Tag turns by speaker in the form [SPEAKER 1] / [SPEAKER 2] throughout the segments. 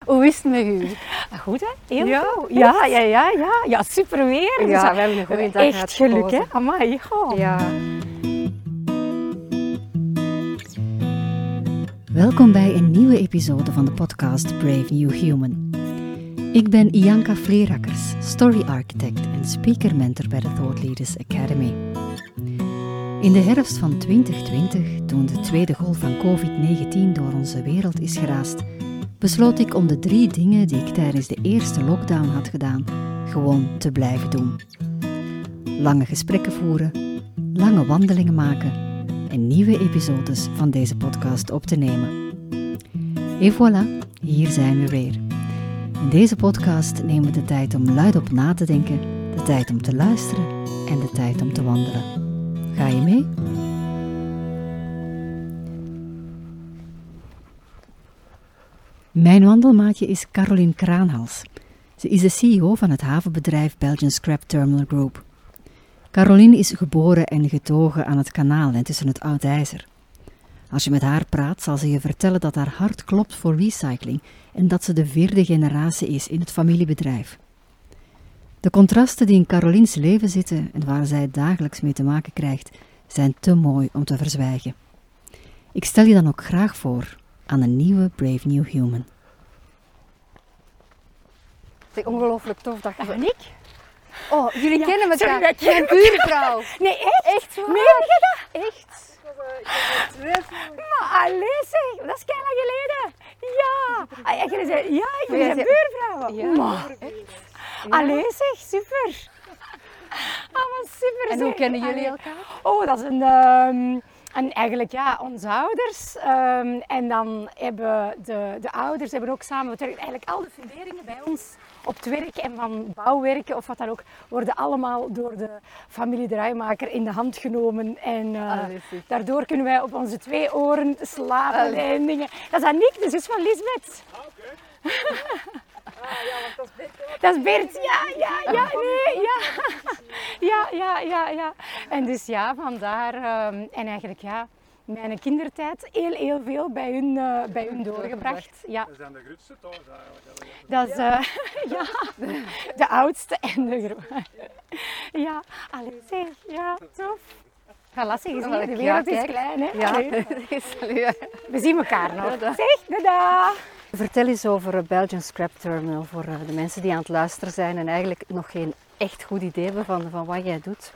[SPEAKER 1] Hoe is het met u?
[SPEAKER 2] Goed, hè? Heel goed.
[SPEAKER 1] Ja.
[SPEAKER 2] Ja, super weer.
[SPEAKER 1] Ja, we hebben een goede dag
[SPEAKER 2] echt
[SPEAKER 1] gehad
[SPEAKER 2] geluk,
[SPEAKER 1] gekozen.
[SPEAKER 2] hè? Amai, goh.
[SPEAKER 1] Ja.
[SPEAKER 3] Welkom bij een nieuwe episode van de podcast Brave New Human. Ik ben Ianka Vleerakkers, story architect en speaker mentor bij de Thought Leaders Academy. In de herfst van 2020, toen de tweede golf van COVID-19 door onze wereld is geraast, besloot ik om de 3 dingen die ik tijdens de eerste lockdown had gedaan, gewoon te blijven doen. Lange gesprekken voeren, lange wandelingen maken en nieuwe episodes van deze podcast op te nemen. Et voilà, hier zijn we weer. In deze podcast nemen we de tijd om luidop na te denken, de tijd om te luisteren en de tijd om te wandelen. Ga je mee? Mijn wandelmaatje is Caroline Kraanhals. Ze is de CEO van het havenbedrijf Belgian Scrap Terminal Group. Caroline is geboren en getogen aan het kanaal en tussen het oud ijzer. Als je met haar praat, zal ze je vertellen dat haar hart klopt voor recycling en dat ze de 4e generatie is in het familiebedrijf. De contrasten die in Carolines leven zitten en waar zij dagelijks mee te maken krijgt, zijn te mooi om te verzwijgen. Ik stel je dan ook graag voor aan een nieuwe Brave New Human.
[SPEAKER 1] Het is ongelooflijk tof dat je...
[SPEAKER 2] En ik?
[SPEAKER 1] Oh, jullie kennen elkaar.
[SPEAKER 2] sorry, ik
[SPEAKER 1] Mijn buurvrouw.
[SPEAKER 2] Nee, echt?
[SPEAKER 1] Echt waar?
[SPEAKER 2] Meen je dat?
[SPEAKER 1] Echt?
[SPEAKER 2] Maar allee zeg, dat is lang geleden. Ja. Ik ben zijn
[SPEAKER 1] jij-
[SPEAKER 2] buurvrouw.
[SPEAKER 1] Ja.
[SPEAKER 2] Maar, allee zeg, super. Maar super
[SPEAKER 1] En
[SPEAKER 2] zeg.
[SPEAKER 1] hoe kennen jullie
[SPEAKER 2] Allee.
[SPEAKER 1] elkaar?
[SPEAKER 2] Oh, dat is en eigenlijk onze ouders. En dan hebben de ouders hebben ook samen gewerkt. Eigenlijk al de funderingen bij ons op het werk en van bouwwerken of wat dan ook, worden allemaal door de familie Draaimaker in de hand genomen. En daardoor kunnen wij op onze 2 oren slapen en dingen. Dat is Annick, de zus van Lisbeth. Dat is Bert, ja. En dus ja, vandaar. En eigenlijk ja, mijn kindertijd heel veel bij hun doorgebracht. Ja.
[SPEAKER 4] Dat zijn de grootste thuis eigenlijk.
[SPEAKER 2] Dat is ja, de oudste en de grootste. Ja, allee zeg, ja, tof. Voilà, zeg, zie je, de wereld is klein, hè?
[SPEAKER 1] Ja,
[SPEAKER 2] Allee.
[SPEAKER 1] salut.
[SPEAKER 2] We zien elkaar nog.
[SPEAKER 1] Dada.
[SPEAKER 2] Zeg, dada.
[SPEAKER 1] Vertel eens over Belgian Scrap Terminal voor de mensen die aan het luisteren zijn en eigenlijk nog geen echt goed idee hebben van wat jij doet.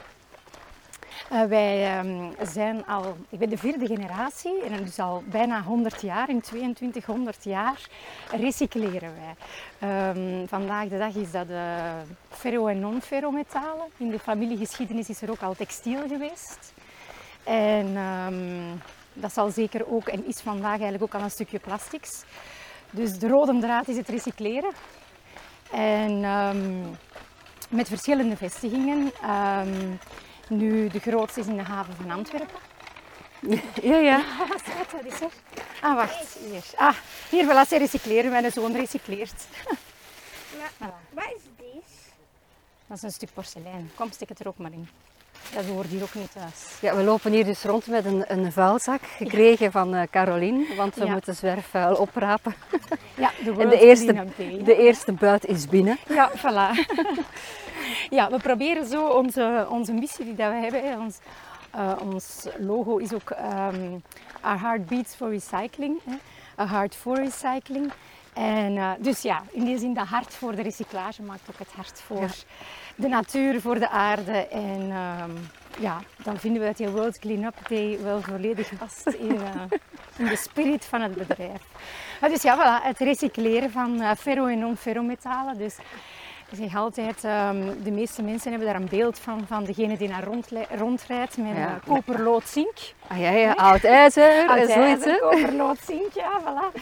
[SPEAKER 2] Wij zijn al, ik ben de 4e generatie en dus al bijna 100 jaar, in 2200 jaar recycleren wij. Vandaag de dag is dat ferro- en non-ferrometalen. In de familiegeschiedenis is er ook al textiel geweest. En dat zal zeker ook en is vandaag eigenlijk ook al een stukje plastics. Dus de rode draad is het recycleren. En met verschillende vestigingen. Nu, de grootste is in de haven van Antwerpen.
[SPEAKER 1] Ja.
[SPEAKER 2] Wat is er? Ah, wacht. Hier. Hier, voilà, ze recycleren. Mijn zoon recycleert.
[SPEAKER 5] Wat is deze?
[SPEAKER 2] Dat is een stuk porselein. Kom, stik het er ook maar in. Dat hoort hier ook niet thuis.
[SPEAKER 1] Ja, we lopen hier dus rond met een vuilzak gekregen van Caroline, want we
[SPEAKER 2] Ja.
[SPEAKER 1] moeten zwerfvuil oprapen.
[SPEAKER 2] Ja,
[SPEAKER 1] En de eerste buit is binnen.
[SPEAKER 2] Ja, voilà. Ja, we proberen zo onze missie die dat we hebben. Hè, ons logo is ook Our Heart Beats for Recycling. Hè, A Heart for Recycling. En dus ja, in die zin dat hart voor de recyclage maakt ook het hart voor de natuur, voor de aarde. En ja, dan vinden we dat die World Cleanup Day wel volledig past in de spirit van het bedrijf. Maar dus ja, voilà, het recycleren van ferro- en non-ferrometalen. Dus ik zeg altijd, de meeste mensen hebben daar een beeld van degene die naar rondrijdt met koperlood zink.
[SPEAKER 1] Ah ja, oud ijzer en zoiets. Hè?
[SPEAKER 2] Koperlood zink, ja, voilà.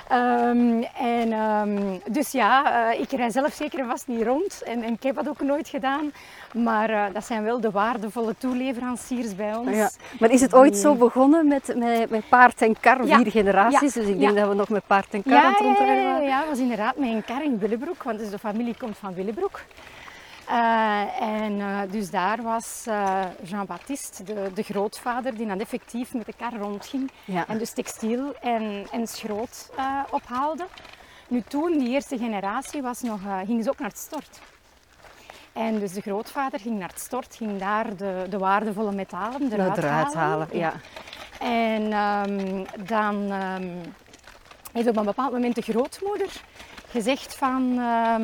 [SPEAKER 2] Dus ja, ik rij zelf zeker en vast niet rond en ik heb dat ook nooit gedaan. Maar dat zijn wel de waardevolle toeleveranciers bij ons.
[SPEAKER 1] Ja. Maar is het ooit zo begonnen met paard en kar,
[SPEAKER 2] Ja.
[SPEAKER 1] 4 generaties?
[SPEAKER 2] Ja.
[SPEAKER 1] Dus ik denk
[SPEAKER 2] Ja.
[SPEAKER 1] dat we nog met paard en kar aan het rondrijden waren.
[SPEAKER 2] Ja, het was inderdaad met een kar in Willebroek, want dus de familie komt van Willebroek. Dus daar was Jean-Baptiste, de grootvader, die dan effectief met de kar rondging.
[SPEAKER 1] Ja.
[SPEAKER 2] En dus textiel en schroot ophaalde. Nu toen, die eerste generatie, gingen ze ook naar het stort. En dus de grootvader ging naar het stort, ging daar de waardevolle metalen eruit halen.
[SPEAKER 1] Ja.
[SPEAKER 2] En dan heeft op een bepaald moment de grootmoeder gezegd van...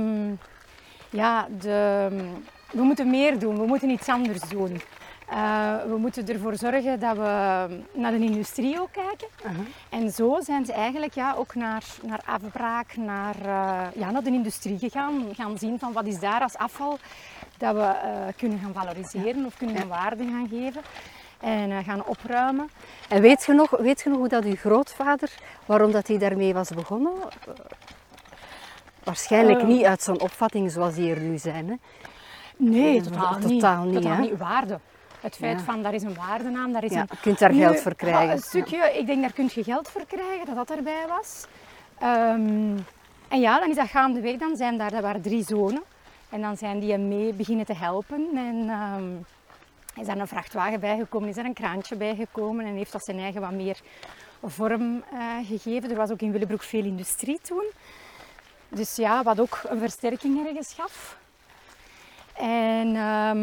[SPEAKER 2] we moeten meer doen, we moeten iets anders doen. We moeten ervoor zorgen dat we naar de industrie ook kijken. En zo zijn ze eigenlijk ook naar afbraak, naar de industrie gegaan. Gaan zien van wat is daar als afval dat we kunnen gaan valoriseren of kunnen gaan waarde gaan geven. En gaan opruimen.
[SPEAKER 1] En weet je nog hoe dat uw grootvader, waarom dat hij daarmee was begonnen? Waarschijnlijk niet uit zo'n opvatting zoals die er nu zijn. Hè?
[SPEAKER 2] Nee, totaal niet.
[SPEAKER 1] Totaal
[SPEAKER 2] niet. Waarde. Het feit van, daar is een waardenaam, daar is
[SPEAKER 1] je kunt daar geld voor krijgen.
[SPEAKER 2] Een stukje, ik denk daar kun je geld voor krijgen, dat erbij was. En ja, dan is dat gaandeweg, dat waren 3 zonen. En dan zijn die hem mee beginnen te helpen. En is er een vrachtwagen bijgekomen, is er een kraantje bijgekomen en heeft dat zijn eigen wat meer vorm gegeven. Er was ook in Willebroek veel industrie toen. Dus ja, wat ook een versterking ergens gaf. En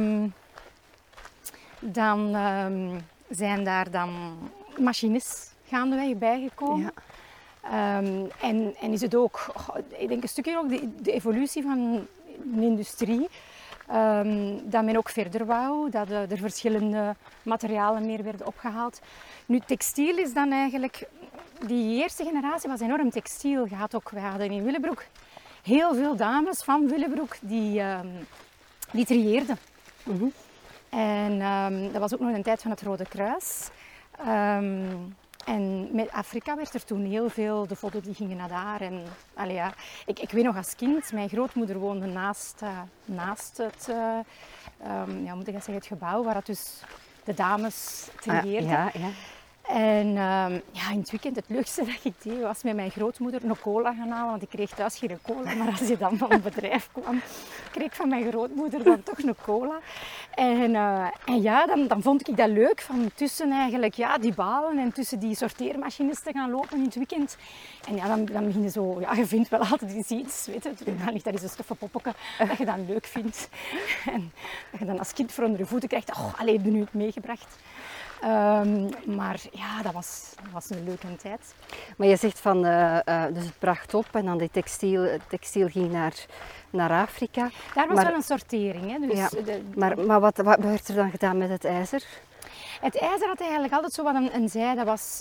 [SPEAKER 2] dan zijn daar dan machines gaandeweg bijgekomen. Ja. En is het ook, ik denk een stukje ook de evolutie van de industrie. Dat men ook verder wou, dat er verschillende materialen meer werden opgehaald. Nu, textiel is dan eigenlijk, die eerste generatie was enorm textiel. We hadden in Willebroek heel veel dames van Willebroek die trieerden. En dat was ook nog een tijd van het Rode Kruis. En met Afrika werd er toen heel veel, de foto's die gingen naar daar. En, ik weet nog als kind, mijn grootmoeder woonde naast het, het gebouw waar dus de dames trieerden.
[SPEAKER 1] Ja.
[SPEAKER 2] En in het weekend, het leukste dat ik deed, was met mijn grootmoeder een cola gaan halen. Want ik kreeg thuis geen cola, maar als je dan van het bedrijf kwam, kreeg ik van mijn grootmoeder dan toch een cola. Dan vond ik dat leuk, van tussen eigenlijk, die balen en tussen die sorteermachines te gaan lopen in het weekend. En dan begin je zo, je vindt wel altijd iets, weet je. Dan ligt daar eens een stoffen poppetje dat je dan leuk vindt. En dat je dan als kind voor onder je voeten krijgt, heb je nu het meegebracht. Maar ja, dat was een leuke tijd.
[SPEAKER 1] Maar je zegt van, dus het bracht op en dan de textiel ging naar Afrika.
[SPEAKER 2] Daar was wel een sortering. Hè? Dus
[SPEAKER 1] maar wat werd er dan gedaan met het ijzer?
[SPEAKER 2] Het ijzer had eigenlijk altijd zo wat een zij. Dat was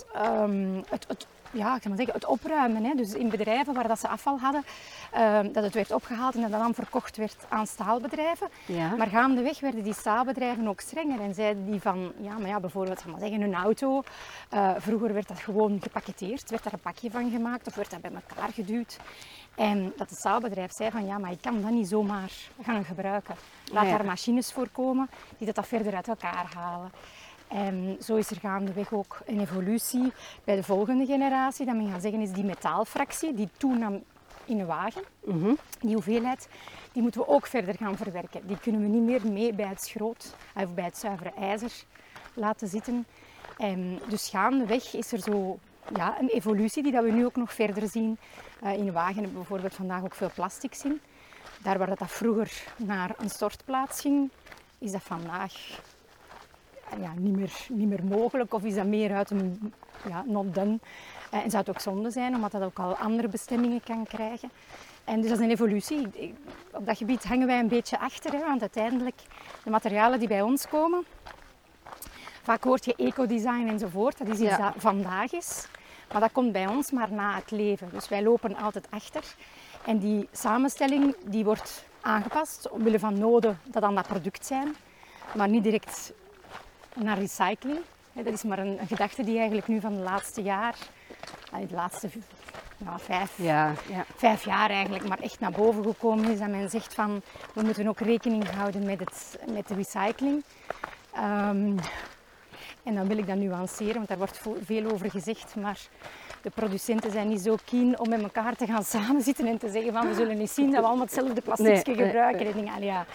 [SPEAKER 2] het opruimen. Hè? Dus in bedrijven waar dat ze afval hadden, dat het werd opgehaald en dat dan verkocht werd aan staalbedrijven. Ja. Maar gaandeweg werden die staalbedrijven ook strenger en zeiden die van, bijvoorbeeld een auto. Vroeger werd dat gewoon gepakketeerd, werd daar een pakje van gemaakt of werd dat bij elkaar geduwd. En dat het staalbedrijf zei van, maar ik kan dat niet zomaar gaan gebruiken. Laat daar machines voor komen die dat verder uit elkaar halen. En zo is er gaandeweg ook een evolutie bij de volgende generatie. Dat men gaat zeggen is die metaalfractie, die toenam in een wagen. Die hoeveelheid, die moeten we ook verder gaan verwerken. Die kunnen we niet meer mee bij het schroot of bij het zuivere ijzer laten zitten. En dus gaandeweg is er zo een evolutie die dat we nu ook nog verder zien. In een wagen hebben we bijvoorbeeld vandaag ook veel plastics in. Daar waar dat vroeger naar een stortplaats ging, is dat vandaag niet meer mogelijk of is dat meer uit een not done. En zou het ook zonde zijn, omdat dat ook al andere bestemmingen kan krijgen. En dus dat is een evolutie. Op dat gebied hangen wij een beetje achter, hè, want uiteindelijk de materialen die bij ons komen, vaak hoort je ecodesign enzovoort, dat is iets dat vandaag is. Maar dat komt bij ons maar na het leven. Dus wij lopen altijd achter. En die samenstelling die wordt aangepast omwille van noden dat dan dat product zijn, maar niet direct naar recycling. Dat is maar een gedachte die eigenlijk nu van de laatste jaar, de laatste 5 jaar eigenlijk, maar echt naar boven gekomen is. Dat men zegt van, we moeten ook rekening houden met de recycling. En dan wil ik dat nuanceren, want daar wordt veel over gezegd, maar de producenten zijn niet zo keen om met elkaar te gaan samenzitten en te zeggen van, we zullen niet zien dat we allemaal hetzelfde plasticje gebruiken.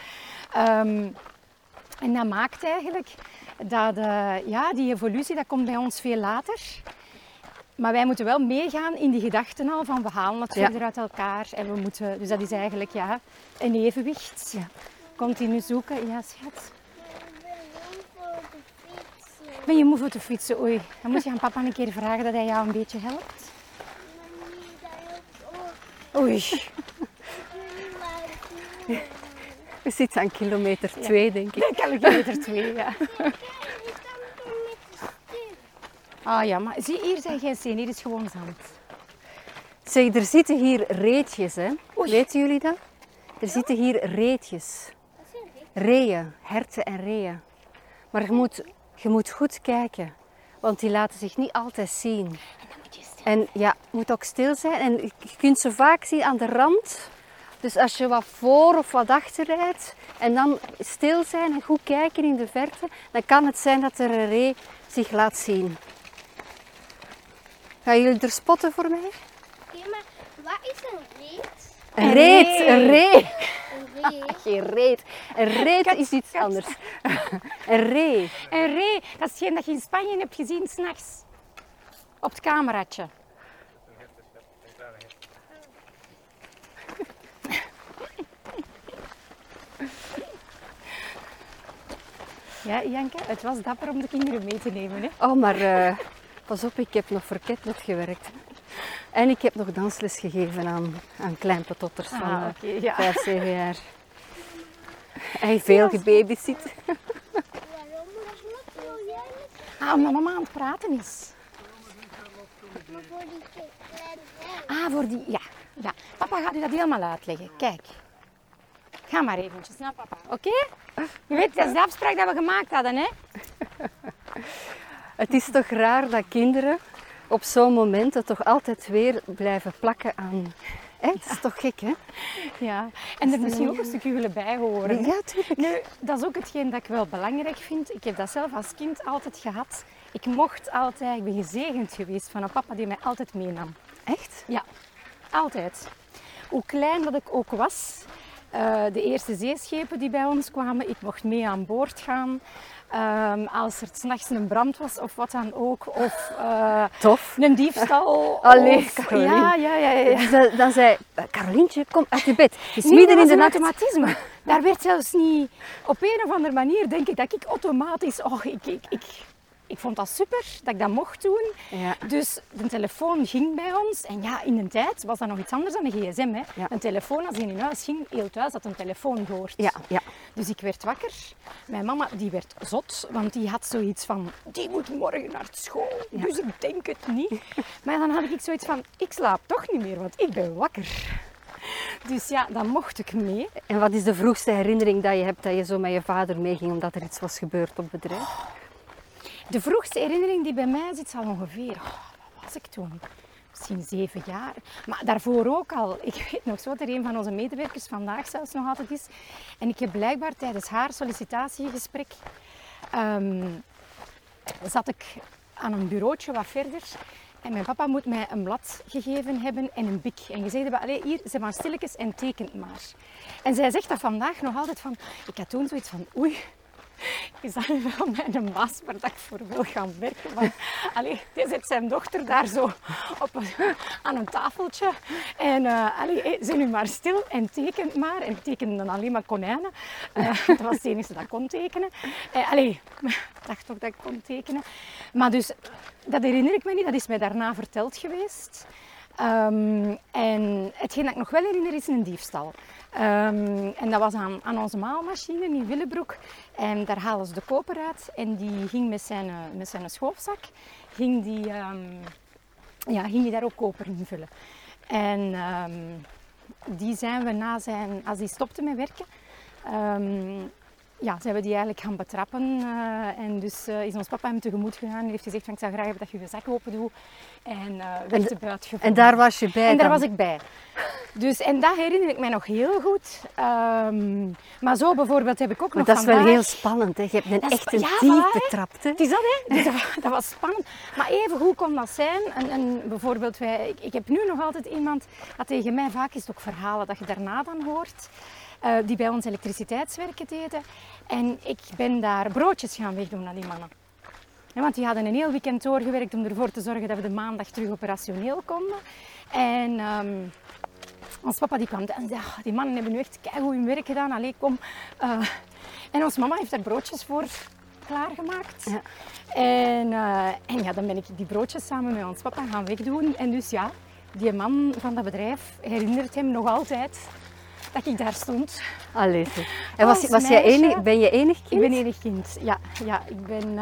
[SPEAKER 2] En dat maakt eigenlijk dat die evolutie, dat komt bij ons veel later. Maar wij moeten wel meegaan in die gedachten al van we halen het
[SPEAKER 1] Ja.
[SPEAKER 2] verder uit elkaar. En we moeten, dus dat is eigenlijk een evenwicht.
[SPEAKER 1] Ja.
[SPEAKER 2] Continu zoeken. Ja, schat.
[SPEAKER 5] Ik ben moe voor de fietsen.
[SPEAKER 2] Ben je moe voor te fietsen? Oei, dan moet je aan papa een keer vragen dat hij jou een beetje helpt.
[SPEAKER 5] Mami, daar ook.
[SPEAKER 2] Oei.
[SPEAKER 5] Ik wil maar
[SPEAKER 1] We zitten aan kilometer 2, denk ik.
[SPEAKER 2] Dan kan ik er 2, ja.
[SPEAKER 5] Ik kan toch met de stuk.
[SPEAKER 2] Ah ja, maar zie, hier zijn geen steen, hier is gewoon zand.
[SPEAKER 1] Zeg, er zitten hier reetjes, hè?
[SPEAKER 2] Oei.
[SPEAKER 1] Weten jullie dat? Er zitten hier reetjes.
[SPEAKER 5] Dat is een rit.
[SPEAKER 1] Reeën, herten en reeën. Maar je moet goed kijken, want die laten zich niet altijd zien.
[SPEAKER 2] En dan moet je stil.
[SPEAKER 1] En ja, je moet ook stil zijn. En je kunt ze vaak zien aan de rand. Dus als je wat voor of wat achter rijdt en dan stil zijn en goed kijken in de verte, dan kan het zijn dat er een ree zich laat zien. Gaan jullie er spotten voor mij?
[SPEAKER 5] Oké, maar wat is een reet?
[SPEAKER 1] Een
[SPEAKER 2] Een
[SPEAKER 1] reet,
[SPEAKER 2] ree.
[SPEAKER 1] een ree.
[SPEAKER 5] Een reet.
[SPEAKER 1] Geen reet. Een reet is iets anders. Een ree.
[SPEAKER 2] Een ree, dat is hetgeen dat je in Spanje hebt gezien s'nachts. Op het cameraatje. Ja, Janke, het was dapper om de kinderen mee te nemen. Hè?
[SPEAKER 1] Oh, maar pas op, ik heb nog voor Ketnet gewerkt. En ik heb nog dansles gegeven aan kleinpetotters van
[SPEAKER 2] oké, ja.
[SPEAKER 1] 5, 7 jaar. En veel gebabysit.
[SPEAKER 5] Waarom? Wat wil jij met
[SPEAKER 2] Omdat mama aan het praten is.
[SPEAKER 5] me voor die kleine vrouw?
[SPEAKER 2] Voor die, ja. Papa gaat u dat helemaal uitleggen. Kijk. Ga maar eventjes naar papa, oké? Je weet, dat is de afspraak dat we gemaakt hadden, hè?
[SPEAKER 1] Het is toch raar dat kinderen op zo'n moment het toch altijd weer blijven plakken aan. Hè? Dat is toch gek, hè?
[SPEAKER 2] Ja. En er misschien ook een stukje willen bij horen. hè?
[SPEAKER 1] Ja, tuurlijk.
[SPEAKER 2] Nu, dat is ook hetgeen dat ik wel belangrijk vind. Ik heb dat zelf als kind altijd gehad. Ik ben gezegend geweest van een papa die mij altijd meenam.
[SPEAKER 1] Echt?
[SPEAKER 2] Ja, altijd. Hoe klein dat ik ook was, de eerste zeeschepen die bij ons kwamen, ik mocht mee aan boord gaan. Als er 's nachts een brand was of wat dan ook, of
[SPEAKER 1] Tof.
[SPEAKER 2] een diefstal.
[SPEAKER 1] Allee,
[SPEAKER 2] of,
[SPEAKER 1] Caroline.
[SPEAKER 2] ja.
[SPEAKER 1] Dus dan zei Carolientje, kom uit je bed. Het is
[SPEAKER 2] Nee,
[SPEAKER 1] midden
[SPEAKER 2] dat
[SPEAKER 1] in
[SPEAKER 2] was
[SPEAKER 1] de
[SPEAKER 2] een
[SPEAKER 1] nacht.
[SPEAKER 2] automatisme. Daar werd zelfs niet... Op een of andere manier denk ik dat ik automatisch... Ik vond dat super, dat ik dat mocht doen.
[SPEAKER 1] Ja.
[SPEAKER 2] Dus de telefoon ging bij ons. En ja, in de tijd was dat nog iets anders dan een gsm. Hè.
[SPEAKER 1] Ja.
[SPEAKER 2] Een telefoon, als die in huis ging, heel thuis had een telefoon gehoord.
[SPEAKER 1] Ja.
[SPEAKER 2] Dus ik werd wakker. Mijn mama die werd zot, want die had zoiets van... Die moet morgen naar school, dus ik denk het niet. Maar dan had ik zoiets van... Ik slaap toch niet meer, want ik ben wakker. Dus ja, dan mocht ik mee.
[SPEAKER 1] En wat is de vroegste herinnering dat je hebt dat je zo met je vader meeging omdat er iets was gebeurd op bedrijf?
[SPEAKER 2] De vroegste herinnering die bij mij zit, zal ongeveer... wat was ik toen? Misschien 7 jaar. Maar daarvoor ook al. Ik weet nog zo dat er een van onze medewerkers vandaag zelfs nog altijd is. En ik heb blijkbaar tijdens haar sollicitatiegesprek... zat ik aan een bureautje wat verder. En mijn papa moet mij een blad gegeven hebben en een bik. En gezegd hebben, allee, hier, zet maar stilletjes en tekent maar. En zij zegt dat vandaag nog altijd van... Ik had toen zoiets van, oei... Is dat nu wel mijn baas waar dat ik voor wil gaan werken? Maar, allee, die zet zijn dochter daar zo aan een tafeltje. En zet nu maar stil en tekent maar. En tekende dan alleen maar konijnen. Dat was het enige dat kon tekenen. Ik dacht ook dat ik kon tekenen. Maar dus, dat herinner ik me niet. Dat is mij daarna verteld geweest. En hetgeen dat ik nog wel herinner is een diefstal. En dat was aan onze maalmachine in Willebroek. En daar halen ze de koper uit. En die ging met zijn schoofzak, ging die daar ook koper in vullen. En die zijn we als die stopte met werken, zijn we die eigenlijk gaan betrappen. En dus is ons papa hem tegemoet gegaan en heeft gezegd van, ik zou graag hebben dat je je zak open doet. En werd de buit gevonden.
[SPEAKER 1] En daar was je bij
[SPEAKER 2] En daar
[SPEAKER 1] dan?
[SPEAKER 2] was ik bij. Dus, en dat herinner ik mij nog heel goed. Maar zo bijvoorbeeld heb ik ook
[SPEAKER 1] Maar
[SPEAKER 2] nog
[SPEAKER 1] dat is
[SPEAKER 2] vandaag...
[SPEAKER 1] wel heel spannend, hè? Je hebt
[SPEAKER 2] Dat is
[SPEAKER 1] echt een
[SPEAKER 2] ja,
[SPEAKER 1] dief
[SPEAKER 2] voilà, hè.
[SPEAKER 1] betrapt, hè?
[SPEAKER 2] Het is dat, hè? Dus dat was spannend. Maar even hoe kon dat zijn? En bijvoorbeeld, ik heb nu nog altijd iemand dat tegen mij, vaak is het ook verhalen dat je daarna dan hoort, die bij ons elektriciteitswerken deden. En ik ben daar broodjes gaan wegdoen aan die mannen. Ja, want die hadden een heel weekend doorgewerkt om ervoor te zorgen dat we de maandag terug operationeel konden. En ons papa die kwam en zei, die mannen hebben nu echt keigoed hun werk gedaan, allee kom. En onze mama heeft daar broodjes voor klaargemaakt. Ja. En ja, dan ben ik die broodjes samen met ons papa gaan wegdoen. En dus ja, die man van dat bedrijf herinnert hem nog altijd dat ik daar stond.
[SPEAKER 1] Allee. En was jij enig, ben je enig kind?
[SPEAKER 2] Ik ben enig kind, ja. Ik ben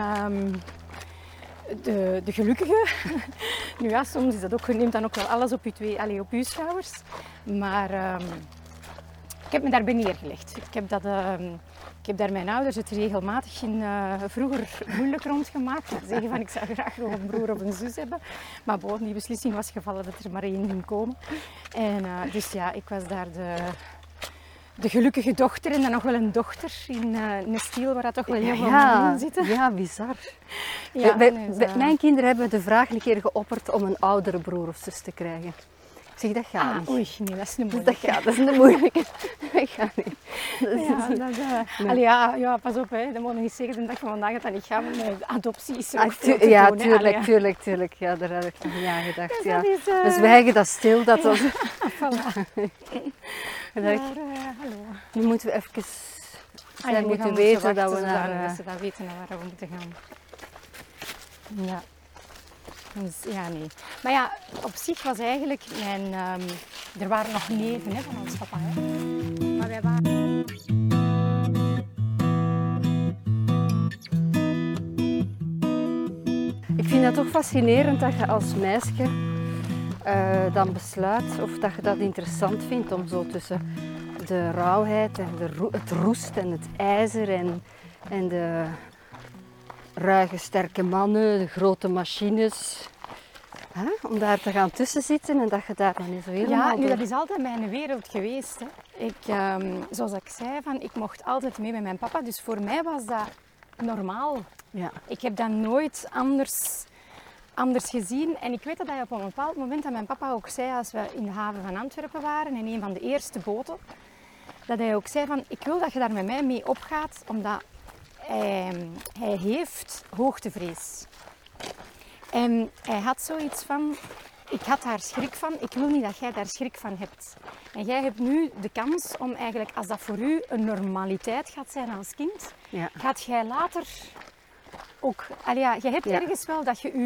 [SPEAKER 2] de gelukkige. Nu ja, soms is dat ook, je neemt dan ook wel alles op je schouders. Maar ik heb me daarbij neergelegd. Ik heb daar mijn ouders het regelmatig vroeger moeilijk rondgemaakt. Ze zeggen van ik zou graag nog een broer of een zus hebben. Maar die beslissing was gevallen dat er maar één ging komen. En dus ja, ik was daar de gelukkige dochter en dan nog wel een dochter in een stil waar dat toch wel heel veel mannen in zitten.
[SPEAKER 1] Ja, bizar. Ja, mijn kinderen hebben de vraag een keer geopperd om een oudere broer of zus te krijgen. Ik zeg, dat gaat niet.
[SPEAKER 2] Oei, nee, dat is een moeilijke.
[SPEAKER 1] Dat is een moeilijke. Dat gaat niet.
[SPEAKER 2] Ja, pas op, hè. Dat moet je niet zeggen de dag van vandaag dat dat niet gaat met adopties.
[SPEAKER 1] Ja, tuurlijk. Ja, daar heb ik nog niet aan gedacht. Ja. We zwijgen dat stil. Dat was...
[SPEAKER 2] Voilà.
[SPEAKER 1] Hallo. Nu moeten we even...
[SPEAKER 2] Zij
[SPEAKER 1] moeten weten dat we naar...
[SPEAKER 2] Ze dat weten waar we moeten gaan. Ja. Dus, ja, nee. Maar ja, op zich was eigenlijk er waren nog neven van ons papa. Hè. Maar wij waren...
[SPEAKER 1] Ik vind dat toch fascinerend dat je als meisje dan besluit of dat je dat interessant vindt om zo tussen de rauwheid en het roest en het ijzer en de ruige, sterke mannen, de grote machines. Om daar te gaan tussen zitten en dat je daar nog niet zo helemaal...
[SPEAKER 2] Ja, dat is altijd mijn wereld geweest. Hè. Zoals ik zei, ik mocht altijd mee met mijn papa. Dus voor mij was dat normaal. Ja. Ik heb dat nooit anders gezien. En ik weet dat hij op een bepaald moment aan mijn papa ook zei, als we in de haven van Antwerpen waren, in een van de eerste boten, dat hij ook zei van, ik wil dat je daar met mij mee opgaat, omdat hij heeft hoogtevrees. En hij had zoiets van, ik had daar schrik van, ik wil niet dat jij daar schrik van hebt. En jij hebt nu de kans om eigenlijk, als dat voor u een normaliteit gaat zijn als kind, gaat jij later ook... je hebt ergens wel dat je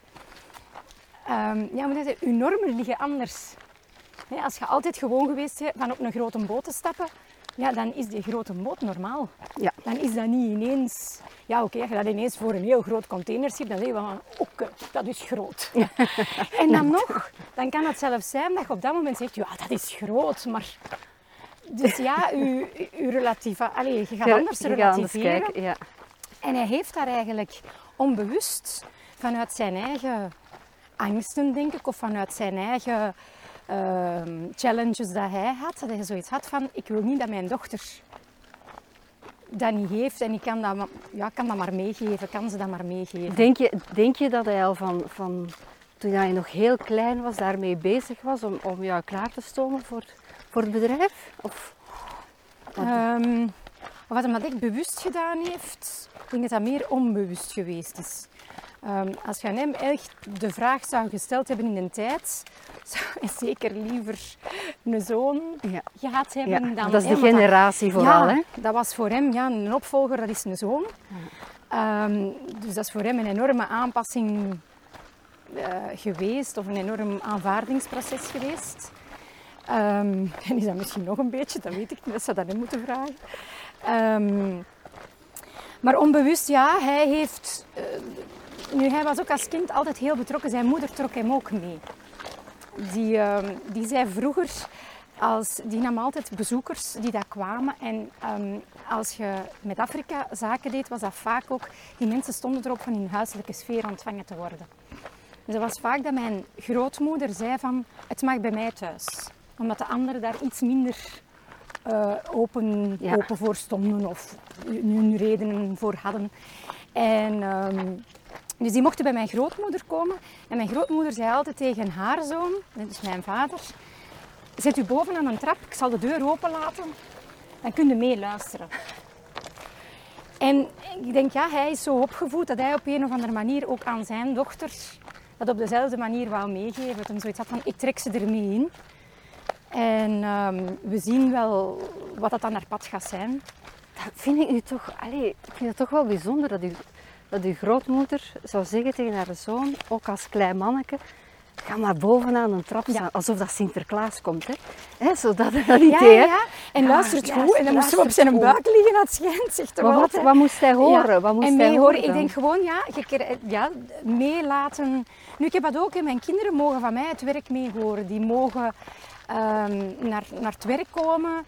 [SPEAKER 2] uw normen liggen anders. Als je altijd gewoon geweest bent van op een grote boot te stappen, ja, dan is die grote boot normaal. Ja. Dan is dat niet ineens... Ja, oké, als je dat ineens voor een heel groot containerschip, dan zeg je van, oké, dat is groot. Ja. En dan nog, dan kan het zelfs zijn dat je op dat moment zegt, ja, dat is groot, maar... Dus ja, je relatief... je gaat anders relativeren. Kijken, ja. En hij heeft daar eigenlijk onbewust, vanuit zijn eigen angsten, denk ik, of vanuit zijn eigen... challenges dat hij had, dat hij zoiets had van, ik wil niet dat mijn dochter dat niet heeft en ik kan dat maar meegeven, kan ze dat maar meegeven.
[SPEAKER 1] Denk je dat hij al van toen hij nog heel klein was, daarmee bezig was om jou klaar te stomen voor het bedrijf? Of
[SPEAKER 2] wat hij dat echt bewust gedaan heeft, ik denk dat dat meer onbewust geweest is. Als je aan hem echt de vraag zou gesteld hebben in de tijd, zou hij zeker liever een zoon gehad hebben dan...
[SPEAKER 1] Dat is de generatie vooral, hè?
[SPEAKER 2] Dat was voor hem, een opvolger, dat is een zoon. Dus dat is voor hem een enorme aanpassing geweest, of een enorm aanvaardingsproces geweest. En is dat misschien nog een beetje, dat weet ik niet, dat zou dat hem moeten vragen. Maar onbewust, hij heeft... hij was ook als kind altijd heel betrokken. Zijn moeder trok hem ook mee. Die zei vroeger, die nam altijd bezoekers die daar kwamen. En als je met Afrika zaken deed, was dat vaak ook... Die mensen stonden erop van in huiselijke sfeer ontvangen te worden. Dus dat was vaak dat mijn grootmoeder zei van, het mag bij mij thuis. Omdat de anderen daar iets minder open voor stonden of hun redenen voor hadden. En... Dus die mochten bij mijn grootmoeder komen. En mijn grootmoeder zei altijd tegen haar zoon, dus mijn vader, zet u boven aan een trap, ik zal de deur openlaten, dan kun je meeluisteren. En ik denk, ja, hij is zo opgevoed dat hij op een of andere manier ook aan zijn dochters dat op dezelfde manier wou meegeven. Dat hij zoiets had van, ik trek ze ermee in. En we zien wel wat dat dan naar pad gaat zijn.
[SPEAKER 1] Dat vind ik nu toch, ik vind het toch wel bijzonder dat uw grootmoeder zou zeggen tegen haar zoon, ook als klein manneke, ga maar bovenaan een trap staan, alsof dat Sinterklaas komt. Hè? Zo dat idee. Hè?
[SPEAKER 2] Ja. En luistert goed. En dan moesten we op zijn buik liggen, dat schijnt. Zegt er
[SPEAKER 1] Maar wat moest hij horen?
[SPEAKER 2] Ja.
[SPEAKER 1] Wat moest
[SPEAKER 2] en
[SPEAKER 1] hij
[SPEAKER 2] mee
[SPEAKER 1] horen
[SPEAKER 2] horen, ik
[SPEAKER 1] dan?
[SPEAKER 2] denk gewoon, meelaten. Nu, ik heb dat ook. Mijn kinderen mogen van mij het werk mee horen. Die mogen naar het werk komen.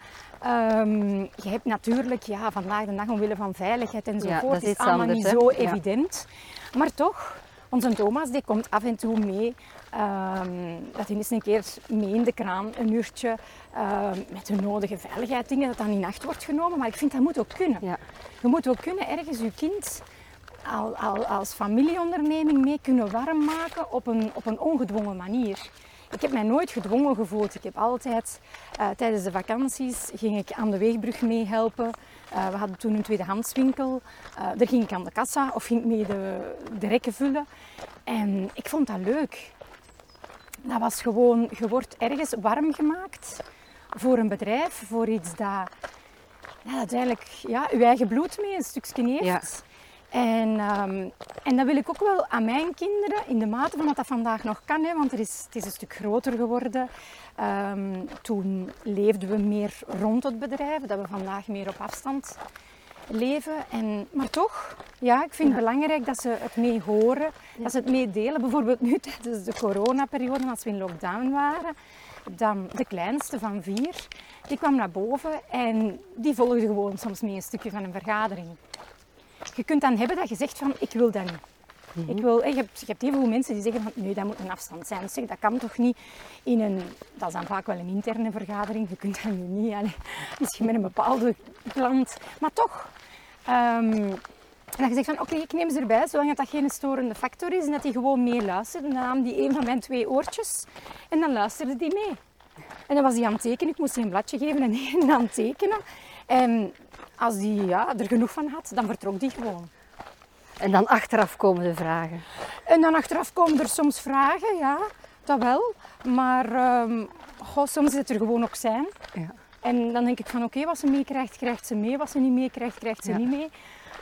[SPEAKER 2] Je hebt natuurlijk, vandaag de dag omwille van veiligheid enzovoort,
[SPEAKER 1] dat is
[SPEAKER 2] is allemaal
[SPEAKER 1] anders,
[SPEAKER 2] niet
[SPEAKER 1] hè?
[SPEAKER 2] zo
[SPEAKER 1] Ja.
[SPEAKER 2] evident. Maar toch, onze Thomas die komt af en toe mee. Dat hij eens een keer mee in de kraan, een uurtje, met de nodige veiligheidsdingen, dat dan in acht wordt genomen. Maar ik vind dat moet ook kunnen.
[SPEAKER 1] Ja.
[SPEAKER 2] Je moet ook kunnen ergens je kind als familieonderneming mee kunnen warm maken op een ongedwongen manier. Ik heb mij nooit gedwongen gevoeld. Ik heb altijd, tijdens de vakanties, ging ik aan de weegbrug meehelpen. We hadden toen een tweedehandswinkel. Daar ging ik aan de kassa of ging ik mee de rekken vullen. En ik vond dat leuk. Dat was gewoon, je wordt ergens warm gemaakt voor een bedrijf, voor iets dat uiteindelijk je eigen bloed mee een stukje heeft.
[SPEAKER 1] Ja.
[SPEAKER 2] En dat wil ik ook wel aan mijn kinderen, in de mate van wat dat vandaag nog kan, hè, want het is een stuk groter geworden. Toen leefden we meer rond het bedrijf, dat we vandaag meer op afstand leven. Maar toch, ik vind het belangrijk dat ze het mee horen, dat ze het meedelen. Bijvoorbeeld nu tijdens de coronaperiode, als we in lockdown waren, dan de kleinste van 4, die kwam naar boven en die volgde gewoon soms mee een stukje van een vergadering. Je kunt dan hebben dat je zegt van, ik wil dat niet. Je hebt heel veel mensen die zeggen van, nee, dat moet een afstand zijn. Zeg, dat kan toch niet dat is dan vaak wel een interne vergadering. Je kunt dat nu niet, misschien met een bepaalde klant. Maar toch, dat je zegt van, oké, ik neem ze erbij, zolang dat geen storende factor is en dat die gewoon meeluistert. En dan nam die een van mijn 2 oortjes en dan luisterde die mee. En dan was hij aan het tekenen, ik moest die een bladje geven en één aan het tekenen. En als die er genoeg van had, dan vertrok die gewoon.
[SPEAKER 1] En dan achteraf komen de vragen.
[SPEAKER 2] En dan achteraf komen er soms vragen, ja, dat wel. Maar soms is het er gewoon ook zijn.
[SPEAKER 1] Ja.
[SPEAKER 2] En dan denk ik van oké, wat ze meekrijgt, krijgt ze mee. Wat ze niet meekrijgt, krijgt ze niet mee.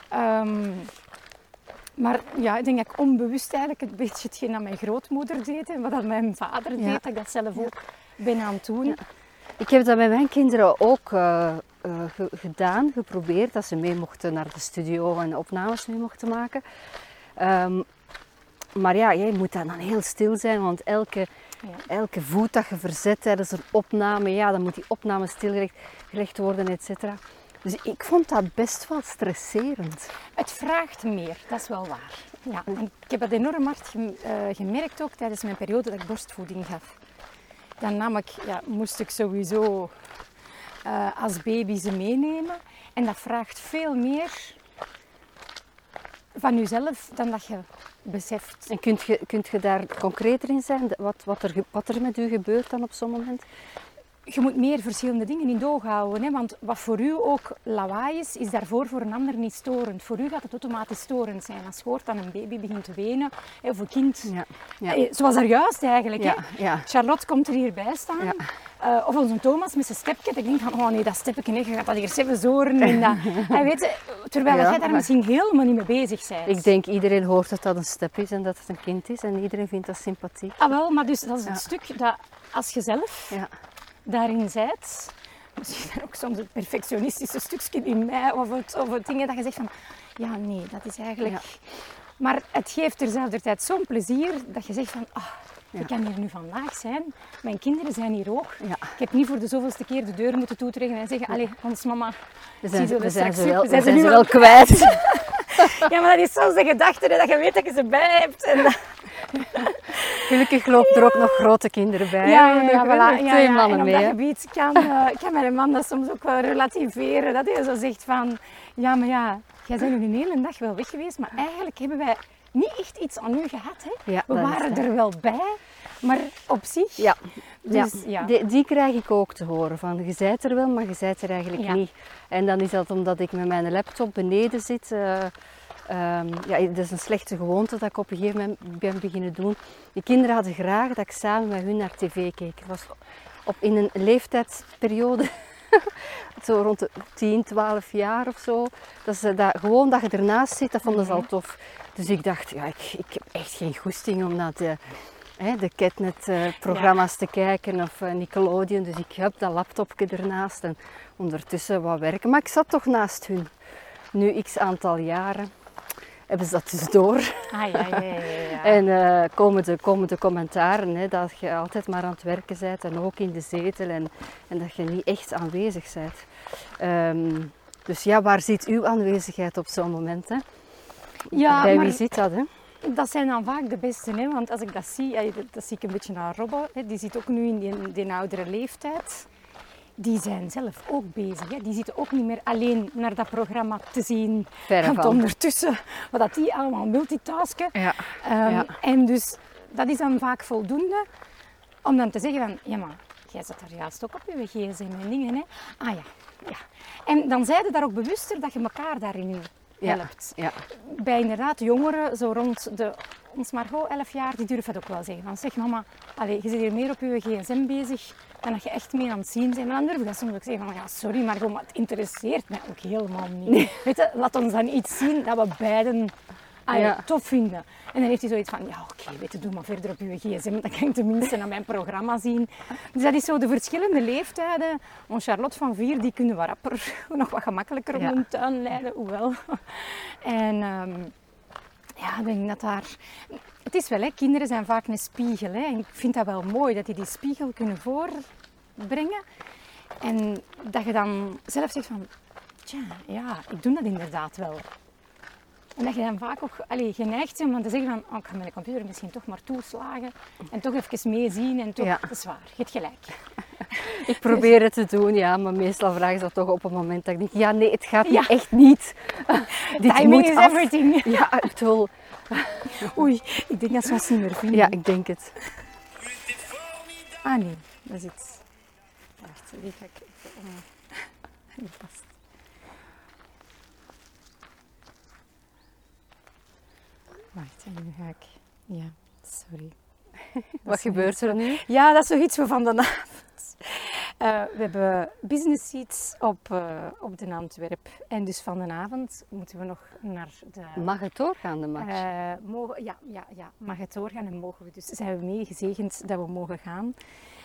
[SPEAKER 2] Maar ik denk dat ik onbewust eigenlijk een beetje hetgeen dat mijn grootmoeder deed en wat dat mijn vader deed, dat ik dat zelf ook ben aan het doen. Ja.
[SPEAKER 1] Ik heb dat met mijn kinderen ook gedaan, geprobeerd, dat ze mee mochten naar de studio en opnames mee mochten maken. Maar je moet dan heel stil zijn, want elke voet dat je verzet tijdens een opname, dan moet die opname stilgelegd worden, etc. Dus ik vond dat best wel stresserend.
[SPEAKER 2] Het vraagt meer, dat is wel waar. Ja. En ik heb dat enorm hard gemerkt ook tijdens mijn periode dat ik borstvoeding gaf. Dan moest ik sowieso als baby ze meenemen. En dat vraagt veel meer van jezelf dan dat je beseft.
[SPEAKER 1] En kunt je daar concreter in zijn? Wat er met u gebeurt dan op zo'n moment?
[SPEAKER 2] Je moet meer verschillende dingen in het oog houden. Hè? Want wat voor u ook lawaai is daarvoor voor een ander niet storend. Voor u gaat het automatisch storend zijn. Als je hoort dat een baby begint te wenen, of een kind. Zoals daar juist eigenlijk.
[SPEAKER 1] Ja,
[SPEAKER 2] hè?
[SPEAKER 1] ja.
[SPEAKER 2] Charlotte komt er hierbij staan.
[SPEAKER 1] Ja.
[SPEAKER 2] Of onze Thomas met zijn stepje. Ik denk van, oh nee, dat stepje, je gaat dat eerst even zoren. En dat. En weet je, terwijl jij daar misschien helemaal niet mee bezig bent.
[SPEAKER 1] Ik denk iedereen hoort dat dat een step is en dat het een kind is. En iedereen vindt dat sympathiek.
[SPEAKER 2] Ah wel, maar dus dat is het stuk dat als je zelf... daarin zijt, misschien ook soms het perfectionistische stukje in mij of het dingen dat je zegt van, ja nee, dat is eigenlijk... Ja. Maar het geeft terzelfde zo'n plezier dat je zegt van, ik kan hier nu vandaag zijn, mijn kinderen zijn hier ook. Ja. Ik heb niet voor de zoveelste keer de deur moeten toetrekken en zeggen, allee, ons mama,
[SPEAKER 1] we zijn ze wel kwijt.
[SPEAKER 2] Ja, maar dat is soms de gedachte dat je weet dat je ze bij hebt. En
[SPEAKER 1] Gelukkig lopen er ook nog grote kinderen bij.
[SPEAKER 2] Voilà.
[SPEAKER 1] Twee mannen
[SPEAKER 2] en
[SPEAKER 1] mee.
[SPEAKER 2] Op dat gebied kan mijn man dat soms ook wel relativeren. Dat hij zo zegt van, ja, maar ja, jij bent nu een hele dag wel weg geweest, maar eigenlijk hebben wij niet echt iets aan u gehad. Hè?
[SPEAKER 1] Ja,
[SPEAKER 2] we waren er wel bij, maar op zich Dus, ja.
[SPEAKER 1] Die krijg ik ook te horen. Van, je bent er wel, maar je bent er eigenlijk niet. En dan is dat omdat ik met mijn laptop beneden zit. Dat is een slechte gewoonte dat ik op een gegeven moment ben beginnen doen. De kinderen hadden graag dat ik samen met hun naar tv keek. Het was in een leeftijdsperiode, zo rond de 10, 12 jaar of zo. Gewoon dat je ernaast zit, dat vonden ze al tof. Dus ik dacht, ik heb echt geen goesting om naar de Catnet-programma's te kijken of Nickelodeon. Dus ik heb dat laptopje ernaast en ondertussen wat werken. Maar ik zat toch naast hun. Nu x aantal jaren hebben ze dat dus door. En komen de commentaren dat je altijd maar aan het werken bent en ook in de zetel en dat je niet echt aanwezig bent. Dus ja, waar zit uw aanwezigheid op zo'n moment? Hè? Bij wie zit dat? Hè?
[SPEAKER 2] Dat zijn dan vaak de beste, hè? Want als ik dat zie, dat zie ik een beetje aan Robbe, hè? Die zit ook nu in die oudere leeftijd. Die zijn zelf ook bezig. Hè? Die zitten ook niet meer alleen naar dat programma te zien. Want ondertussen, wat die allemaal multitasken. En dus dat is dan vaak voldoende om dan te zeggen van, ja maar, jij zat daar juist ook op je gsm en dingen. Hè? Ah ja. En dan zijn ze daar ook bewuster dat je elkaar daarin helpt.
[SPEAKER 1] Ja.
[SPEAKER 2] Bij inderdaad jongeren, zo rond ons Margot, 11 jaar, die durft dat ook wel zeggen. Van, zeg mama, je zit hier meer op je gsm bezig dan dat je echt mee aan het zien bent. Maar dan durf ik dat soms ook zeggen van, ja sorry Margot, maar het interesseert mij ook helemaal niet. Nee. Weet je, laat ons dan iets zien dat we beiden tof vinden. En dan heeft hij zoiets van, weet je, doe maar verder op je gsm, dan kan ik tenminste naar mijn programma zien. Dus dat is zo de verschillende leeftijden. Ons Charlotte van 4, die kunnen wat rapper, nog wat gemakkelijker op hun tuin leiden, hoewel. En ik denk dat daar... Het is wel, hè, kinderen zijn vaak een spiegel. Hè, en ik vind dat wel mooi, dat die spiegel kunnen voorbrengen. En dat je dan zelf zegt van, ik doe dat inderdaad wel. En dat je dan vaak ook geneigd bent om dan te zeggen van, ik ga mijn computer misschien toch maar toeslagen en toch even meezien en toch, dat is waar, je hebt gelijk.
[SPEAKER 1] Ik probeer het te doen, maar meestal vragen ze dat toch op een moment dat ik denk, het gaat nu echt niet.
[SPEAKER 2] Timing is everything.
[SPEAKER 1] Ja, ik bedoel...
[SPEAKER 2] Oei, ik denk dat ze ons niet meer vinden.
[SPEAKER 1] Ja, ik denk het.
[SPEAKER 2] Ah nee, dat is iets. Wacht, die ga ik even vast. Wacht, en nu ga ik... Ja, sorry.
[SPEAKER 1] Wat gebeurt er nu?
[SPEAKER 2] Ja, dat is zoiets van de avond. We hebben business seats op de Antwerp. En dus van de avond moeten we nog naar de...
[SPEAKER 1] Mag het doorgaan, de match?
[SPEAKER 2] Mag het doorgaan en mogen we. Dus zijn we meegezegend dat we mogen gaan.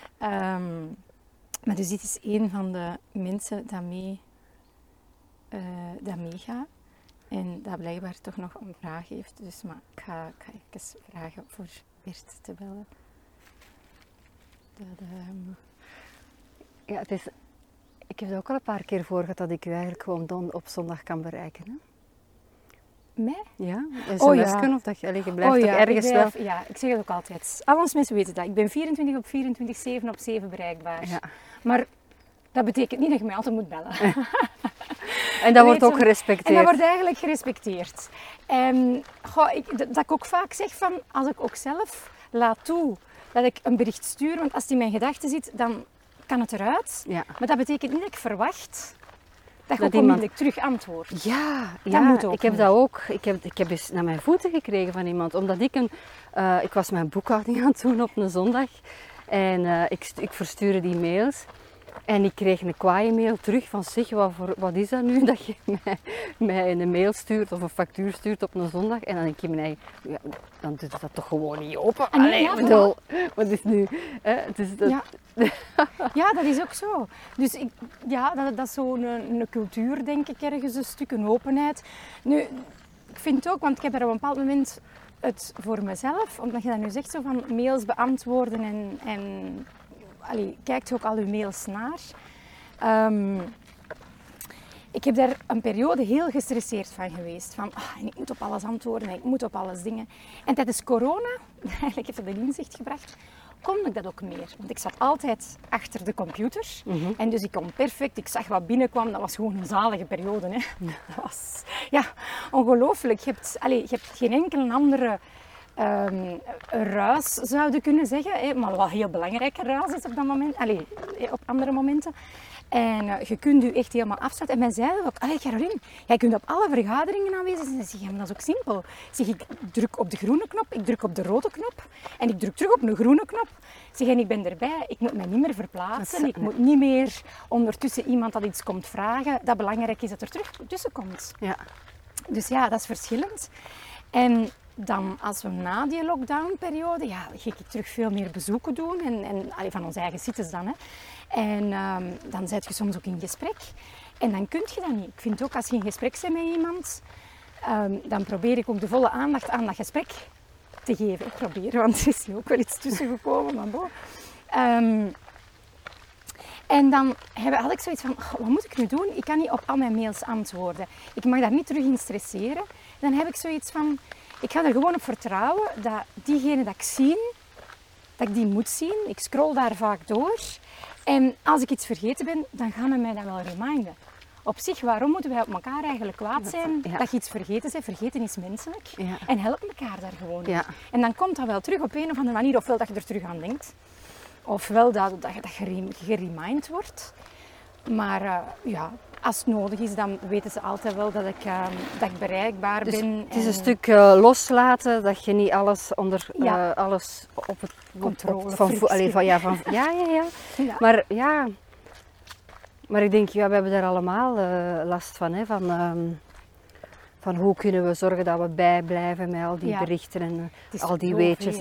[SPEAKER 2] Maar dus dit is een van de mensen dat meegaat. En dat blijkbaar toch nog een vraag heeft. Dus maar ik ga even vragen voor Bert te bellen.
[SPEAKER 1] Ja, ik heb er ook al een paar keer voor gehad dat ik u eigenlijk gewoon op zondag kan bereiken. Hè?
[SPEAKER 2] Mij?
[SPEAKER 1] Ja, sms'en of dat je blijft toch ergens wel...
[SPEAKER 2] Ja, ik zeg het ook altijd. Al onze mensen weten dat. Ik ben 24 op 24, 7 op 7 bereikbaar. Ja. Maar dat betekent niet dat je mij altijd moet bellen.
[SPEAKER 1] En dat wordt ook gerespecteerd.
[SPEAKER 2] En dat wordt eigenlijk gerespecteerd. Dat ik ook vaak zeg van, als ik ook zelf laat toe dat ik een bericht stuur, want als die in mijn gedachten zit, dan kan het eruit. Ja. Maar dat betekent niet dat ik verwacht dat je ook onmiddellijk terug antwoordt.
[SPEAKER 1] Ja,
[SPEAKER 2] dat moet ook.
[SPEAKER 1] Ik heb dat ook. Ik heb eens naar mijn voeten gekregen van iemand, omdat ik was mijn boekhouding aan het doen op een zondag en ik verstuurde die mails. En ik kreeg een kwaaie mail terug van zeg, wat is dat nu dat je mij een mail stuurt of een factuur stuurt op een zondag. En dan denk ik me, dan doet dat toch gewoon niet open. Allee, wat is nu? Dus dat...
[SPEAKER 2] Ja, dat is ook zo. Dus dat is zo'n cultuur, denk ik, ergens een stuk, een openheid. Nu, ik vind ook, want ik heb er op een bepaald moment het voor mezelf, omdat je dat nu zegt, zo van mails beantwoorden en kijkt ook al uw mails naar. Ik heb daar een periode heel gestresseerd van geweest. Van, ik moet op alles antwoorden, ik moet op alles dingen. En tijdens corona, eigenlijk heeft dat een inzicht gebracht, kon ik dat ook meer. Want ik zat altijd achter de computer. Mm-hmm. En dus ik kon perfect, ik zag wat binnenkwam. Dat was gewoon een zalige periode. Hè. Dat was ongelooflijk. Je hebt geen enkele andere ruis zouden kunnen zeggen, hè, maar wat heel belangrijke ruis is op dat moment, op andere momenten. En je kunt je echt helemaal afzetten. En men zei ook, Caroline, jij kunt op alle vergaderingen aanwezig zijn. En zeg, ja, maar dat is ook simpel. Zeg, ik druk op de groene knop, ik druk op de rode knop en ik druk terug op een groene knop. Zeg, en ik ben erbij, ik moet mij niet meer verplaatsen, ik moet niet meer ondertussen iemand dat iets komt vragen. Dat belangrijk is dat er terug tussen komt.
[SPEAKER 1] Ja.
[SPEAKER 2] Dus ja, dat is verschillend. En dan, als we na die lockdownperiode, ja, ging ik terug veel meer bezoeken doen. En van onze eigen sites dan. Hè. En dan zit je soms ook in gesprek. En dan kun je dat niet. Ik vind ook, als je in gesprek bent met iemand, dan probeer ik ook de volle aandacht aan dat gesprek te geven. Ik probeer, want er is nu ook wel iets tussen gekomen. Maar bon. En dan had ik zoiets van, wat moet ik nu doen? Ik kan niet op al mijn mails antwoorden. Ik mag daar niet terug in stresseren. Dan heb ik zoiets van, ik ga er gewoon op vertrouwen dat diegene dat ik zie, dat ik die moet zien. Ik scroll daar vaak door. En als ik iets vergeten ben, dan gaan we mij dat wel reminden. Op zich, waarom moeten wij op elkaar eigenlijk kwaad zijn dat je iets vergeten bent? Vergeten is menselijk. Ja. En help elkaar daar gewoon in. Ja. En dan komt dat wel terug op een of andere manier. Ofwel dat je er terug aan denkt. Ofwel dat je geremind wordt. Maar ja, als het nodig is, dan weten ze altijd wel dat ik bereikbaar
[SPEAKER 1] dus
[SPEAKER 2] ben.
[SPEAKER 1] Het is een stuk loslaten, dat je niet alles alles op het
[SPEAKER 2] controle
[SPEAKER 1] ja. Maar ik denk, we hebben daar allemaal last van, hè, van hoe kunnen we zorgen dat we bijblijven met al die berichten en al die weetjes.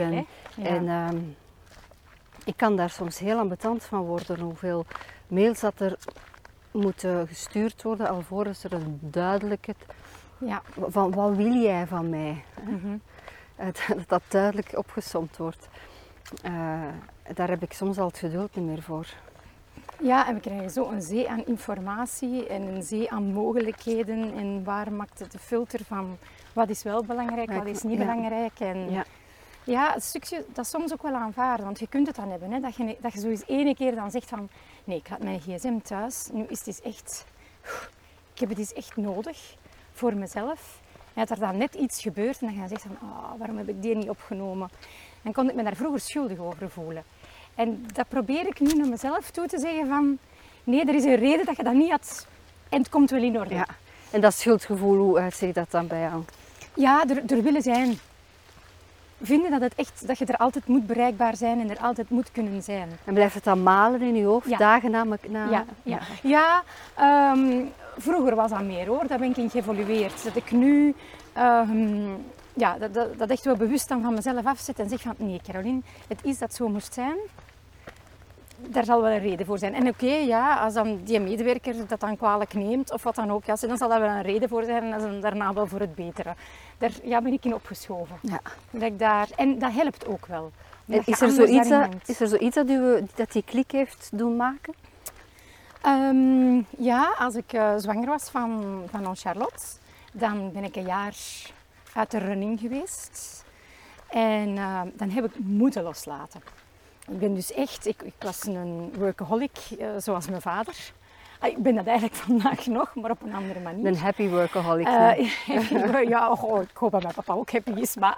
[SPEAKER 1] Ik kan daar soms heel ambetant van worden, hoeveel mails dat er moeten gestuurd worden, alvorens er een duidelijkheid van wat wil jij van mij? Mm-hmm. Dat duidelijk opgesomd wordt. Daar heb ik soms al het geduld niet meer voor.
[SPEAKER 2] Ja, en we krijgen zo een zee aan informatie en een zee aan mogelijkheden. En waar maakt het de filter van wat is wel belangrijk, wat is niet belangrijk. En ja, een stukje dat soms ook wel aanvaarden, want je kunt het dan hebben. Hè, dat je zo eens ene keer dan zegt van, nee, ik laat mijn gsm thuis. Nu is het eens echt, ik heb het eens echt nodig voor mezelf. En dat er dan net iets gebeurt en dan ga je zeggen van, waarom heb ik die niet opgenomen? Dan kon ik me daar vroeger schuldig over voelen. En dat probeer ik nu naar mezelf toe te zeggen van, nee, er is een reden dat je dat niet had en het komt wel in orde.
[SPEAKER 1] Ja. En dat schuldgevoel, hoe uitziet dat dan bij jou?
[SPEAKER 2] Ja, er willen zijn. Vinden dat je er altijd moet bereikbaar zijn en er altijd moet kunnen zijn.
[SPEAKER 1] En blijft het dan malen in je hoofd, dagen na?
[SPEAKER 2] Ja, vroeger was dat meer hoor, daar ben ik in geëvolueerd. Dat ik nu dat echt wel bewust dan van mezelf afzet en zeg van, nee Caroline, het is dat zo moest zijn. Daar zal wel een reden voor zijn. En oké, als dan die medewerker dat dan kwalijk neemt of wat dan ook, dan zal dat wel een reden voor zijn en dat is dan daarna wel voor het betere. Daar ben ik in opgeschoven. Ja. En dat helpt ook wel.
[SPEAKER 1] Is er zoiets dat die klik heeft doen maken?
[SPEAKER 2] Als ik zwanger was van ons Charlotte, dan ben ik een jaar uit de running geweest. En dan heb ik moeten loslaten. Ik ben dus echt, ik was een workaholic, zoals mijn vader. Ik ben dat eigenlijk vandaag nog, maar op een andere manier.
[SPEAKER 1] Een happy workaholic.
[SPEAKER 2] Ik hoop dat mijn papa ook happy is, maar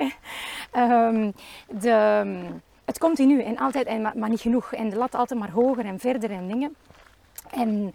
[SPEAKER 2] het continu en altijd, maar niet genoeg. En de lat altijd maar hoger en verder en dingen. En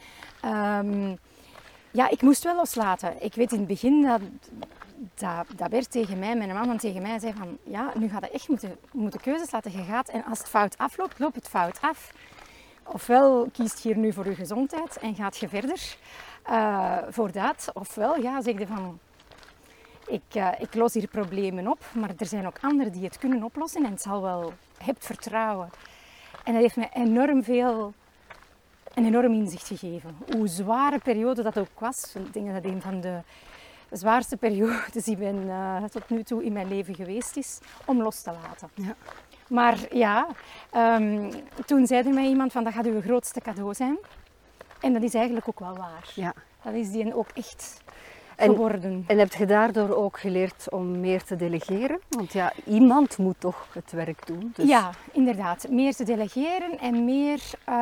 [SPEAKER 2] ik moest wel loslaten. Ik weet in het begin dat werd tegen mij, mijn man tegen mij zei van, nu gaat je echt moeten keuzes laten. Je gaat, en als het fout afloopt, loopt het fout af. Ofwel kiest je hier nu voor je gezondheid en gaat je verder voor dat. Ofwel zeg je van, ik los hier problemen op, maar er zijn ook anderen die het kunnen oplossen en het zal wel, heb vertrouwen. En dat heeft mij een enorm inzicht gegeven. Hoe zware periode dat ook was. Ik denk dat dat een van de zwaarste periodes die tot nu toe in mijn leven geweest is, om los te laten. Ja. Maar toen zei er mij iemand van, dat gaat uw grootste cadeau zijn. En dat is eigenlijk ook wel waar. Ja. Dat is die ook echt geworden.
[SPEAKER 1] En heb je daardoor ook geleerd om meer te delegeren? Want iemand moet toch het werk doen. Dus...
[SPEAKER 2] Ja, inderdaad. Meer te delegeren en meer...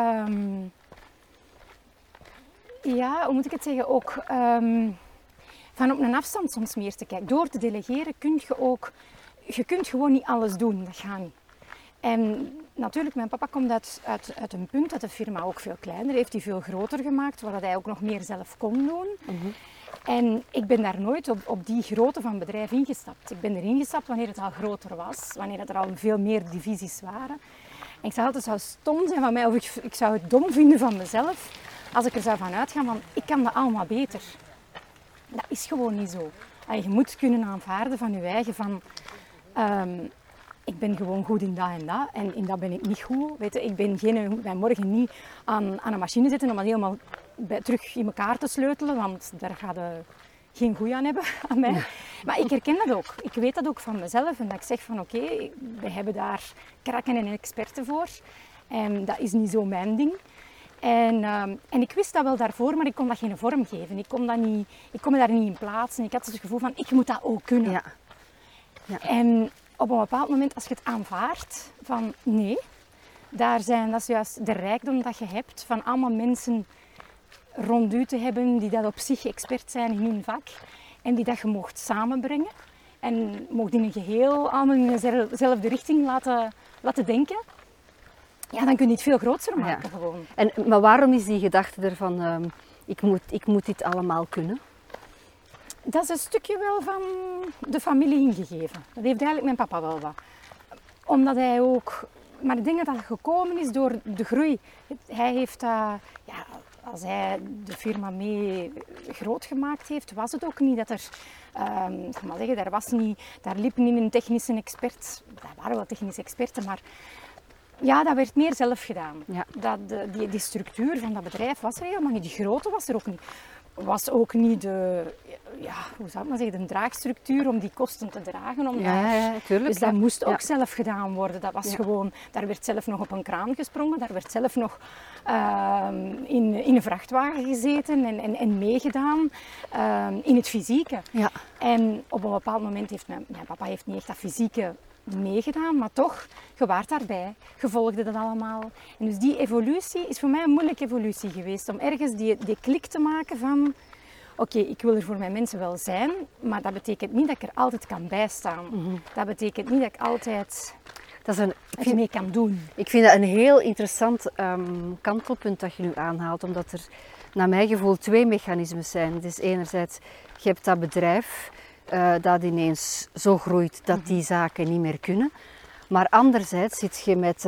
[SPEAKER 2] hoe moet ik het zeggen? Ook van op een afstand soms meer te kijken. Door te delegeren kun je ook je kunt gewoon niet alles doen, dat gaat niet. En natuurlijk, mijn papa komt uit een punt dat de firma ook veel kleiner heeft, die veel groter gemaakt, waar hij ook nog meer zelf kon doen. En ik ben daar nooit op die grootte van bedrijf ingestapt. Ik ben erin gestapt wanneer het al groter was, wanneer er al veel meer divisies waren. En ik zei altijd, het zou stom zijn van mij, of ik zou het dom vinden van mezelf, als ik er zou van uitgaan van, ik kan dat allemaal beter. Dat is gewoon niet zo. Je moet kunnen aanvaarden van je eigen van... ik ben gewoon goed in dat en dat. En in dat ben ik niet goed. Weet je, ik ben morgen niet aan een machine zitten om dat helemaal terug in elkaar te sleutelen. Want daar gaat geen goeie aan hebben, aan mij. Ja. Maar ik herken dat ook. Ik weet dat ook van mezelf. En dat ik zeg van oké, we hebben daar krakken en experten voor. En dat is niet zo mijn ding. En ik wist dat wel daarvoor, maar ik kon dat geen vorm geven. Ik kon me daar niet in plaatsen. Ik had het gevoel van, ik moet dat ook kunnen. Ja. Ja. En op een bepaald moment, als je het aanvaardt, van nee, dat is juist de rijkdom dat je hebt, van allemaal mensen rond u te hebben die dat op zich expert zijn in hun vak. En die dat je mocht samenbrengen. En mocht in een geheel allemaal in dezelfde richting laten denken. Ja, dan kun je het veel groter maken gewoon.
[SPEAKER 1] Maar waarom is die gedachte ervan, ik moet dit allemaal kunnen?
[SPEAKER 2] Dat is een stukje wel van de familie ingegeven. Dat heeft eigenlijk mijn papa wel wat. Omdat hij ook... Maar ik denk dat dat gekomen is door de groei. Hij heeft als hij de firma mee groot gemaakt heeft, was het ook niet dat er... daar liep niet een technische expert. Daar waren wel technische experten, maar... Ja, dat werd meer zelf gedaan. Ja. Die structuur van dat bedrijf was er helemaal niet. Die grootte was er ook niet. Was ook niet de draagstructuur om die kosten te dragen.
[SPEAKER 1] Tuurlijk.
[SPEAKER 2] Dus dat moest ook zelf gedaan worden. Dat was gewoon, daar werd zelf nog op een kraan gesprongen. Daar werd zelf nog in een vrachtwagen gezeten en meegedaan in het fysieke. Ja. En op een bepaald moment heeft mijn papa niet echt dat fysieke meegedaan, maar toch, je waart daarbij, je volgde dat allemaal. En dus die evolutie is voor mij een moeilijke evolutie geweest, om ergens die klik te maken van oké, ik wil er voor mijn mensen wel zijn, maar dat betekent niet dat ik er altijd kan bijstaan. Mm-hmm. Dat betekent niet dat ik altijd mee kan doen.
[SPEAKER 1] Ik vind dat een heel interessant kantelpunt dat je nu aanhaalt, omdat er naar mijn gevoel 2 mechanismes zijn. Het is enerzijds, je hebt dat bedrijf dat ineens zo groeit dat die zaken niet meer kunnen. Maar anderzijds zit je met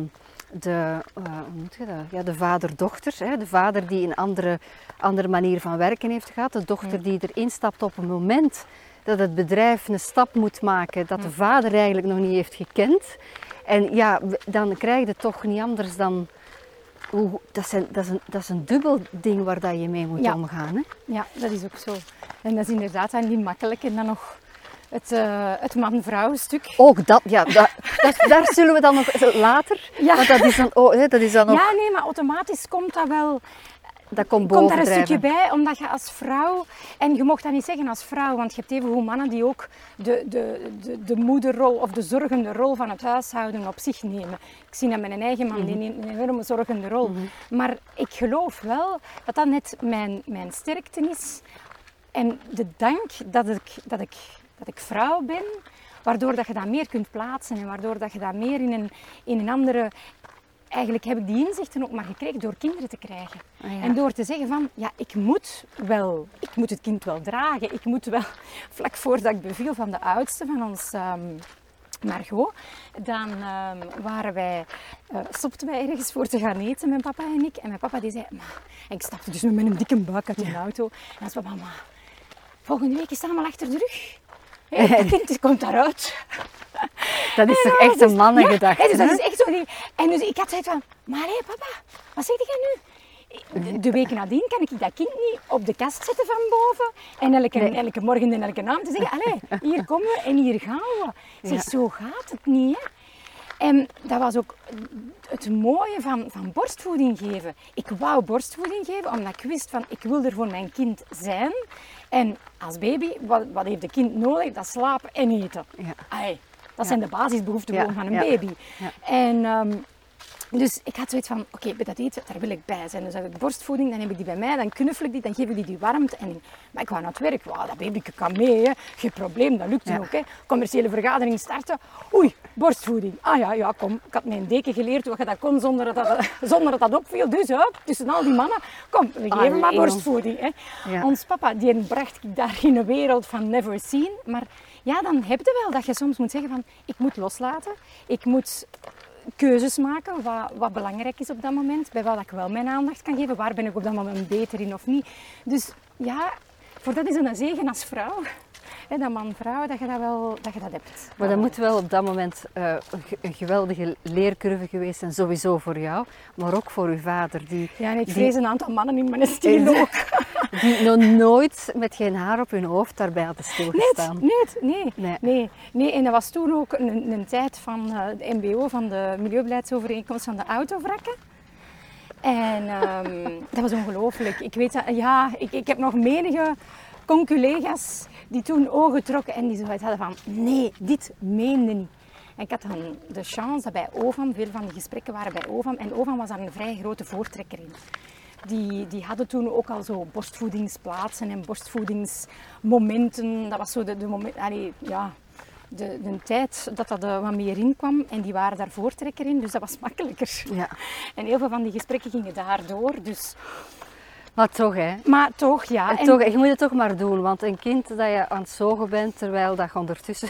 [SPEAKER 1] de vader-dochter. De vader die een andere manier van werken heeft gehad. De dochter die erin stapt op een moment dat het bedrijf een stap moet maken dat de vader eigenlijk nog niet heeft gekend. En ja, dan krijg je het toch niet anders dan... Dat is een dubbel ding waar dat je mee moet omgaan. Hè?
[SPEAKER 2] Ja, dat is ook zo. En dat is inderdaad dan niet makkelijk. En dan nog het man-vrouw stuk.
[SPEAKER 1] Ook dat, ja. Daar zullen we dan nog later... Ja. Want dat is dan nog...
[SPEAKER 2] Ja, nee, maar automatisch komt dat wel...
[SPEAKER 1] Dat komt daar
[SPEAKER 2] een stukje bij, omdat je als vrouw... En je mocht dat niet zeggen als vrouw, want je hebt evengoed mannen die ook de moederrol of de zorgende rol van het huishouden op zich nemen. Ik zie dat met mijn eigen man, die neemt een enorme zorgende rol. Mm-hmm. Maar ik geloof wel dat dat net mijn sterkte is. En de dank dat ik vrouw ben, waardoor dat je dat meer kunt plaatsen en waardoor dat je dat meer in een andere... Eigenlijk heb ik die inzichten ook maar gekregen door kinderen te krijgen. Oh ja. En door te zeggen van, ja, ik moet het kind wel dragen. Ik moet wel, vlak voordat ik beviel van de oudste van ons, Margot, dan stopten wij ergens voor te gaan eten, mijn papa en ik. En mijn papa die zei, en ik stapte dus met een dikke buik uit de auto. En dan zei mama, volgende week is het allemaal achter de rug. Het kind komt daaruit.
[SPEAKER 1] Dat is toch echt een mannengedachte?
[SPEAKER 2] Ja, dus dat is echt zo. En dus ik had zoiets van, maar hé papa, wat zeg jij nu? De weken nadien kan ik dat kind niet op de kast zetten van boven en elke morgen en elke avond te zeggen, allee, hier komen we en hier gaan we. Ik zeg, zo gaat het niet, hè. En dat was ook het mooie van borstvoeding geven. Ik wou borstvoeding geven omdat ik wist van, ik wil er voor mijn kind zijn. En als baby, wat heeft de kind nodig? Dat slapen en eten. Ja. Dat zijn de basisbehoeften gewoon van een baby. Ja. En Dus ik had zoiets van, oké, bij dat eten, daar wil ik bij zijn. Dus heb ik borstvoeding, dan heb ik die bij mij, dan knuffel ik die, dan geef ik die warmte. Maar ik wou naar het werk, wow, dat babyke kan mee, hè. Geen probleem, dat lukt ook. Hè. Commerciële vergadering starten, oei, borstvoeding. Ah ja, kom, ik had mijn deken geleerd hoe je dat kon zonder dat dat opviel. Dus tussen al die mannen, kom, we geven maar borstvoeding. Hè. Ja. Ons papa, die bracht ik daar in een wereld van never seen. Maar ja, dan heb je wel dat je soms moet zeggen van, ik moet loslaten, ik moet keuzes maken wat belangrijk is op dat moment, bij wat ik wel mijn aandacht kan geven, waar ben ik op dat moment beter in of niet. Dus ja, voor dat is het een zegen als vrouw, hè, dat man-vrouw, dat je dat hebt.
[SPEAKER 1] Maar dat moet wel op dat moment een geweldige leercurve geweest zijn, sowieso voor jou, maar ook voor uw vader.
[SPEAKER 2] Ja, en ik vrees een aantal mannen in mijn stil ook.
[SPEAKER 1] Die nog nooit met geen haar op hun hoofd daarbij hadden stilgestaan.
[SPEAKER 2] Nee. En dat was toen ook een tijd van de MBO, van de Milieubeleidsovereenkomst van de autovrakken. En dat was ongelooflijk. Ik weet dat, ik heb nog menige conculega's die toen ogen trokken en die zoiets hadden van, nee, dit meende niet. En ik had dan de chance dat bij OVAM, veel van die gesprekken waren bij OVAM, en OVAM was daar een vrij grote voortrekker in. Die hadden toen ook al zo borstvoedingsplaatsen en borstvoedingsmomenten. Dat was zo de tijd dat wat meer in kwam. En die waren daar voortrekker in, dus dat was makkelijker. Ja. En heel veel van die gesprekken gingen daardoor. Dus...
[SPEAKER 1] Maar toch, hè?
[SPEAKER 2] Ja.
[SPEAKER 1] En toch, je moet het toch maar doen, want een kind dat je aan het zogen bent, terwijl dat je ondertussen...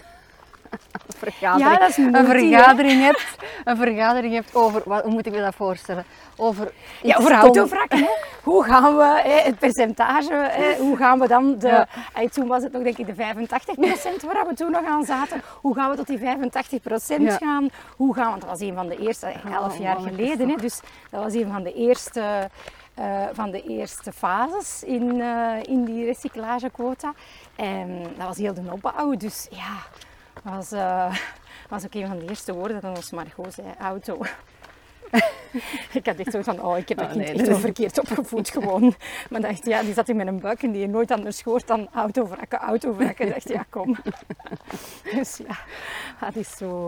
[SPEAKER 1] Een vergadering hebt over, hoe moet ik me dat voorstellen? Over
[SPEAKER 2] autovrakken. Hè? Hoe gaan we het percentage, hoe gaan we dan toen was het nog denk ik de 85% waar we toen nog aan zaten. Hoe gaan we tot die 85% gaan? Hoe gaan we, dat was een van de eerste, 11 jaar geleden, hè? Dus dat was een van de eerste fases in die recyclagequota. En dat was heel de opbouw, dus ja... was ook een van de eerste woorden dat ons Margot zei, auto. Ik had echt zo van, ik heb dat kind echt wel verkeerd opgevoed gewoon. Maar dacht, die zat in mijn buik en die nooit anders hoort dan autovrakken. Ik dacht, ja, kom. Dus ja, dat is zo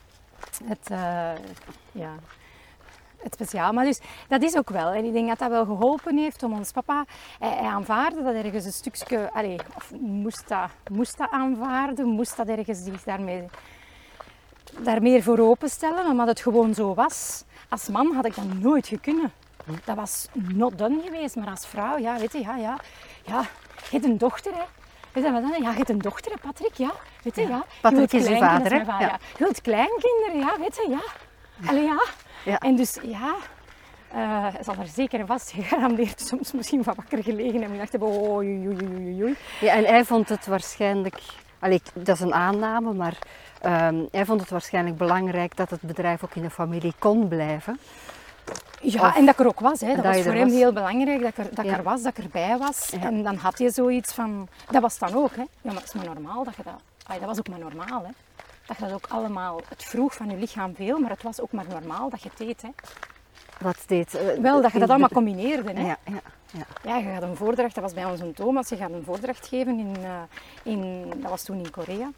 [SPEAKER 2] het speciaal. Maar dus, dat is ook wel. En ik denk dat dat wel geholpen heeft om ons papa... Hij aanvaarde dat ergens een stukje... of moest dat aanvaarden, moest dat ergens zich daar meer voor openstellen, omdat het gewoon zo was. Als man had ik dat nooit gekund. Dat was not done geweest, maar als vrouw, ja, weet je, je hebt een dochter, hè. Weet je wat dan? Ja, je hebt een dochter, hè, Patrick, ja. Weet je, ja.
[SPEAKER 1] Patrick is je vader, hè?
[SPEAKER 2] Ja. Je wilt kleinkinderen, ja, weet je, ja. Allee, ja. Ja. En dus ja, zal er zeker en vast gegarandeerd soms misschien van wakker gelegen en we dachten, oei.
[SPEAKER 1] Ja, en hij vond het waarschijnlijk, dat is een aanname, maar hij vond het waarschijnlijk belangrijk dat het bedrijf ook in de familie kon blijven.
[SPEAKER 2] Ja, en dat ik er ook was. Hè. Dat was voor hem heel belangrijk, dat ik er was, dat ik erbij was. Ja. En dan had je zoiets van, dat was dan ook, hè. Ja, maar het is maar normaal dat je dat, dat was ook maar normaal, hè. Dat je dat ook allemaal, het vroeg van je lichaam veel, maar het was ook maar normaal dat je het deed. Hè.
[SPEAKER 1] Wat deed?
[SPEAKER 2] Wel, dat je dat allemaal combineerde. Hè.
[SPEAKER 1] Ja,
[SPEAKER 2] je gaat een voordracht, dat was bij ons een Thomas, je gaat een voordracht geven dat was toen in Korea.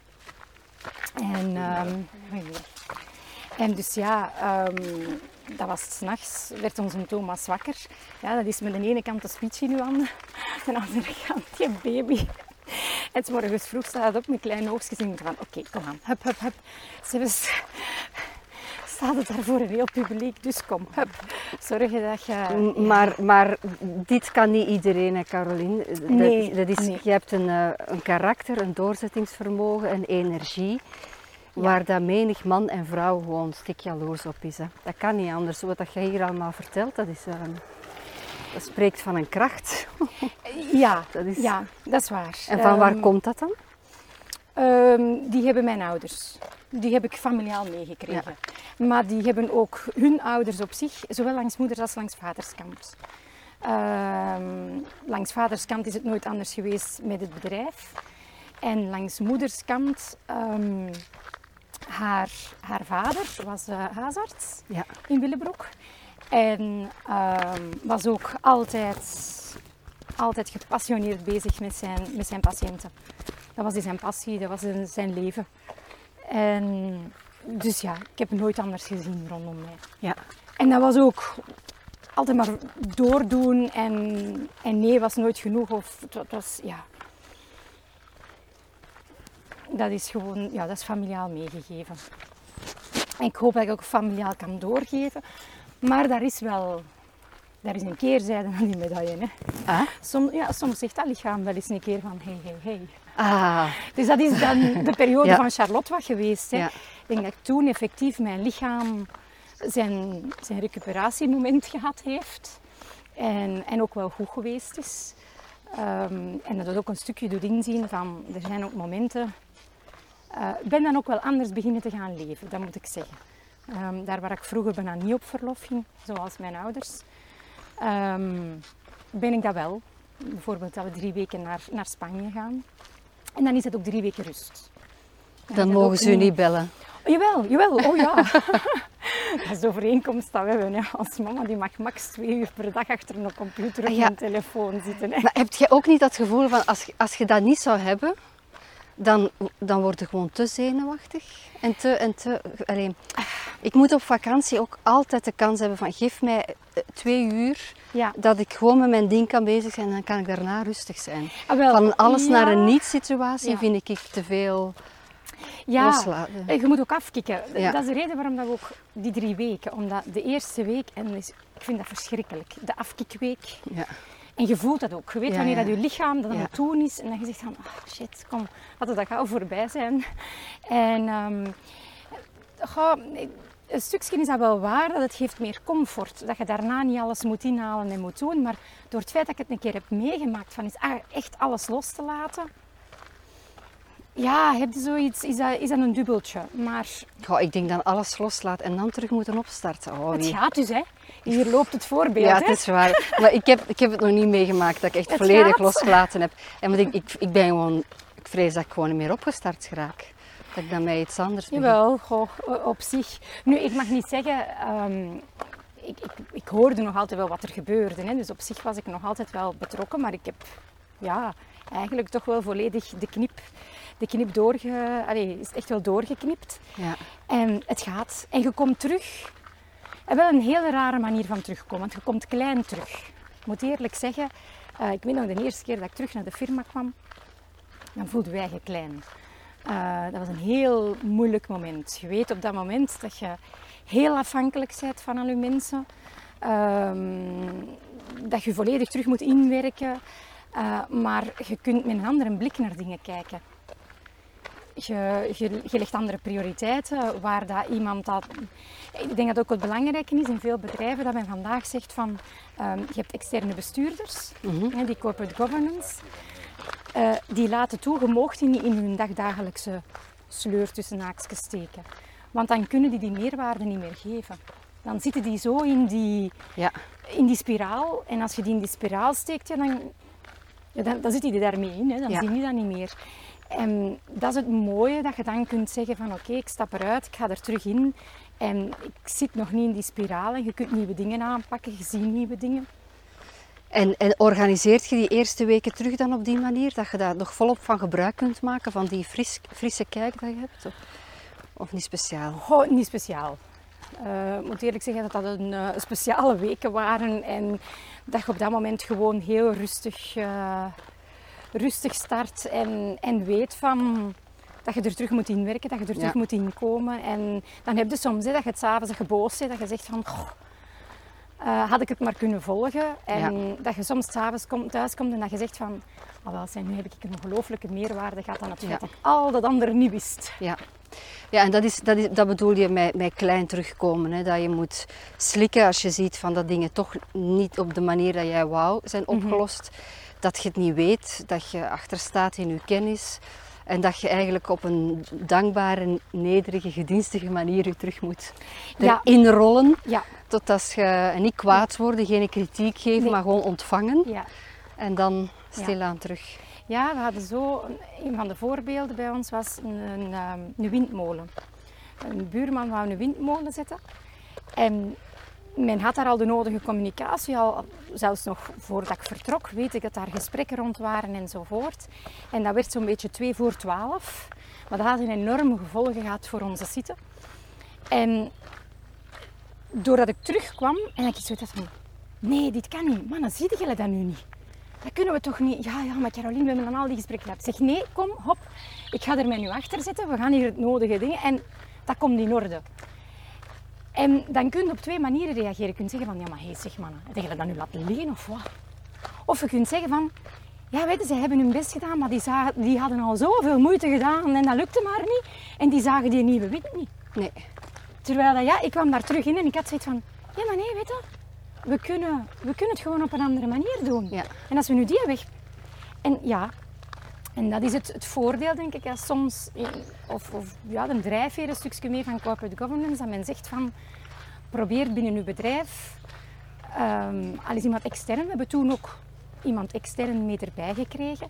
[SPEAKER 2] En dus ja, dat was 's nachts, werd onze Thomas wakker. Ja, dat is met de ene kant de speech in uw handen, en aan de andere kant die baby. En 's morgens vroeg staat het op met kleine oogstjes en van oké, kom aan, hup. Staat het daar voor een heel publiek, dus kom, hup. Zorg dat je...
[SPEAKER 1] Maar dit kan niet iedereen, hè, Caroline.
[SPEAKER 2] Nee.
[SPEAKER 1] Je hebt een karakter, een doorzettingsvermogen, een energie. Ja. Waar dat menig man en vrouw gewoon stik jaloers op is. Hè. Dat kan niet anders. Wat je hier allemaal vertelt, dat dat spreekt van een kracht.
[SPEAKER 2] Ja, dat is waar.
[SPEAKER 1] En van waar komt dat dan?
[SPEAKER 2] Die hebben mijn ouders. Die heb ik familiaal meegekregen. Ja. Maar die hebben ook hun ouders op zich, zowel langs moeders als langs vaderskant. Langs vaderskant is het nooit anders geweest met het bedrijf. En langs moederskant, haar vader was huisarts in Willebroek. En was ook altijd gepassioneerd bezig met zijn patiënten. Dat was zijn passie, dat was zijn leven. En dus ja, ik heb nooit anders gezien rondom mij.
[SPEAKER 1] Ja.
[SPEAKER 2] En dat was ook altijd maar doordoen en nee was nooit genoeg. Of het was, ja... Dat is gewoon, ja, dat is familiaal meegegeven. En ik hoop dat ik ook familiaal kan doorgeven. Maar daar is een keerzijde aan die medaille. Hè.
[SPEAKER 1] Ah?
[SPEAKER 2] Soms zegt dat lichaam wel eens een keer van hey.
[SPEAKER 1] Ah,
[SPEAKER 2] Dus dat is dan de periode
[SPEAKER 1] Ja.
[SPEAKER 2] van Charlotte wat geweest. Hè.
[SPEAKER 1] Ja.
[SPEAKER 2] Ik denk dat toen effectief mijn lichaam zijn recuperatiemoment gehad heeft. En ook wel goed geweest is. En dat het ook een stukje doet inzien van, er zijn ook momenten... Ik ben dan ook wel anders beginnen te gaan leven, dat moet ik zeggen. Daar waar ik vroeger bijna niet op verlof ging, zoals mijn ouders, ben ik dat wel. Bijvoorbeeld dat we 3 weken naar Spanje gaan. En dan is het ook 3 weken rust.
[SPEAKER 1] dan mogen ze u niet bellen.
[SPEAKER 2] Jawel, oh ja. Dat is de overeenkomst dat we hebben. Hè. Als mama die mag max 2 uur per dag achter een computer of
[SPEAKER 1] Ja.
[SPEAKER 2] een telefoon zitten. Hè.
[SPEAKER 1] Maar heb jij ook niet dat gevoel van, als je dat niet zou hebben, dan word je gewoon te zenuwachtig en te... Allee, ik moet op vakantie ook altijd de kans hebben van, geef mij 2 uur,
[SPEAKER 2] Ja.
[SPEAKER 1] dat ik gewoon met mijn ding kan bezig zijn en dan kan ik daarna rustig zijn.
[SPEAKER 2] Ah, wel,
[SPEAKER 1] Van een alles naar een
[SPEAKER 2] ja.
[SPEAKER 1] niet-situatie
[SPEAKER 2] Ja.
[SPEAKER 1] vind ik te veel
[SPEAKER 2] Ja,
[SPEAKER 1] loslaten.
[SPEAKER 2] je moet ook afkicken.
[SPEAKER 1] Ja.
[SPEAKER 2] Dat is de reden waarom dat we ook die 3 weken, omdat de eerste week, en ik vind dat verschrikkelijk, de afkikweek.
[SPEAKER 1] Ja.
[SPEAKER 2] En je voelt dat ook. Je weet
[SPEAKER 1] Ja,
[SPEAKER 2] wanneer
[SPEAKER 1] ja.
[SPEAKER 2] dat je lichaam dat aan
[SPEAKER 1] Ja.
[SPEAKER 2] het doen is. En dat je zegt van, oh shit, kom, laten dat gauw voorbij zijn. En een stukje is dat wel waar, dat het geeft meer comfort. Dat je daarna niet alles moet inhalen en moet doen. Maar door het feit dat ik het een keer heb meegemaakt, van echt alles los te laten. Ja, heb je zoiets, is dat een dubbeltje. Maar
[SPEAKER 1] Goh, ik denk dan alles loslaat en dan terug moeten opstarten. Oh,
[SPEAKER 2] het
[SPEAKER 1] wie-
[SPEAKER 2] gaat dus, hè. Hier loopt het voorbeeld,
[SPEAKER 1] Ja,
[SPEAKER 2] hè.
[SPEAKER 1] het is waar. Maar ik heb het nog niet meegemaakt dat ik echt
[SPEAKER 2] Het
[SPEAKER 1] volledig
[SPEAKER 2] gaat.
[SPEAKER 1] losgelaten heb. En want ik ben gewoon, ik vrees dat ik gewoon niet meer opgestart geraak. Dat ik dan met iets anders begin.
[SPEAKER 2] Jawel, goh, op zich. Nu, ik mag niet zeggen... Ik hoorde nog altijd wel wat er gebeurde. Hè. Dus op zich was ik nog altijd wel betrokken. Maar ik heb eigenlijk toch wel volledig de knip is echt wel doorgeknipt.
[SPEAKER 1] Ja.
[SPEAKER 2] En het gaat. En je komt terug. En wel een hele rare manier van terugkomen. Want je komt klein terug. Ik moet eerlijk zeggen, ik weet nog de eerste keer dat ik terug naar de firma kwam, dan voelden wij je klein. Dat was een heel moeilijk moment. Je weet op dat moment dat je heel afhankelijk bent van al je mensen. Dat je volledig terug moet inwerken. Maar je kunt met een andere blik naar dingen kijken. Je legt andere prioriteiten. Waar dat iemand dat... Ik denk dat ook het belangrijke is in veel bedrijven dat men vandaag zegt van... je hebt externe bestuurders, die corporate governance. Die laten toe, je moogt die niet in hun dagdagelijkse sleur tussen haakjes steken. Want dan kunnen die meerwaarde niet meer geven. Dan zitten die zo in die spiraal. En als je die in die spiraal steekt, dan zit die er daarmee in. Hè. Dan zie je dat niet meer. En dat is het mooie, dat je dan kunt zeggen van oké, ik stap eruit, ik ga er terug in. En ik zit nog niet in die spiraal en je kunt nieuwe dingen aanpakken, je ziet nieuwe dingen.
[SPEAKER 1] En organiseert je die eerste weken terug dan op die manier? Dat je daar nog volop van gebruik kunt maken, van die frisse kijk dat je hebt? Of niet speciaal?
[SPEAKER 2] Goh, niet speciaal. Ik moet eerlijk zeggen dat dat een speciale weken waren. En dat je op dat moment gewoon heel rustig start. En weet van dat je er terug moet inwerken, dat je er terug moet inkomen. En dan heb je soms dat je het s'avonds boos bent, dat je zegt van... had ik het maar kunnen volgen. En dat je soms 's avonds thuis komt en dat je zegt van... nu heb ik een ongelooflijke meerwaarde gehad aan het feit dat ik al dat andere niet wist.
[SPEAKER 1] Ja. Ja, en dat bedoel je met klein terugkomen. Hè? Dat je moet slikken als je ziet van dat dingen toch niet op de manier dat jij wou zijn opgelost. Dat je het niet weet, dat je achterstaat in je kennis. En dat je eigenlijk op een dankbare, nederige, gedienstige manier je terug moet inrollen.
[SPEAKER 2] Ja.
[SPEAKER 1] Tot als je niet kwaad worden, geen kritiek geven, maar gewoon ontvangen.
[SPEAKER 2] Ja.
[SPEAKER 1] En dan stilaan terug.
[SPEAKER 2] Ja, we hadden zo... Een van de voorbeelden bij ons was een windmolen. Een buurman wou een windmolen zetten. En men had daar al de nodige communicatie, al zelfs nog voordat ik vertrok, weet ik dat daar gesprekken rond waren enzovoort. En dat werd zo'n beetje 11:02. Maar dat had een enorme gevolgen gehad voor onze site. En doordat ik terugkwam en ik zoiets had van, nee, dit kan niet. Mannen, zie je dat nu niet? Dat kunnen we toch niet? Ja, maar Caroline, we hebben dan al die gesprekken gehad. Ik zeg, nee, kom, hop. Ik ga er mij nu achter zetten. We gaan hier het nodige dingen. En dat komt in orde. En dan kun je op 2 manieren reageren. Je kunt zeggen van, ja, maar hey, zeg mannen, heb je dat nu laten liggen of wat? Of je kunt zeggen van, ja, weet je, ze hebben hun best gedaan, maar die hadden al zoveel moeite gedaan en dat lukte maar niet. En die zagen die nieuwe wit niet.
[SPEAKER 1] Nee.
[SPEAKER 2] Terwijl dat, ja, ik kwam daar terug in en ik had zoiets van, ja, maar nee, weet je, we kunnen het gewoon op een andere manier doen.
[SPEAKER 1] Ja.
[SPEAKER 2] En als we nu die weg... En ja, en dat is het voordeel, denk ik, als soms, of ja, de drijfveer een stukje mee van corporate governance, dat men zegt van, probeer binnen uw bedrijf, al is iemand extern, we hebben toen ook iemand extern mee erbij gekregen,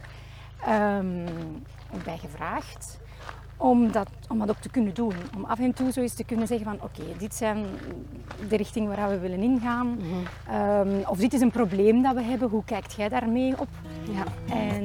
[SPEAKER 2] bij gevraagd, om dat ook te kunnen doen. Om af en toe zo eens te kunnen zeggen van, oké, dit zijn de richting waar we willen ingaan. Of dit is een probleem dat we hebben, hoe kijkt jij daarmee op?
[SPEAKER 1] Ja.
[SPEAKER 2] En,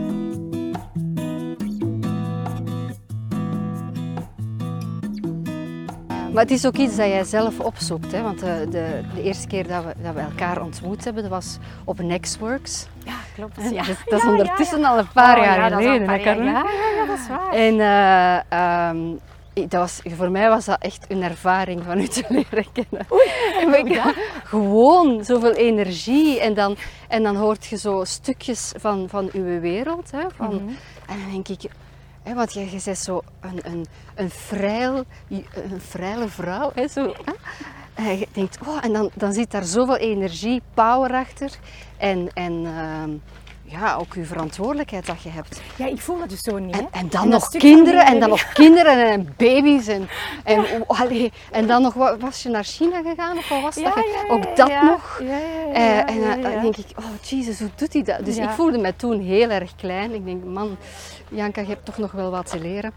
[SPEAKER 1] Maar het is ook iets dat jij zelf opzoekt, hè? Want de eerste keer dat we elkaar ontmoet hebben, dat was op Nextworks.
[SPEAKER 2] ja, klopt.
[SPEAKER 1] Ja, dat is ondertussen al een paar jaar geleden.
[SPEAKER 2] Ja, dat is waar.
[SPEAKER 1] En voor mij was dat echt een ervaring van u te leren kennen. Gewoon zoveel energie en dan hoort je zo stukjes van uw wereld. Hè, En dan denk ik, hè, want jij bent zo een freile vrouw. Hè, zo, hè. En je denkt, oh, en dan zit daar zoveel energie, power achter en ja, ook uw verantwoordelijkheid dat je hebt.
[SPEAKER 2] Ja, ik voel dat dus zo niet. Hè?
[SPEAKER 1] En dan nog kinderen en dan nog kinderen en baby's en dan nog, was je naar China gegaan of wat was dat? Ook dat nog. En dan denk ik, oh Jezus, hoe doet hij dat? Dus ik voelde me toen heel erg klein. Ik denk, man, Janka, je hebt toch nog wel wat te leren.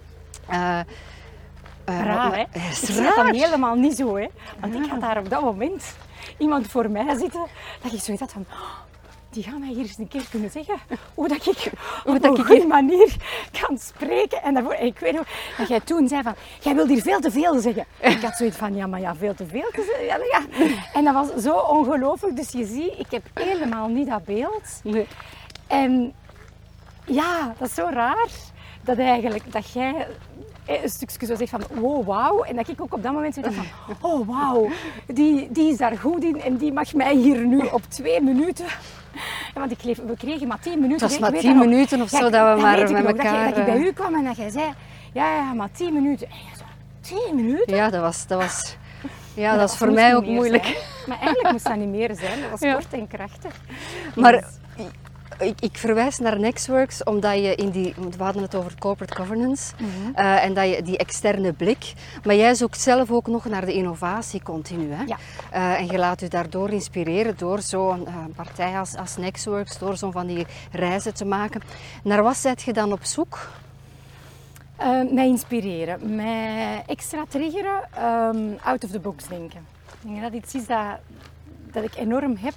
[SPEAKER 2] Raar, hè?
[SPEAKER 1] Het is
[SPEAKER 2] ik zie dat
[SPEAKER 1] raar.
[SPEAKER 2] dan helemaal niet zo, hè? Want ik had daar op dat moment iemand voor mij zitten, dat ik zoiets had van, oh, die gaan mij hier eens een keer kunnen zeggen hoe dat ik op een goede manier kan spreken. En daarvoor, ik weet nog dat jij toen zei van, jij wilt hier veel te veel zeggen. Ik had zoiets van, ja, maar ja, veel te veel te zeggen. Ja. En dat was zo ongelooflijk. Dus je ziet, ik heb helemaal niet dat beeld.
[SPEAKER 1] Nee.
[SPEAKER 2] En ja, dat is zo raar dat jij een stukje zo zegt van wow, wauw. En dat ik ook op dat moment zoiets van oh, wauw, die is daar goed in en die mag mij hier nu op 2 minuten. Ja, want we kregen maar 10 minuten.
[SPEAKER 1] Het was maar 10 minuten of zo dat we maar met elkaar...
[SPEAKER 2] Dat ik bij u kwam en dat jij zei, ja, maar 10 minuten. En jij zo, 10 minuten?
[SPEAKER 1] Ja, dat was voor mij ook moeilijk.
[SPEAKER 2] Zijn. Maar eigenlijk moest dat niet meer zijn. Dat was kort en krachtig.
[SPEAKER 1] Maar ik verwijs naar Nextworks omdat we hadden het over corporate governance en dat je die externe blik, maar jij zoekt zelf ook nog naar de innovatie continu. Hè?
[SPEAKER 2] Ja.
[SPEAKER 1] En je laat je daardoor inspireren door zo'n partij als Nextworks, door zo'n van die reizen te maken. Naar wat zet je dan op zoek?
[SPEAKER 2] Mij inspireren, mij extra triggeren, out of the box denken. Ik denk dat iets is dat ik enorm heb.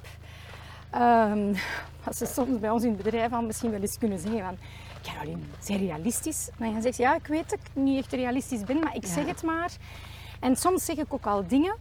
[SPEAKER 2] Als ze soms bij ons in het bedrijf al misschien wel eens kunnen zeggen van Caroline, zeg realistisch? Maar dan zegt ze, ja, ik weet dat ik niet echt realistisch ben, maar ik zeg het maar. En soms zeg ik ook al dingen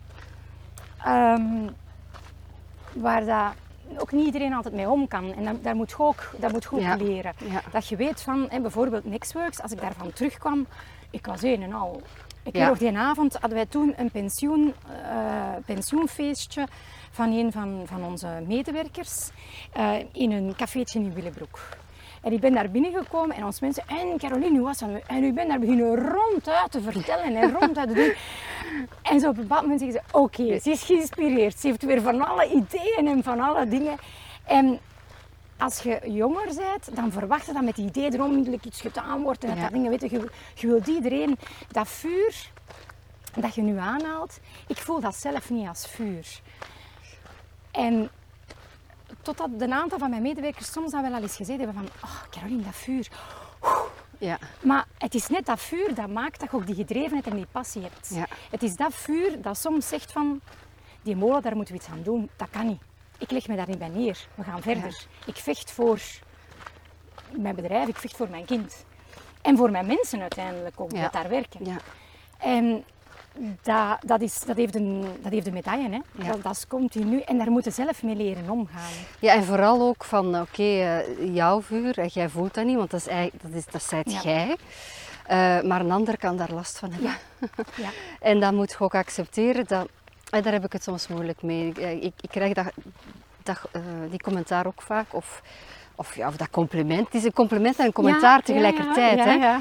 [SPEAKER 2] waar dat ook niet iedereen altijd mee om kan. En dat moet je ook leren. Ja. Dat je weet van, bijvoorbeeld Nextworks, als ik daarvan terugkwam, ik was een en al. Ik weet nog, die avond hadden wij toen een pensioenfeestje van een van onze medewerkers in een cafeetje in Willebroek. En ik ben daar binnengekomen en ons mensen, en Caroline, hoe was dat? En u bent daar beginnen ronduit te vertellen en ronduit te doen. En zo op een bepaald moment zeggen ze, oké, ze is geïnspireerd. Ze heeft weer van alle ideeën en van alle dingen. En als je jonger bent, dan verwacht je dat met die idee er onmiddellijk iets gedaan wordt. En dat dingen, weet je wilt iedereen dat vuur dat je nu aanhaalt. Ik voel dat zelf niet als vuur. En totdat een aantal van mijn medewerkers soms dan wel al eens gezegd hebben van, oh Caroline, dat vuur. Ja. Maar het is net dat vuur dat maakt dat je ook die gedrevenheid en die passie hebt. Ja. Het is dat vuur dat soms zegt van, die molen, daar moeten we iets aan doen. Dat kan niet. Ik leg me daar niet bij neer. We gaan verder. Ja. Ik vecht voor mijn bedrijf, ik vecht voor mijn kind. En voor mijn mensen uiteindelijk ook, die daar werken. Ja. En dat heeft een medaille. Hè?
[SPEAKER 1] Ja.
[SPEAKER 2] Dat is continu. En daar moeten zelf mee leren omgaan.
[SPEAKER 1] Ja, en vooral ook van, jouw vuur, jij voelt dat niet, want dat zijt
[SPEAKER 2] Ja.
[SPEAKER 1] jij. Maar een ander kan daar last van hebben.
[SPEAKER 2] Ja.
[SPEAKER 1] En dan moet je ook accepteren dat... En daar heb ik het soms moeilijk mee. Ik krijg die commentaar ook vaak. Of dat compliment. Het is een compliment en een commentaar tegelijkertijd.
[SPEAKER 2] Ja,
[SPEAKER 1] hè?
[SPEAKER 2] ja.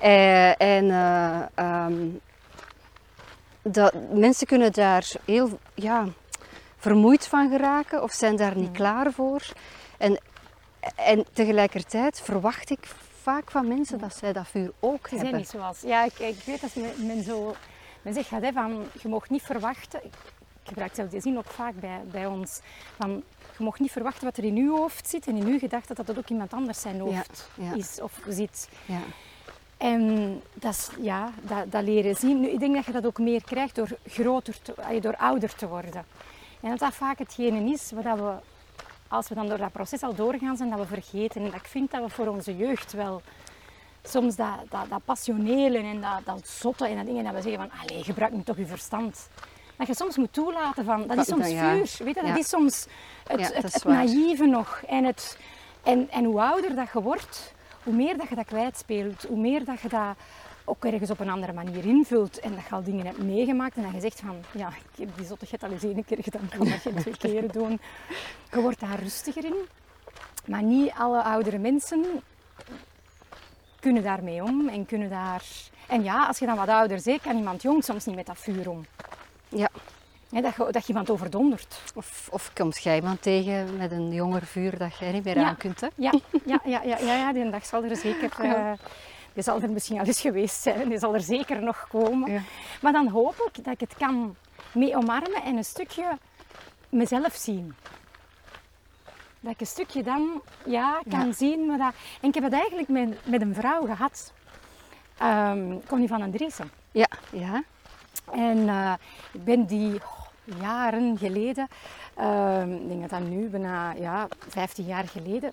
[SPEAKER 1] Mensen kunnen daar heel vermoeid van geraken of zijn daar niet klaar voor. En tegelijkertijd verwacht ik vaak van mensen dat zij dat vuur ook
[SPEAKER 2] Ze zijn
[SPEAKER 1] hebben.
[SPEAKER 2] niet zoals... Ja, ik weet dat men zo... Men zegt dat, hè, van, je mag niet verwachten... Ik gebruik zelf die zin ook vaak bij ons. Van, je mag niet verwachten wat er in uw hoofd zit en in uw gedachten dat dat ook iemand anders zijn hoofd is of zit.
[SPEAKER 1] Ja.
[SPEAKER 2] En dat leren zien. Nu, ik denk dat je dat ook meer krijgt door ouder te worden. En dat vaak hetgene is wat we, als we dan door dat proces al doorgaan zijn, dat we vergeten. En dat ik vind dat we voor onze jeugd wel soms dat passionele en dat zotte en dat dingen dat we zeggen van, allee, gebruik nu toch je verstand. Dat je soms moet toelaten van, dat is soms vuur, weet je, dat is soms het naïeve nog. En hoe ouder dat je wordt, hoe meer dat je dat kwijtspeelt, hoe meer dat je dat ook ergens op een andere manier invult en dat je al dingen hebt meegemaakt en dat je zegt van, ja, ik heb die zottigheid al eens 1 keer gedaan, ik kan dat geen 2 keer doen. Je wordt daar rustiger in, maar niet alle oudere mensen kunnen daarmee om en kunnen daar... En ja, als je dan wat ouder bent, kan iemand jong soms niet met dat vuur om.
[SPEAKER 1] Ja.
[SPEAKER 2] Ja, dat je iemand overdondert.
[SPEAKER 1] Of komt jij iemand tegen met een jonger vuur dat jij niet meer aan kunt, hè?
[SPEAKER 2] Ja, die dag zal er zeker... Die zal er misschien al eens geweest zijn, die zal er zeker nog komen. Ja. Maar dan hoop ik dat ik het kan mee omarmen en een stukje mezelf zien. Dat ik een stukje dan kan zien. En ik heb het eigenlijk met een vrouw gehad. Connie van den Driessen.
[SPEAKER 1] Ja.
[SPEAKER 2] En ik ben die jaren geleden, ik denk dat dat nu bijna 15 jaar geleden,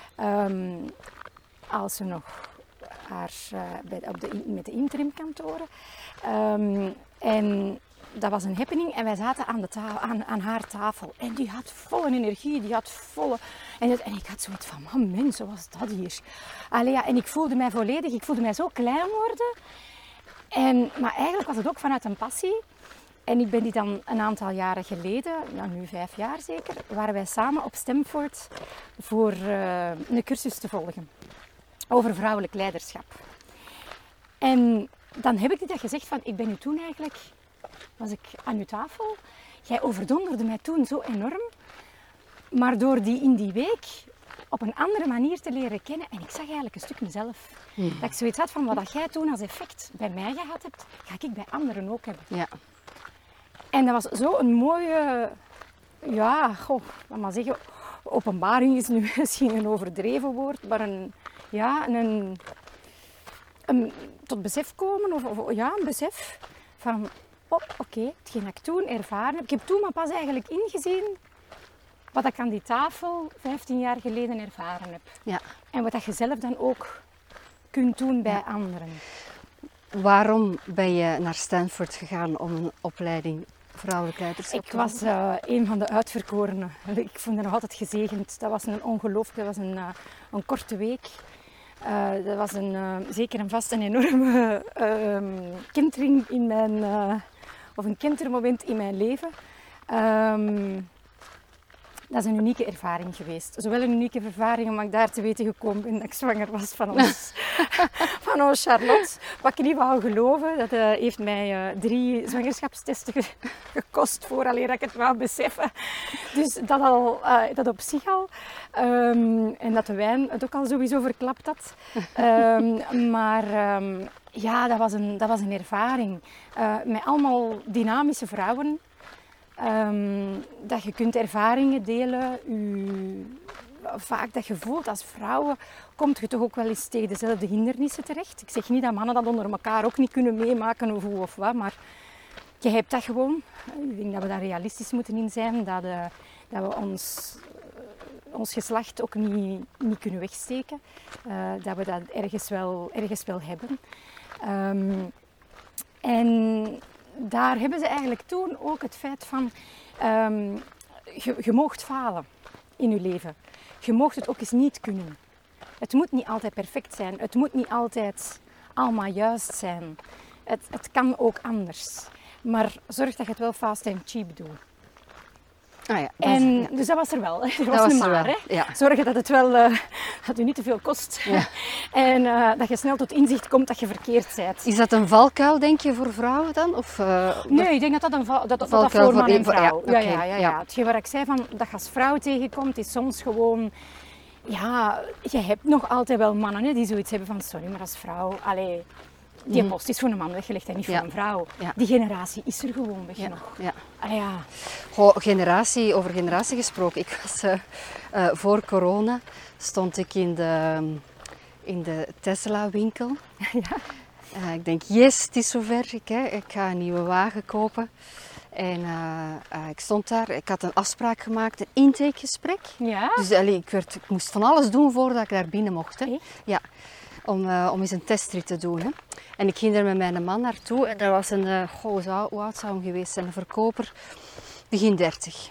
[SPEAKER 2] als ze nog met de interimkantoren. En dat was een happening en wij zaten aan haar tafel. En die had volle energie, die had volle... En ik had zoiets van, man, mensen, wat is dat hier? En ik voelde mij zo klein worden. Maar eigenlijk was het ook vanuit een passie. En ik ben die dan een aantal jaren geleden, nu 5 jaar zeker, waren wij samen op Stamford voor een cursus te volgen. Over vrouwelijk leiderschap. En dan heb ik dat gezegd van, ik ben nu toen eigenlijk, was ik aan uw tafel. Jij overdonderde mij toen zo enorm. Maar door die in die week op een andere manier te leren kennen. En ik zag eigenlijk een stuk mezelf. Dat ik zoiets had van, wat jij toen als effect bij mij gehad hebt, ga ik bij anderen ook hebben.
[SPEAKER 1] Ja.
[SPEAKER 2] En dat was zo een mooie, laat maar zeggen, openbaring is nu misschien een overdreven woord, maar een tot besef komen, een besef van, oké, hetgeen dat ik toen ervaren heb. Ik heb toen maar pas eigenlijk ingezien wat ik aan die tafel 15 jaar geleden ervaren heb. Ja. En wat dat je zelf dan ook kunt doen bij anderen.
[SPEAKER 1] Waarom ben je naar Stanford gegaan om een opleiding vrouwelijk leiderschap te doen?
[SPEAKER 2] Ik was een van de uitverkorenen. Ik vond het nog altijd gezegend. Dat was een korte week. Dat was zeker en vast een enorme kentering in of een kentermoment in mijn leven. Dat is een unieke ervaring geweest. Zowel een unieke ervaring omdat ik daar te weten gekomen ben dat ik zwanger was van ons Charlotte. Wat ik niet wou geloven, dat heeft mij 3 zwangerschapstesten gekost vooraleer dat ik het wou beseffen. Dus dat op zich al. En dat de wijn het ook al sowieso verklapt had. Dat was een ervaring. Met allemaal dynamische vrouwen. Dat je kunt ervaringen delen. Vaak dat je voelt als vrouwen, komt je toch ook wel eens tegen dezelfde hindernissen terecht. Ik zeg niet dat mannen dat onder elkaar ook niet kunnen meemaken of hoe of wat, maar je hebt dat gewoon. Ik denk dat we daar realistisch moeten in zijn, dat we ons geslacht ook niet kunnen wegsteken. Dat we dat ergens wel hebben. En daar hebben ze eigenlijk toen ook het feit van... je moogt falen in je leven. Je moogt het ook eens niet kunnen. Het moet niet altijd perfect zijn. Het moet niet altijd allemaal juist zijn. Het kan ook anders. Maar zorg dat je het wel fast en cheap doet.
[SPEAKER 1] Ah ja,
[SPEAKER 2] Dus dat was er wel. Er
[SPEAKER 1] was
[SPEAKER 2] was een
[SPEAKER 1] er
[SPEAKER 2] maar.
[SPEAKER 1] wel,
[SPEAKER 2] Hè.
[SPEAKER 1] ja.
[SPEAKER 2] Zorgen dat het wel dat u niet te veel kost.
[SPEAKER 1] Ja.
[SPEAKER 2] En dat je snel tot inzicht komt dat je verkeerd bent.
[SPEAKER 1] Is dat een valkuil, denk je, voor vrouwen dan? Of,
[SPEAKER 2] Nee, ik denk dat dat
[SPEAKER 1] valkuil
[SPEAKER 2] voor
[SPEAKER 1] voor
[SPEAKER 2] man en
[SPEAKER 1] één-
[SPEAKER 2] vrouw.
[SPEAKER 1] ja,
[SPEAKER 2] Ja,
[SPEAKER 1] oké,
[SPEAKER 2] ja.
[SPEAKER 1] ja.
[SPEAKER 2] Hetgeen waar ik zei van dat je als vrouw tegenkomt, is soms gewoon... Ja, je hebt nog altijd wel mannen hè, die zoiets hebben van... Sorry, maar als vrouw... Allee, die post is voor een man weggelegd en niet voor
[SPEAKER 1] Ja.
[SPEAKER 2] een vrouw.
[SPEAKER 1] Ja.
[SPEAKER 2] Die generatie is er gewoon weg nog.
[SPEAKER 1] ja.
[SPEAKER 2] Allee, ja.
[SPEAKER 1] Goh, over generatie gesproken. Ik was voor corona stond ik in de Tesla-winkel.
[SPEAKER 2] Ja.
[SPEAKER 1] Ik denk, yes, het is zover. Ik ga een nieuwe wagen kopen. En ik stond daar. Ik had een afspraak gemaakt, een intakegesprek.
[SPEAKER 2] Ja?
[SPEAKER 1] Dus ik moest van alles doen voordat ik daar binnen mocht. Hè.
[SPEAKER 2] Echt?
[SPEAKER 1] Ja, om eens een testrit te doen. Hè. En ik ging er met mijn man naartoe. En er was een, hoe oud zou hem geweest zijn? Een verkoper, begin 30.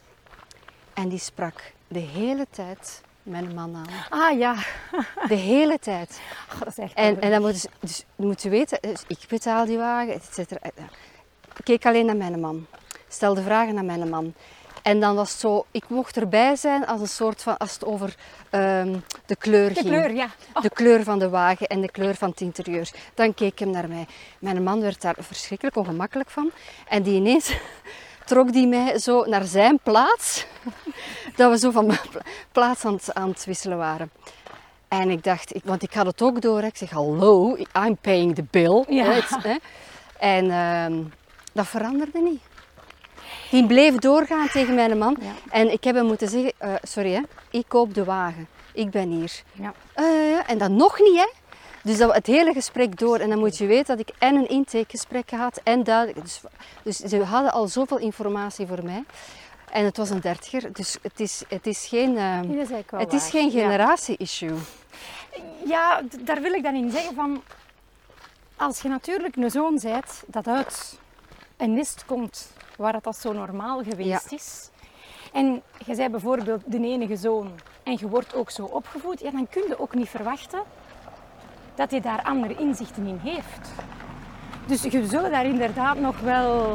[SPEAKER 1] En die sprak de hele tijd mijn man aan.
[SPEAKER 2] Ah ja.
[SPEAKER 1] De hele tijd.
[SPEAKER 2] Oh, dat is echt...
[SPEAKER 1] En dan moet je weten, dus ik betaal die wagen, et cetera. Ik keek alleen naar mijn man. Stelde vragen aan mijn man. En dan was het zo, ik mocht erbij zijn als een soort van, als het over de kleur
[SPEAKER 2] De
[SPEAKER 1] ging.
[SPEAKER 2] kleur, ja. Oh.
[SPEAKER 1] De kleur van de wagen en de kleur van het interieur. Dan keek hem naar mij. Mijn man werd daar verschrikkelijk ongemakkelijk van. En die ineens trok die mij zo naar zijn plaats. Dat we zo van plaats aan het wisselen waren. En ik dacht, want ik had het ook door. Hè. Ik zeg, hallo, I'm paying the bill.
[SPEAKER 2] Ja.
[SPEAKER 1] Hè. En dat veranderde niet. Die bleef doorgaan tegen mijn man.
[SPEAKER 2] Ja.
[SPEAKER 1] En ik heb hem moeten zeggen, sorry hè, ik koop de wagen. Ik ben hier.
[SPEAKER 2] Ja.
[SPEAKER 1] En dat nog niet hè. Dus dat, het hele gesprek door. En dan moet je weten dat ik en een intakegesprek had. En dus ze hadden al zoveel informatie voor mij. En het was een 30er. Dus het is geen,
[SPEAKER 2] Dat is eigenlijk wel
[SPEAKER 1] het is
[SPEAKER 2] waar.
[SPEAKER 1] geen
[SPEAKER 2] Ja.
[SPEAKER 1] generatie-issue.
[SPEAKER 2] Ja, daar wil ik dan in zeggen van... Als je natuurlijk een zoon bent dat uit een nest komt waar dat zo normaal geweest is. En je bent bijvoorbeeld de enige zoon en je wordt ook zo opgevoed. Ja, dan kun je ook niet verwachten dat hij daar andere inzichten in heeft. Dus je zullen daar inderdaad nog wel...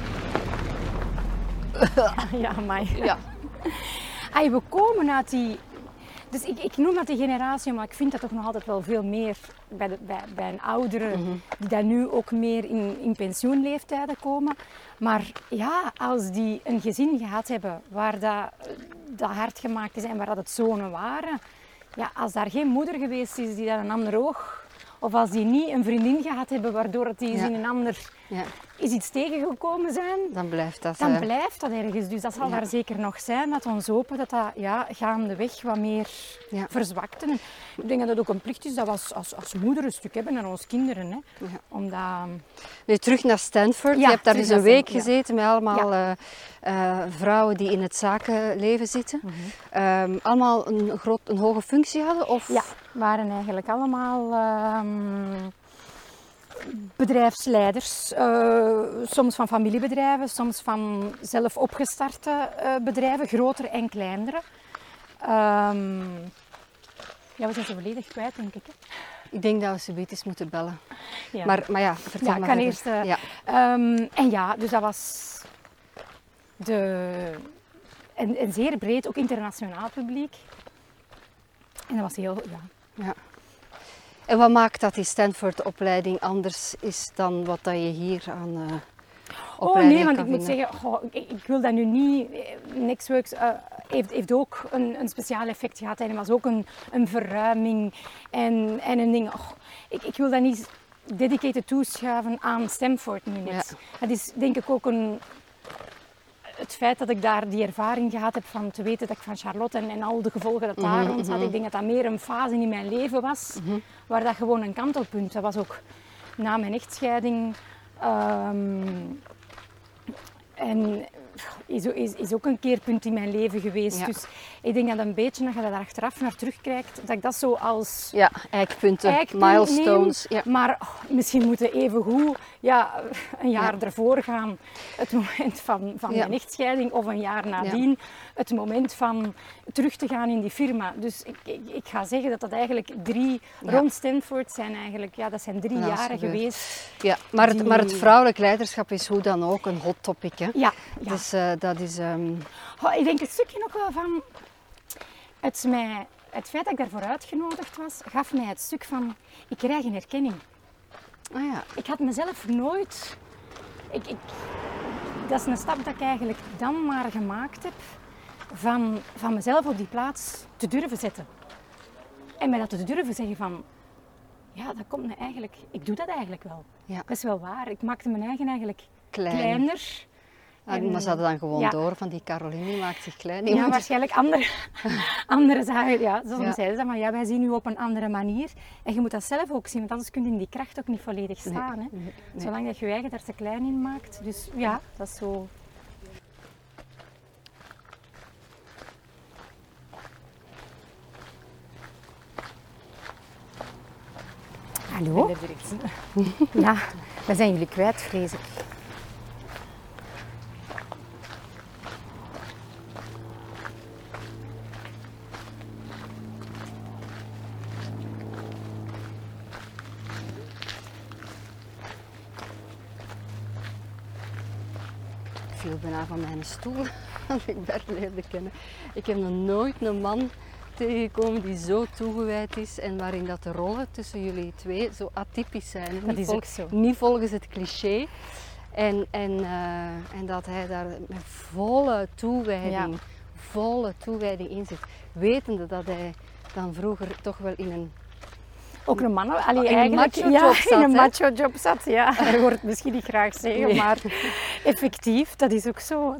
[SPEAKER 2] Ja, maar...
[SPEAKER 1] Ja.
[SPEAKER 2] We komen uit die... Dus ik noem dat die generatie, maar ik vind dat toch nog altijd wel veel meer bij een oudere, die daar nu ook meer in pensioenleeftijden komen. Maar ja, als die een gezin gehad hebben waar dat hard gemaakt is en waar dat het zonen waren, ja, als daar geen moeder geweest is die daar een ander oog, of als die niet een vriendin gehad hebben waardoor het die in een ander is iets tegengekomen zijn,
[SPEAKER 1] Dan blijft dat...
[SPEAKER 2] dan blijft dat ergens. Dus dat zal
[SPEAKER 1] Ja.
[SPEAKER 2] daar zeker nog zijn. Laat ons hopen dat dat gaandeweg wat meer verzwakt. En ik denk dat het ook een plicht is dat we als moeder een stuk hebben naar onze kinderen. Hè.
[SPEAKER 1] Ja.
[SPEAKER 2] Omdat...
[SPEAKER 1] Nu terug naar Stanford.
[SPEAKER 2] Ja,
[SPEAKER 1] Je hebt daar
[SPEAKER 2] terug
[SPEAKER 1] dus een
[SPEAKER 2] naar
[SPEAKER 1] week
[SPEAKER 2] Stanford,
[SPEAKER 1] gezeten met allemaal vrouwen die in het zakenleven zitten. Allemaal een hoge functie hadden? Of?
[SPEAKER 2] Ja, waren eigenlijk allemaal bedrijfsleiders. Soms van familiebedrijven, soms van zelf opgestarte bedrijven, grotere en kleinere. Ja, we zijn ze volledig kwijt, denk ik. Hè?
[SPEAKER 1] Ik denk dat we ze beter eens moeten bellen.
[SPEAKER 2] Ja.
[SPEAKER 1] Maar ja, vertel
[SPEAKER 2] Ja, ik
[SPEAKER 1] maar
[SPEAKER 2] kan
[SPEAKER 1] verder.
[SPEAKER 2] eerst... en ja, dus dat was een zeer breed, ook internationaal publiek. En dat was heel... Ja.
[SPEAKER 1] En wat maakt dat die Stanford-opleiding anders is dan wat dat je hier aan opleidingen
[SPEAKER 2] want
[SPEAKER 1] kan
[SPEAKER 2] ik moet
[SPEAKER 1] vinden?
[SPEAKER 2] zeggen, ik wil dat nu niet... Nextworks heeft ook een speciaal effect gehad en was ook een verruiming en een ding. Ik wil dat niet dedicated toeschuiven aan Stanford nu net.
[SPEAKER 1] Ja.
[SPEAKER 2] Het is denk ik ook het feit dat ik daar die ervaring gehad heb van te weten dat ik van Charlotte en al de gevolgen dat daar rond zat. Ik denk dat dat meer een fase in mijn leven was, waar dat gewoon een kantelpunt. Dat was ook na mijn echtscheiding. En is ook een keerpunt in mijn leven geweest.
[SPEAKER 1] Ja.
[SPEAKER 2] Dus ik denk dat een beetje, dat je daar achteraf naar terugkijkt, dat ik dat zo als
[SPEAKER 1] Ja, eikpunten,
[SPEAKER 2] eikpunt
[SPEAKER 1] milestones.
[SPEAKER 2] neem.
[SPEAKER 1] Ja.
[SPEAKER 2] Maar misschien moeten evengoed een jaar ervoor gaan. Het moment van mijn echtscheiding of een jaar nadien. Het moment van terug te gaan in die firma. Dus ik ga zeggen dat eigenlijk 3 rond Stanford zijn eigenlijk. Ja, dat zijn 3
[SPEAKER 1] Dat is
[SPEAKER 2] jaren
[SPEAKER 1] gebeurd.
[SPEAKER 2] geweest.
[SPEAKER 1] Ja, maar het vrouwelijk leiderschap is hoe dan ook een hot topic. Hè?
[SPEAKER 2] Ja.
[SPEAKER 1] Dus dat is...
[SPEAKER 2] Ik denk een stukje nog wel van... Het feit dat ik daarvoor uitgenodigd was, gaf mij het stuk van... Ik krijg een erkenning. Ik had mezelf nooit... Dat is een stap dat ik eigenlijk dan maar gemaakt heb. Van mezelf op die plaats te durven zetten. En mij dat te durven zeggen van... Ja, dat komt me eigenlijk... Ik doe dat eigenlijk wel.
[SPEAKER 1] Ja.
[SPEAKER 2] Dat is wel waar. Ik maakte mijn eigen eigenlijk
[SPEAKER 1] kleiner. Maar ze hadden dan gewoon door van die Caroline die maakt zich klein.
[SPEAKER 2] Ja, waarschijnlijk anderen zagen, soms zeiden ze van wij zien u op een andere manier. En je moet dat zelf ook zien, want anders kun je in die kracht ook niet volledig staan. Nee, hè? Nee. Zolang dat je eigen daar te klein in maakt. Dus ja, dat is zo. Hallo? Ja, we zijn jullie kwijt, vrees ik.
[SPEAKER 1] Ik viel bijna van mijn stoel als ik Bert leerde kennen. Ik heb nog nooit een man tegengekomen die zo toegewijd is en waarin dat de rollen tussen jullie twee zo atypisch zijn.
[SPEAKER 2] Dat is ook zo.
[SPEAKER 1] Niet volgens het cliché. En dat hij daar met volle toewijding in zit. Wetende dat hij dan vroeger toch wel in een...
[SPEAKER 2] Ook een man,
[SPEAKER 1] in
[SPEAKER 2] een macho-job zat. Ja, hij hoort het misschien niet graag zeggen, maar effectief, dat is ook zo.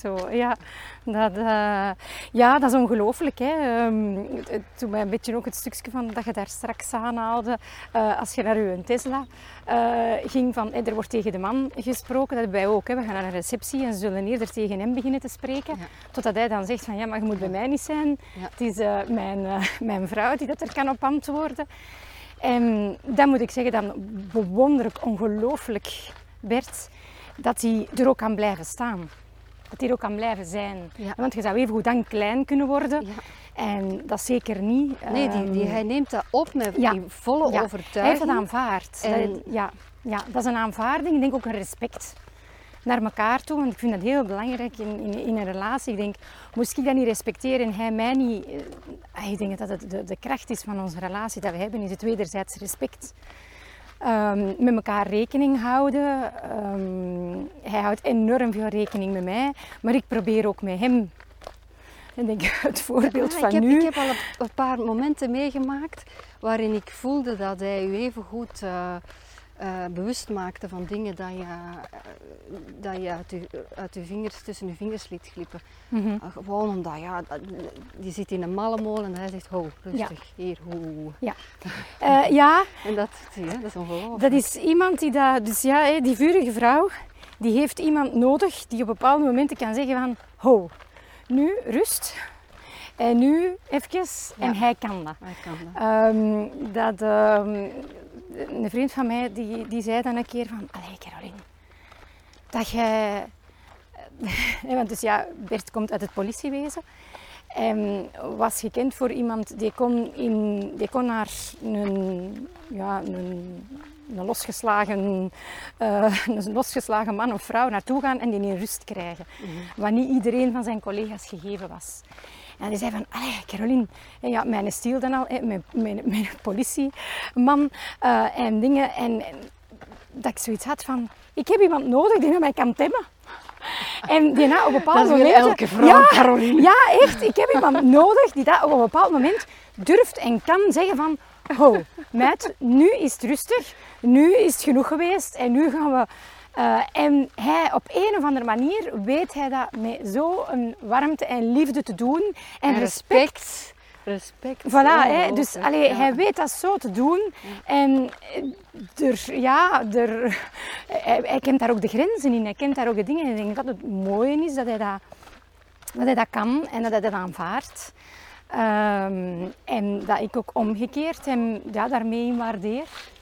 [SPEAKER 2] Ja, dat is ongelooflijk. Toen mij een beetje ook het stukje van dat je daar straks aanhaalde, als je naar uw Tesla ging van, er wordt tegen de man gesproken, dat hebben wij ook. Hè. We gaan naar een receptie en ze zullen eerder tegen hem beginnen te spreken, totdat hij dan zegt van, ja, maar je moet bij mij niet zijn. Ja. Het is mijn vrouw die dat er kan op antwoorden. En dan moet ik zeggen, dan bewonder ik ongelooflijk Bert, dat hij er ook kan blijven staan. Dat hij er ook kan blijven zijn. Ja. Want je zou even goed dan klein kunnen worden. Ja. En dat zeker niet.
[SPEAKER 1] Nee, hij neemt dat op met die volle overtuiging.
[SPEAKER 2] Hij heeft dat aanvaard. En... Dat is een aanvaarding. Ik denk ook een respect naar elkaar toe. Want ik vind dat heel belangrijk in een relatie. Ik denk, moest ik dat niet respecteren en hij mij niet... Ik denk dat het de kracht is van onze relatie dat we hebben, is het wederzijds respect. Met elkaar rekening houden. Hij houdt enorm veel rekening met mij, maar ik probeer ook met hem. En denk het voorbeeld van nu.
[SPEAKER 1] Ik heb al een paar momenten meegemaakt waarin ik voelde dat hij u even goed bewust maakte van dingen dat je uit je vingers, tussen je vingers liet glippen. Mm-hmm. Gewoon omdat, die zit in een malle molen en hij zegt, ho, rustig, hier, hoe.
[SPEAKER 2] Ja.
[SPEAKER 1] En dat is ongelooflijk.
[SPEAKER 2] Dat is iemand die die vurige vrouw, die heeft iemand nodig die op bepaalde momenten kan zeggen van, ho, nu rust. En nu even, en hij kan dat. Een vriend van mij die zei dan een keer van, allee Caroline, dat jij... Want dus Bert komt uit het politiewezen en was gekend voor iemand die kon naar een losgeslagen man of vrouw naartoe gaan en die in rust krijgen. Mm-hmm. Wat niet iedereen van zijn collega's gegeven was. En die zei van, allee Caroline, mijn stiel dan al, mijn politieman en dingen. En dat ik zoiets had van, ik heb iemand nodig die met mij kan temmen. En die op een bepaald moment...
[SPEAKER 1] elke vrouw, Caroline.
[SPEAKER 2] Ja, echt. Ik heb iemand nodig die dat op een bepaald moment durft en kan zeggen van, ho, meid, nu is het rustig, nu is het genoeg geweest en nu gaan we... en hij op een of andere manier weet hij dat met zo'n warmte en liefde te doen. En respect
[SPEAKER 1] Respect.
[SPEAKER 2] Voilà, hè. Dus
[SPEAKER 1] Ongelooflijk.
[SPEAKER 2] hij weet dat zo te doen. En hij kent daar ook de grenzen in, hij kent daar ook de dingen. En ik denk dat het mooie is dat hij dat kan en dat hij dat aanvaardt. En dat ik ook omgekeerd hem daarmee in waardeer.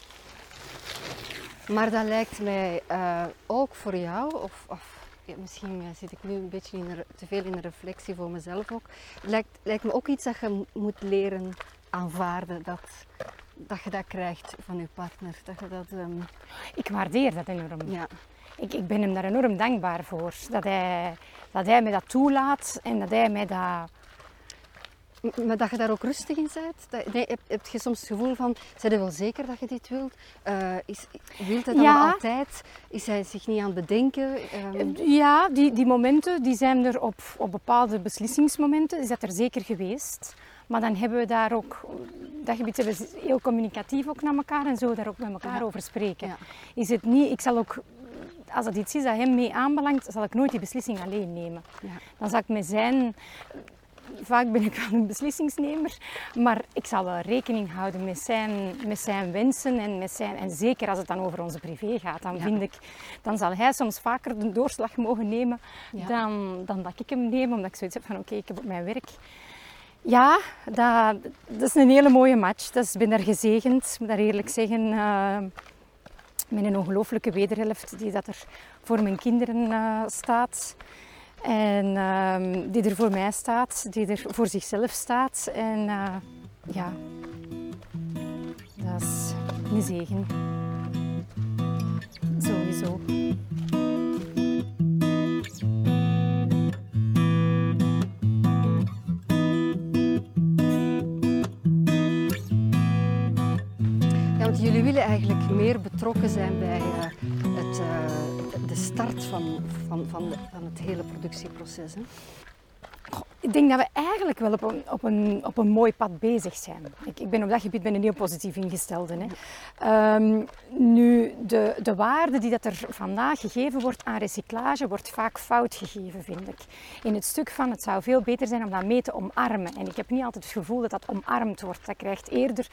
[SPEAKER 1] Maar dat lijkt mij ook voor jou, of misschien zit ik nu een beetje te veel in de reflectie voor mezelf ook. Lijkt me ook iets dat je moet leren aanvaarden, dat je dat krijgt van je partner. Dat je dat,
[SPEAKER 2] Ik waardeer dat enorm.
[SPEAKER 1] ja.
[SPEAKER 2] Ik ben hem daar enorm dankbaar voor. Dat hij mij dat toelaat en dat hij mij dat...
[SPEAKER 1] Maar dat je daar ook rustig in bent? Heb je soms het gevoel van, zijn je wel zeker dat je dit wilt? Wil hij dat
[SPEAKER 2] Ja.
[SPEAKER 1] nog altijd? Is hij zich niet aan het bedenken?
[SPEAKER 2] Ja, die momenten die zijn er op bepaalde beslissingsmomenten, is dat er zeker geweest. Maar dan hebben we daar ook, dat gebied hebben we heel communicatief ook naar elkaar en zo daar ook met elkaar over spreken.
[SPEAKER 1] Ja.
[SPEAKER 2] Is het niet, ik zal ook, als dat iets is dat hem mee aanbelangt, zal ik nooit die beslissing alleen nemen.
[SPEAKER 1] Ja.
[SPEAKER 2] Dan zal ik met zijn... Vaak ben ik wel een beslissingsnemer, maar ik zal wel rekening houden met zijn wensen en zeker als het dan over onze privé gaat, dan vind ik, dan zal hij soms vaker de doorslag mogen nemen dan dat ik hem neem, omdat ik zoiets heb van oké, ik heb op mijn werk. Ja, dat is een hele mooie match. Dus ik ben daar gezegend, ik moet daar eerlijk zeggen, met een ongelooflijke wederhelft die dat er voor mijn kinderen staat. En die er voor mij staat, die er voor zichzelf staat. En ja, dat is een zegen. Sowieso.
[SPEAKER 1] Ja, want jullie willen eigenlijk meer betrokken zijn bij de start van het hele productieproces. Hè?
[SPEAKER 2] Ik denk dat we eigenlijk wel op een mooi pad bezig zijn. Ik ben op dat gebied een heel positief ingestelde. Hè. Nu, de waarde die dat er vandaag gegeven wordt aan recyclage, wordt vaak fout gegeven, vind ik. In het stuk van het zou veel beter zijn om dat mee te omarmen. En ik heb niet altijd het gevoel dat dat omarmd wordt. Dat krijgt eerder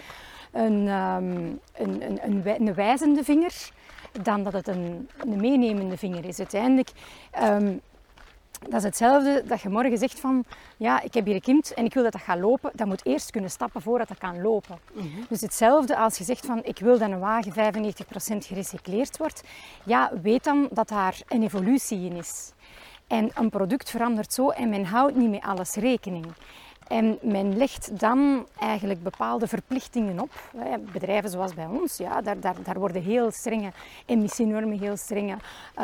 [SPEAKER 2] een wijzende vinger dan dat het een meenemende vinger is. Uiteindelijk... dat is hetzelfde dat je morgen zegt van, ja, ik heb hier een kind en ik wil dat dat gaat lopen. Dat moet eerst kunnen stappen voordat dat kan lopen. Dus hetzelfde als je zegt van, ik wil dat een wagen 95% gerecycleerd wordt. Ja, weet dan dat daar een evolutie in is. En een product verandert zo en men houdt niet met alles rekening. En men legt dan eigenlijk bepaalde verplichtingen op. Bedrijven zoals bij ons, ja, daar worden heel strenge emissienormen, heel strenge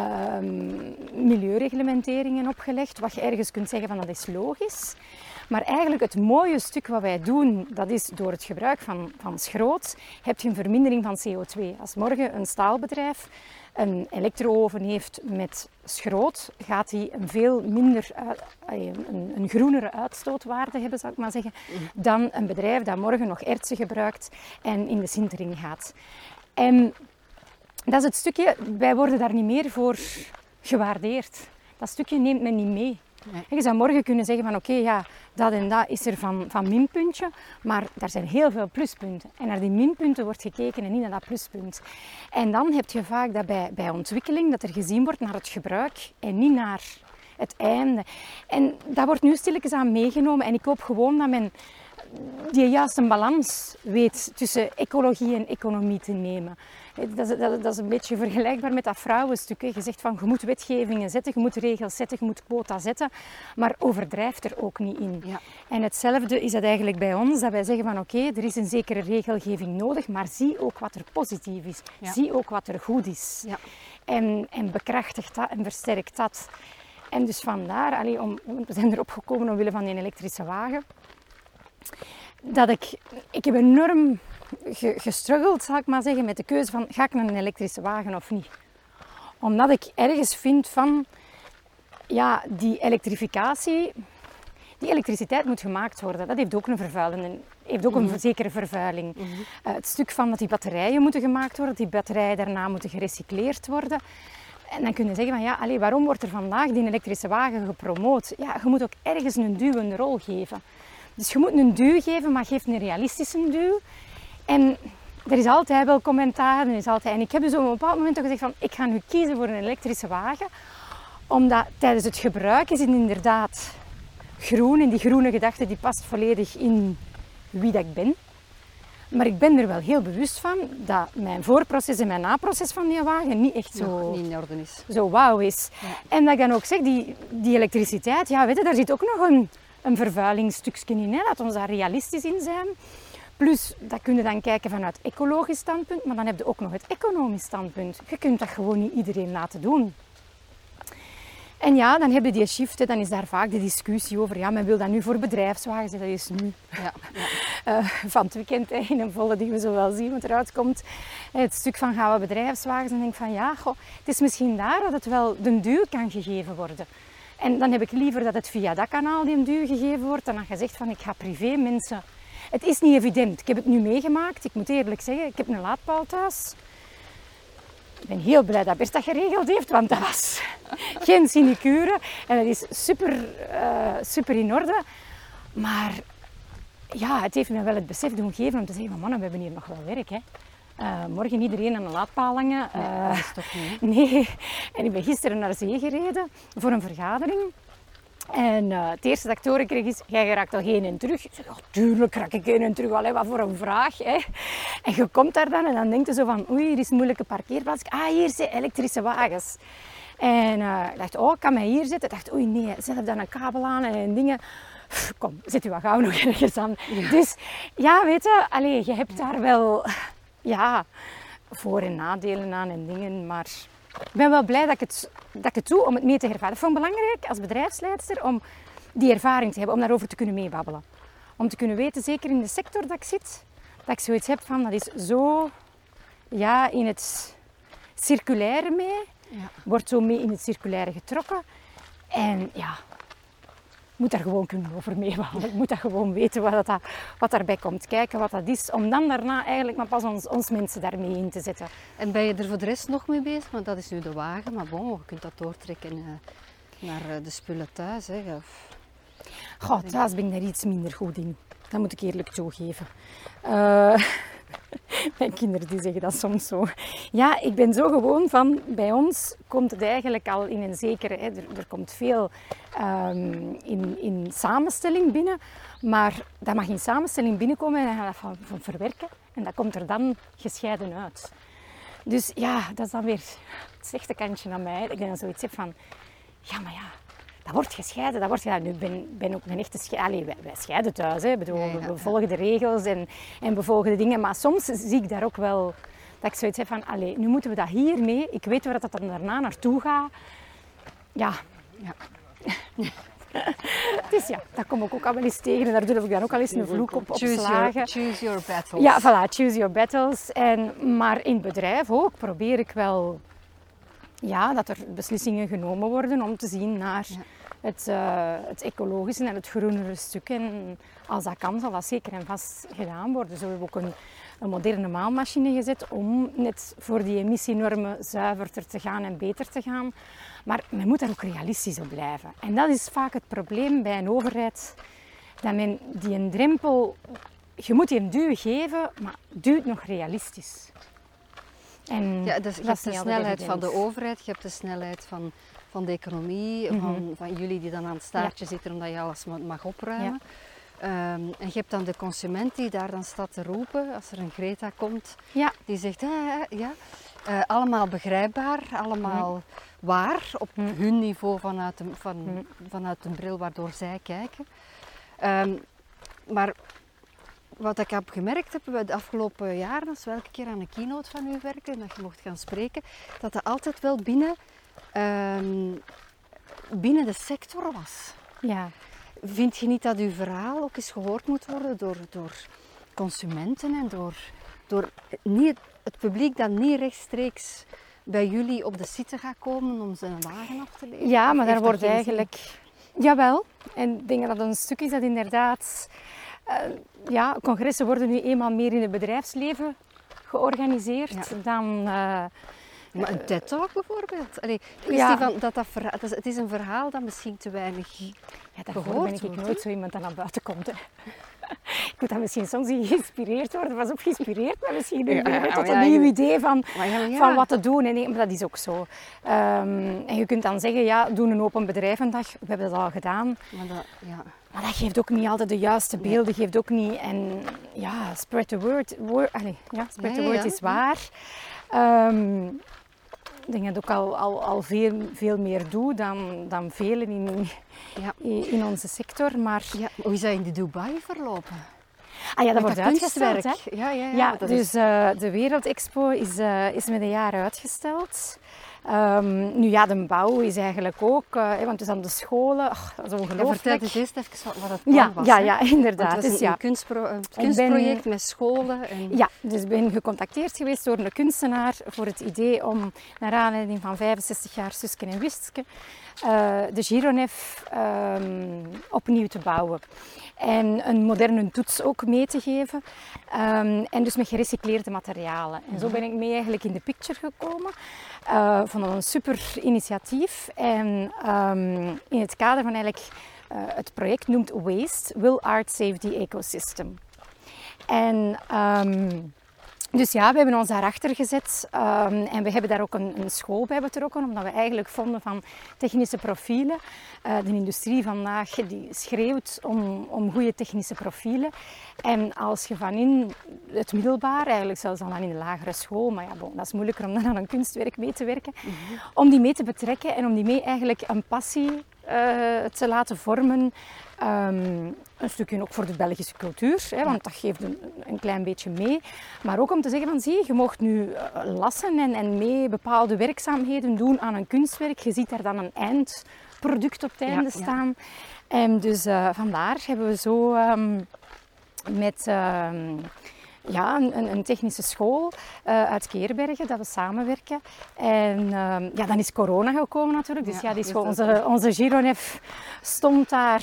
[SPEAKER 2] milieureglementeringen opgelegd. Wat je ergens kunt zeggen van dat is logisch. Maar eigenlijk het mooie stuk wat wij doen, dat is door het gebruik van schroot, heb je een vermindering van CO2. Als morgen een staalbedrijf een elektrooven heeft met schroot, gaat hij een veel minder, een groenere uitstootwaarde hebben, zou ik maar zeggen, dan een bedrijf dat morgen nog ertsen gebruikt en in de sintering gaat. En dat is het stukje, wij worden daar niet meer voor gewaardeerd. Dat stukje neemt men niet mee.
[SPEAKER 1] Nee.
[SPEAKER 2] Je zou morgen kunnen zeggen van oké, ja, dat en dat is er van minpuntje, maar daar zijn heel veel pluspunten. En naar die minpunten wordt gekeken en niet naar dat pluspunt. En dan heb je vaak dat bij ontwikkeling dat er gezien wordt naar het gebruik en niet naar het einde. En dat wordt nu stilletjes aan meegenomen en ik hoop gewoon dat men die juiste balans weet tussen ecologie en economie te nemen. Dat is een beetje vergelijkbaar met dat vrouwenstuk. Je zegt van je moet wetgevingen zetten, je moet regels zetten, je moet quota zetten, maar overdrijft er ook niet in.
[SPEAKER 1] Ja.
[SPEAKER 2] En hetzelfde is dat eigenlijk bij ons, dat wij zeggen van oké, er is een zekere regelgeving nodig, maar zie ook wat er positief is.
[SPEAKER 1] Ja.
[SPEAKER 2] Zie ook wat er goed is.
[SPEAKER 1] Ja.
[SPEAKER 2] En bekrachtigt dat en versterkt dat. En dus vandaar, we zijn erop gekomen omwille van die elektrische wagen, dat ik heb enorm gestruggeld, zal ik maar zeggen, met de keuze van ga ik naar een elektrische wagen of niet. Omdat ik ergens vind van, ja, die elektrificatie, die elektriciteit moet gemaakt worden. Dat heeft ook een vervuilende, heeft ook een zekere vervuiling. Het stuk van dat die batterijen moeten gemaakt worden, die batterijen daarna moeten gerecycleerd worden. En dan kun je zeggen van ja, waarom wordt er vandaag die elektrische wagen gepromoot? Ja, je moet ook ergens een duwende rol geven. Dus je moet een duw geven, maar geef een realistische duw. En er is altijd wel commentaar. En ik heb dus op een bepaald moment gezegd van, ik ga nu kiezen voor een elektrische wagen. Omdat tijdens het gebruik is het inderdaad groen. En die groene gedachte die past volledig in wie dat ik ben. Maar ik ben er wel heel bewust van dat mijn voorproces en mijn naproces van die wagen niet echt
[SPEAKER 1] Nog niet in orde is.
[SPEAKER 2] zo wauw is.
[SPEAKER 1] Ja.
[SPEAKER 2] En dat ik dan ook zeg, die elektriciteit, ja, weet je, daar zit ook nog een vervuilingsstukje in. Hè. Laat ons daar realistisch in zijn. Plus, dat kun je dan kijken vanuit ecologisch standpunt, maar dan heb je ook nog het economisch standpunt. Je kunt dat gewoon niet iedereen laten doen. En ja, dan heb je die shift, hè, dan is daar vaak de discussie over, ja, men wil dat nu voor bedrijfswagens, dat is nu van het weekend in een volle die we zo wel zien wat eruit komt. Het stuk van gaan we bedrijfswagens en denk van ja, goh, het is misschien daar dat het wel de duw kan gegeven worden. En dan heb ik liever dat het via dat kanaal die een duw gegeven wordt, dan dat je zegt van ik ga privé mensen. Het is niet evident. Ik heb het nu meegemaakt, ik moet eerlijk zeggen, ik heb een laadpaal thuis. Ik ben heel blij dat Bert dat geregeld heeft, want dat was geen sinecure. En het is super in orde. Maar ja, het heeft me wel het besef doen geven om te zeggen van mannen, we hebben hier nog wel werk. Hè. Morgen iedereen aan een laadpaal hangen.
[SPEAKER 1] Dat is toch niet?
[SPEAKER 2] Nee. En ik ben gisteren naar zee gereden voor een vergadering. En het eerste dat ik te horen kreeg is, jij raakt al geen in terug. Ik zeg, ja, tuurlijk raak ik geen in terug. Allee, wat voor een vraag. Hè? En je komt daar dan en dan denk je zo van, oei, hier is een moeilijke parkeerplaats. Ah, hier zijn elektrische wagens. En ik dacht, oh, ik kan mij hier zetten. Ik dacht, oei, nee, zelf dan een kabel aan en dingen. Kom, zet u wat gauw nog ergens aan. Ja. Dus ja, weet je, allee, je hebt daar wel ja, voor- en nadelen aan en dingen, maar ik ben wel blij dat ik het doe om het mee te ervaren. Ik vond het belangrijk als bedrijfsleidster om die ervaring te hebben, om daarover te kunnen meebabbelen. Om te kunnen weten, zeker in de sector dat ik zit, dat ik zoiets heb van, dat is zo ja, in het circulaire mee, wordt zo mee in het circulaire getrokken. En ja, ik moet daar gewoon kunnen over meebabbelen. Ik moet dat gewoon weten wat daarbij komt kijken, wat dat is, om dan daarna eigenlijk maar pas ons mensen daarmee in te zetten.
[SPEAKER 1] En ben je er voor de rest nog mee bezig? Want dat is nu de wagen, maar bon, je kunt dat doortrekken naar de spullen thuis. Hè.
[SPEAKER 2] Goh, thuis ben ik daar iets minder goed in. Dat moet ik eerlijk toegeven. Mijn kinderen die zeggen dat soms zo. Ja, ik ben zo gewoon van, bij ons komt het eigenlijk al in een zekere... Hè, er komt veel in samenstelling binnen, maar dat mag in samenstelling binnenkomen en dan gaan we dat van verwerken. En dat komt er dan gescheiden uit. Dus ja, dat is dan weer het slechte kantje aan mij. Ik ben dan zoiets heb van, ja, maar ja, dat wordt gescheiden, dat wordt gedaan. Nu ben ook een echte scheiding. Wij scheiden thuis, hè. We volgen de regels en we volgen de dingen. Maar soms zie ik daar ook wel dat ik zoiets heb van, allee, nu moeten we dat hiermee. Ik weet waar dat dan daarna naartoe gaat. Ja. Dus ja, dat kom ik ook al wel eens tegen en daar durf ik dan ook al eens een vloek op slagen.
[SPEAKER 1] Choose your battles.
[SPEAKER 2] Ja, voilà, choose your battles. Maar in het bedrijf ook probeer ik wel ja, dat er beslissingen genomen worden om te zien naar het ecologische en het groenere stuk. En als dat kan, zal dat zeker en vast gedaan worden. Zo hebben we ook een moderne maalmachine gezet om net voor die emissienormen zuiverder te gaan en beter te gaan. Maar men moet daar ook realistisch op blijven. En dat is vaak het probleem bij een overheid, dat men die een drempel, je moet die een duw geven, maar duwt nog realistisch. En
[SPEAKER 1] ja, dus je hebt de snelheid van de overheid, je hebt de snelheid van de economie, van jullie die dan aan het staartje zitten omdat je alles mag opruimen. Ja. En je hebt dan de consument die daar dan staat te roepen als er een Greta komt, die zegt allemaal begrijpbaar, allemaal waar op hun niveau vanuit een bril waardoor zij kijken. Maar wat ik heb gemerkt heb de afgelopen jaren, als we elke keer aan een keynote van u werken en dat je mocht gaan spreken, dat dat altijd wel binnen de sector was.
[SPEAKER 2] Ja.
[SPEAKER 1] Vind je niet dat uw verhaal ook eens gehoord moet worden door consumenten en door niet het publiek dat niet rechtstreeks bij jullie op de site gaat komen om zijn wagen af te leveren?
[SPEAKER 2] Ja, maar daar wordt eigenlijk... Jawel. En ik denk dat dat een stuk is dat inderdaad... congressen worden nu eenmaal meer in het bedrijfsleven georganiseerd dan
[SPEAKER 1] Maar een TED-talk bijvoorbeeld. Allee,
[SPEAKER 2] Ja.
[SPEAKER 1] het is een verhaal dat misschien te weinig
[SPEAKER 2] daarvoor
[SPEAKER 1] gehoord
[SPEAKER 2] ben ik
[SPEAKER 1] wordt,
[SPEAKER 2] nooit
[SPEAKER 1] hè?
[SPEAKER 2] zo iemand dat naar buiten komt. Hè. Ik moet dan misschien soms niet geïnspireerd worden. Was ook geïnspireerd, maar misschien nu tot een nieuw idee van wat te doen. En nee, maar dat is ook zo. En je kunt dan zeggen, ja, doe een open bedrijvendag. We hebben dat al gedaan. Maar dat geeft ook niet altijd de juiste beelden, geeft ook niet. En ja, spread the word. Spread the word is waar. Ik denk dat ik ook al veel meer doe dan velen in onze sector. Maar
[SPEAKER 1] hoe is dat in de Dubai verlopen?
[SPEAKER 2] Dat wordt uitgesteld. Hè?
[SPEAKER 1] Ja,
[SPEAKER 2] dus de Wereldexpo is met een jaar uitgesteld. De bouw is eigenlijk ook, want dus aan de scholen, dat is ongelooflijk.
[SPEAKER 1] Vertel eens eerst even wat het plan was.
[SPEAKER 2] Ja, inderdaad.
[SPEAKER 1] Want het was een kunstproject met scholen. En...
[SPEAKER 2] Ja, dus ik ben gecontacteerd geweest door een kunstenaar voor het idee om, naar aanleiding van 65 jaar Suske en Wiske, de Gironef opnieuw te bouwen. En een moderne toets ook mee te geven. En dus met gerecycleerde materialen. En zo ben ik mee eigenlijk in de picture gekomen. Vond dat een super initiatief. En in het kader van eigenlijk het project noemt Waste, Will Art Save the Ecosystem? En dus ja, we hebben ons daarachter gezet en we hebben daar ook een school bij betrokken, omdat we eigenlijk vonden van technische profielen. De industrie vandaag die schreeuwt om goede technische profielen. En als je van in het middelbaar, eigenlijk zelfs dan in de lagere school, maar ja, dat is moeilijker om dan aan een kunstwerk mee te werken, om die mee te betrekken en om die mee eigenlijk een passie te laten vormen. Een stukje ook voor de Belgische cultuur, want dat geeft een klein beetje mee. Maar ook om te zeggen van zie, je mag nu lassen en mee bepaalde werkzaamheden doen aan een kunstwerk. Je ziet daar dan een eindproduct op het einde staan. En dus vandaar hebben we zo met een technische school uit Keerbergen, dat we samenwerken. En dan is corona gekomen natuurlijk. Dus onze Gironef stond daar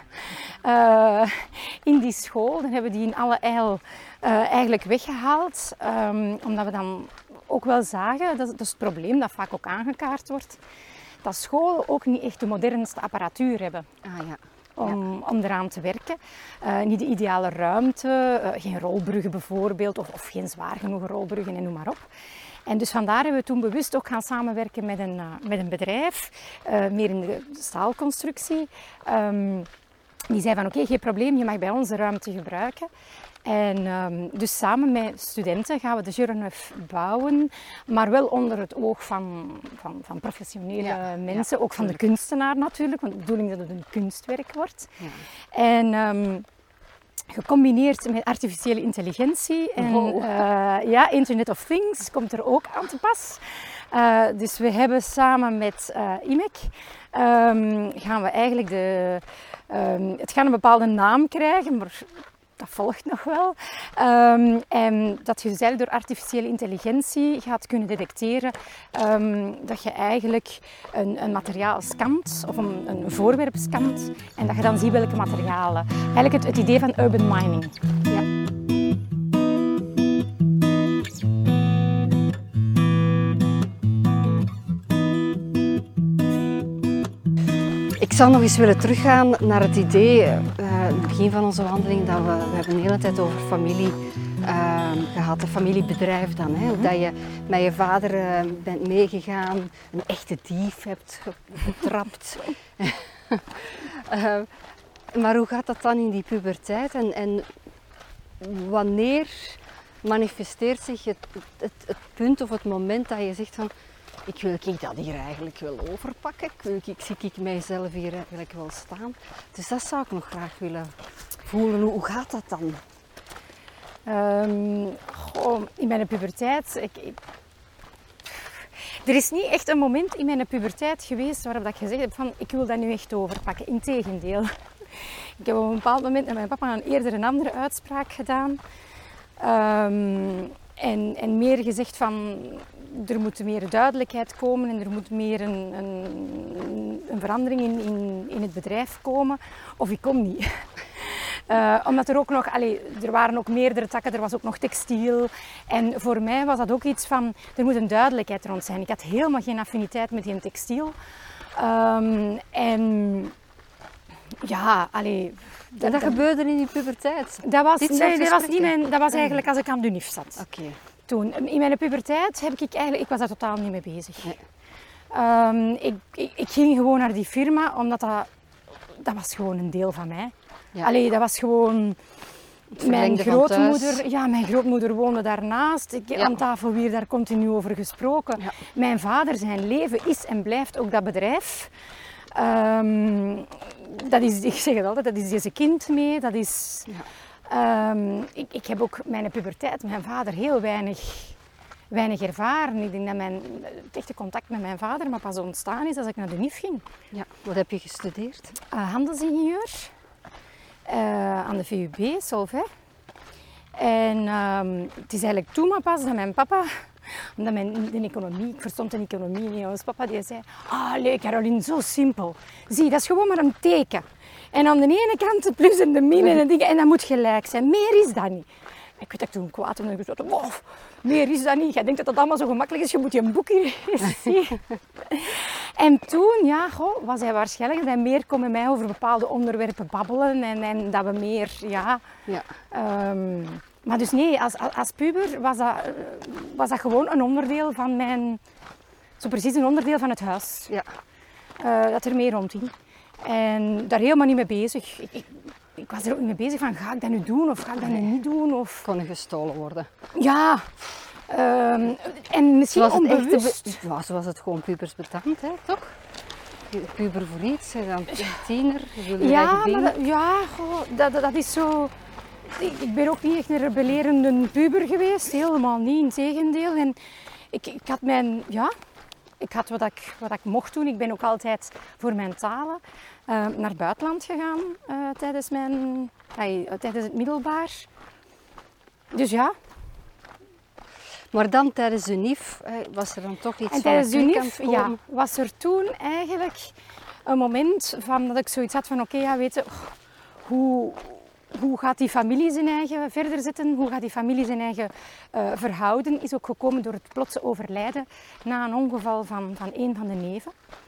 [SPEAKER 2] in die school. Dan hebben we die in alle eil eigenlijk weggehaald. Omdat we dan ook wel zagen, dat is het probleem dat vaak ook aangekaart wordt, dat scholen ook niet echt de modernste apparatuur hebben. Om eraan te werken. Niet de ideale ruimte, geen rolbruggen bijvoorbeeld, of geen zwaar genoeg rolbruggen en noem maar op. En dus vandaar hebben we toen bewust ook gaan samenwerken met een bedrijf, meer in de staalconstructie. Die zei van oké, geen probleem, je mag bij ons de ruimte gebruiken. En dus samen met studenten gaan we de Gironef bouwen, maar wel onder het oog van professionele mensen, ook van de kunstenaar natuurlijk, want de bedoeling is dat het een kunstwerk wordt. En gecombineerd met artificiële intelligentie en Internet of Things komt er ook aan te pas. Dus we hebben samen met IMEC gaan we eigenlijk het gaat een bepaalde naam krijgen, maar dat volgt nog wel. En dat je dus eigenlijk door artificiële intelligentie gaat kunnen detecteren dat je eigenlijk een materiaal scant of een voorwerp scant en dat je dan ziet welke materialen. Eigenlijk het idee van urban mining. Ja.
[SPEAKER 1] Ik zou nog eens willen teruggaan naar het idee, het begin van onze wandeling, dat we hebben de hele tijd over familie gehad, een familiebedrijf dan. Hè? Dat je met je vader bent meegegaan, een echte dief hebt getrapt. Maar hoe gaat dat dan in die puberteit en wanneer manifesteert zich het punt of het moment dat je zegt van ik wil dat hier eigenlijk wel overpakken. Zie mijzelf hier eigenlijk wel staan. Dus dat zou ik nog graag willen voelen. Hoe gaat dat dan?
[SPEAKER 2] In mijn puberteit... Er is niet echt een moment in mijn puberteit geweest waarop ik gezegd heb van ik wil dat nu echt overpakken. Integendeel. Ik heb op een bepaald moment met mijn papa eerder een andere uitspraak gedaan. En meer gezegd van er moet meer duidelijkheid komen en er moet meer een verandering in het bedrijf komen. Of ik kom niet. Omdat er ook nog, er waren ook meerdere takken, er was ook nog textiel. En voor mij was dat ook iets van, er moet een duidelijkheid rond zijn. Ik had helemaal geen affiniteit met die textiel. En ja,
[SPEAKER 1] En dat gebeurde in je puberteit?
[SPEAKER 2] Dat was,
[SPEAKER 1] Dit soort
[SPEAKER 2] nee, dat was, niet
[SPEAKER 1] gesprekken?
[SPEAKER 2] dat was eigenlijk als ik aan de UNIF zat.
[SPEAKER 1] Oké.
[SPEAKER 2] Toen, in mijn puberteit ik was daar totaal niet mee bezig.
[SPEAKER 1] Nee.
[SPEAKER 2] Ik ging gewoon naar die firma, omdat dat was gewoon een deel van mij.
[SPEAKER 1] Ja.
[SPEAKER 2] Dat was gewoon... Mijn
[SPEAKER 1] verlengde van thuis.
[SPEAKER 2] grootmoeder, mijn grootmoeder woonde daarnaast. Aan tafel weer daar continu over gesproken.
[SPEAKER 1] Ja.
[SPEAKER 2] Mijn vader, zijn leven is en blijft ook dat bedrijf. Dat is, ik zeg het altijd, dat is deze kind mee. Dat is... Ik heb ook mijn puberteit, mijn vader, heel weinig ervaren. Ik denk dat het echte contact met mijn vader maar pas ontstaan is als ik naar de NIF ging.
[SPEAKER 1] Ja. Wat heb je gestudeerd?
[SPEAKER 2] Handelsingenieur aan de VUB, Solvay. En het is eigenlijk toen maar pas dat mijn papa, omdat ik verstond de economie niet, ons papa die zei, allee Caroline, zo simpel. Zie, dat is gewoon maar een teken. En aan de ene kant de plus en de min en dingen, en dat moet gelijk zijn. Meer is dat niet. Ik weet dat ik toen kwaad en ik dacht, wow, meer is dat niet. Jij denkt dat dat allemaal zo gemakkelijk is, je moet je een boekje zien. En toen, was hij waarschijnlijk dat hij meer kon met mij over bepaalde onderwerpen babbelen en dat we meer, maar dus nee, als puber was dat gewoon een onderdeel van zo precies een onderdeel van het huis.
[SPEAKER 1] Ja.
[SPEAKER 2] Dat er meer rondging. En daar helemaal niet mee bezig. Ik was er ook niet mee bezig van, ga ik dat nu doen of ga ik dat nu niet doen? Of...
[SPEAKER 1] Kon er gestolen worden?
[SPEAKER 2] Ja. En misschien onbewust.
[SPEAKER 1] Zoals het gewoon pubersbetand, hè, toch? Puber voor iets, dan tiener, je wil je eigen dingen.
[SPEAKER 2] Dat is zo... Ik ben ook niet echt een rebellerende puber geweest, helemaal niet, integendeel. En ik had ik had wat ik mocht doen. Ik ben ook altijd voor mijn talen naar het buitenland gegaan tijdens het middelbaar. Dus ja.
[SPEAKER 1] Maar dan tijdens de NIF was er dan toch iets
[SPEAKER 2] en
[SPEAKER 1] van
[SPEAKER 2] tijdens de
[SPEAKER 1] klik aan
[SPEAKER 2] UNIF
[SPEAKER 1] het komen?
[SPEAKER 2] was er toen eigenlijk een moment van dat ik zoiets had van oké, weet je, hoe gaat die familie zijn eigen verder zetten? Hoe gaat die familie zijn eigen verhouden? Is ook gekomen door het plotse overlijden na een ongeval van een van de neven.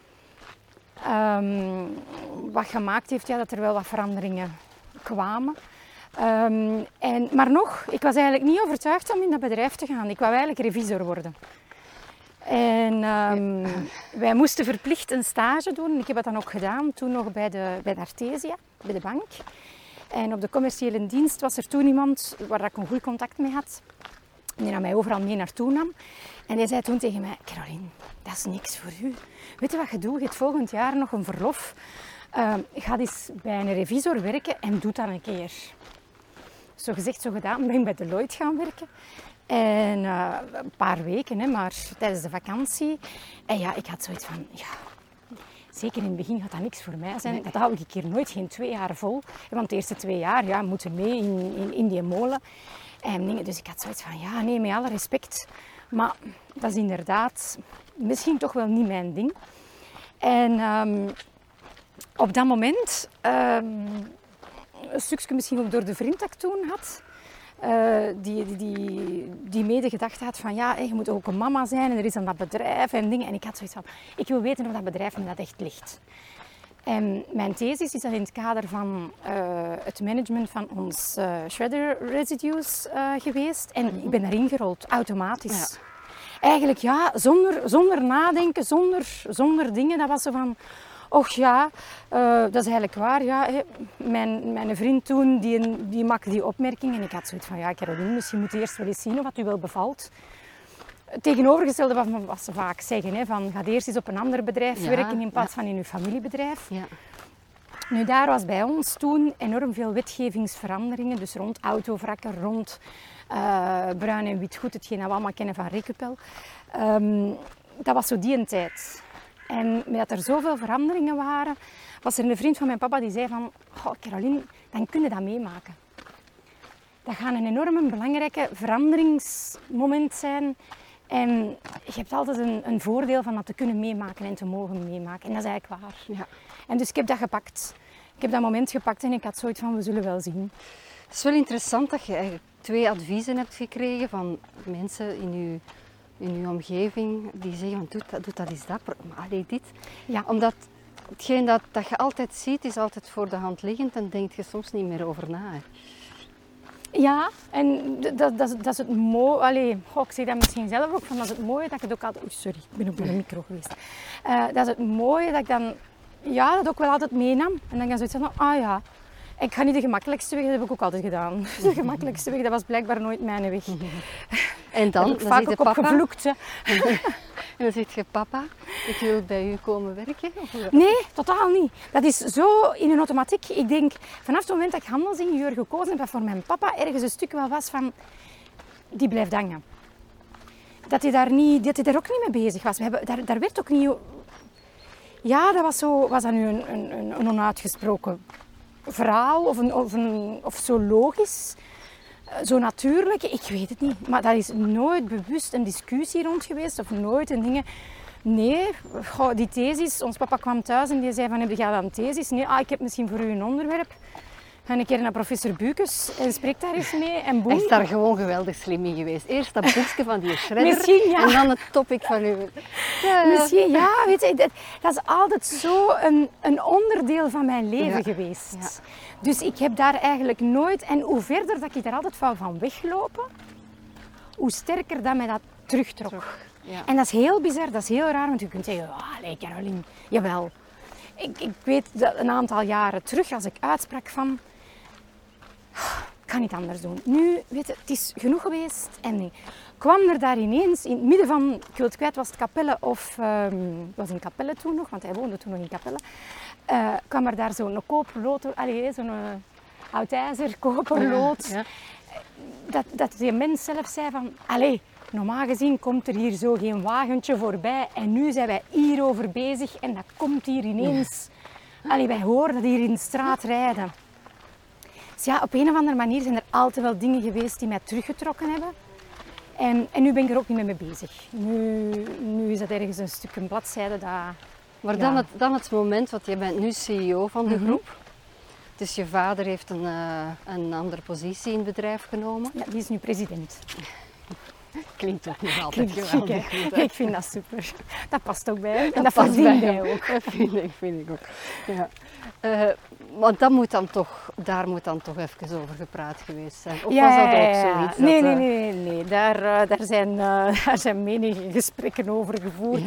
[SPEAKER 2] Wat gemaakt heeft dat er wel wat veranderingen kwamen. Maar nog, ik was eigenlijk niet overtuigd om in dat bedrijf te gaan. Ik wou eigenlijk revisor worden. En wij moesten verplicht een stage doen. Ik heb dat dan ook gedaan, toen nog bij de Artesia, bij de bank. En op de commerciële dienst was er toen iemand waar ik een goed contact mee had. En die nam mij overal mee naartoe nam. En hij zei toen tegen mij, Caroline, dat is niks voor u. Weet je wat je doet? Je hebt volgend jaar nog een verlof. Ga eens bij een revisor werken en doe dat een keer. Zo gezegd, zo gedaan, ben ik bij Deloitte gaan werken. En een paar weken, maar tijdens de vakantie. En ik had zoiets van, zeker in het begin gaat dat niks voor mij zijn. Dat hou ik een keer nooit, geen 2 jaar vol. Want de eerste 2 jaar moeten mee in die molen. En dingen. Dus ik had zoiets van, nee, met alle respect. Maar dat is inderdaad misschien toch wel niet mijn ding. En op dat moment, een stukje misschien ook door de vriend dat ik toen had, die mede gedacht had van je moet ook een mama zijn en er is dan dat bedrijf en dingen. En ik had zoiets van, ik wil weten of dat bedrijf me dat echt ligt. En mijn thesis is dat in het kader van het management van ons shredder residues geweest. En ik ben daarin gerold, automatisch. Ja. Eigenlijk zonder nadenken, zonder dingen. Dat was zo van, dat is eigenlijk waar. Mijn vriend toen, die maakte die opmerking. En ik had zoiets van, Caroline, misschien moet je eerst wel eens zien of het u wel bevalt. Tegenovergestelde van wat ze vaak zeggen, van ga eerst eens op een ander bedrijf werken in plaats van in uw familiebedrijf. Ja. Nu, daar was bij ons toen enorm veel wetgevingsveranderingen, dus rond autovrakken, rond bruin en wit goed, hetgeen dat we allemaal kennen van Recupel. Dat was zo die een tijd. En met dat er zoveel veranderingen waren, was er een vriend van mijn papa die zei van, Caroline, dan kun je dat meemaken. Dat gaat een enorm belangrijke veranderingsmoment zijn. En je hebt altijd een voordeel van dat te kunnen meemaken en te mogen meemaken. En dat is eigenlijk waar. Ja. En dus ik heb dat gepakt. Ik heb dat moment gepakt en ik had zoiets van, we zullen wel zien.
[SPEAKER 1] Het is wel interessant dat je eigenlijk 2 adviezen hebt gekregen van mensen in uw omgeving die zeggen, van, doe dat eens dat, maar allee, dit.
[SPEAKER 2] Ja.
[SPEAKER 1] Omdat hetgeen dat je altijd ziet, is altijd voor de hand liggend en denk je soms niet meer over na. Hè.
[SPEAKER 2] Ja, en dat is het mooie. Allee, ik zeg dat misschien zelf ook, van dat is het mooie dat ik het ook altijd... sorry, ik ben ook bij de micro geweest. Dat is het mooie dat ik dan dat ook wel altijd meenam. En dan ga ik zoiets van, ja, ik ga niet de gemakkelijkste weg, dat heb ik ook altijd gedaan. De gemakkelijkste weg, dat was blijkbaar nooit mijn weg.
[SPEAKER 1] En dan
[SPEAKER 2] heb ik vaak ook op gevloekt. Hè.
[SPEAKER 1] En dan zeg je, papa, ik wil bij u komen werken?
[SPEAKER 2] Nee, totaal niet. Dat is zo in een automatiek. Ik denk, vanaf het moment dat ik handelsingenieur gekozen heb, dat voor mijn papa ergens een stuk wel was van, die blijft hangen. Dat hij daar ook niet mee bezig was. Daar werd ook niet... Ja, dat was dat nu een onuitgesproken verhaal of zo logisch, zo natuurlijk, ik weet het niet. Maar daar is nooit bewust een discussie rond geweest of nooit een dingen. Nee, die thesis, ons papa kwam thuis en die zei van, heb je al een thesis? Nee, ik heb misschien voor u een onderwerp. Ga een keer naar professor Bukes en spreek daar eens mee en boem.
[SPEAKER 1] Hij is daar gewoon geweldig slim in geweest. Eerst dat boekje van die shredder
[SPEAKER 2] Misschien, ja.
[SPEAKER 1] En dan het topic van u.
[SPEAKER 2] Misschien, ja, weet je, dat is altijd zo een onderdeel van mijn leven geweest.
[SPEAKER 1] Ja.
[SPEAKER 2] Dus ik heb daar eigenlijk nooit, en hoe verder dat ik daar altijd van weglopen, hoe sterker dat mij dat terugtrok.
[SPEAKER 1] Ja.
[SPEAKER 2] En dat is heel bizar, dat is heel raar, want je kunt zeggen, nee Caroline, jawel. Ik weet dat een aantal jaren terug, als ik uitsprak van, ik ga niet anders doen. Nu, weet je, het is genoeg geweest. En ik kwam er daar ineens, in het midden van, ik wil het kwijt, was het Capelle of, was in Capelle toen nog, want hij woonde toen nog in Capelle. Kwam er daar zo'n koperlood, zo'n oud-ijzer koperlood.
[SPEAKER 1] Ja.
[SPEAKER 2] Dat die mens zelf zei van, normaal gezien komt er hier zo geen wagentje voorbij en nu zijn wij hierover bezig en dat komt hier ineens. Wij horen dat hier in de straat rijden. Dus ja, op een of andere manier zijn er altijd wel dingen geweest die mij teruggetrokken hebben. En nu ben ik er ook niet mee bezig. Nu is dat ergens een stuk een bladzijde dat...
[SPEAKER 1] Maar dan het moment, want je bent nu CEO van de groep. Dus je vader heeft een andere positie in het bedrijf genomen.
[SPEAKER 2] Ja, die is nu president.
[SPEAKER 1] Klinkt ook niet altijd
[SPEAKER 2] geweldig.
[SPEAKER 1] Goed,
[SPEAKER 2] ik vind dat super. Dat past ook bij hem. En dat
[SPEAKER 1] past
[SPEAKER 2] verdient
[SPEAKER 1] bij
[SPEAKER 2] hij ook.
[SPEAKER 1] Dat vind ik ook. Ja. Maar daar moet dan toch even over gepraat geweest zijn. Of was dat ook zoiets?
[SPEAKER 2] Nee. Daar zijn menige gesprekken over gevoerd.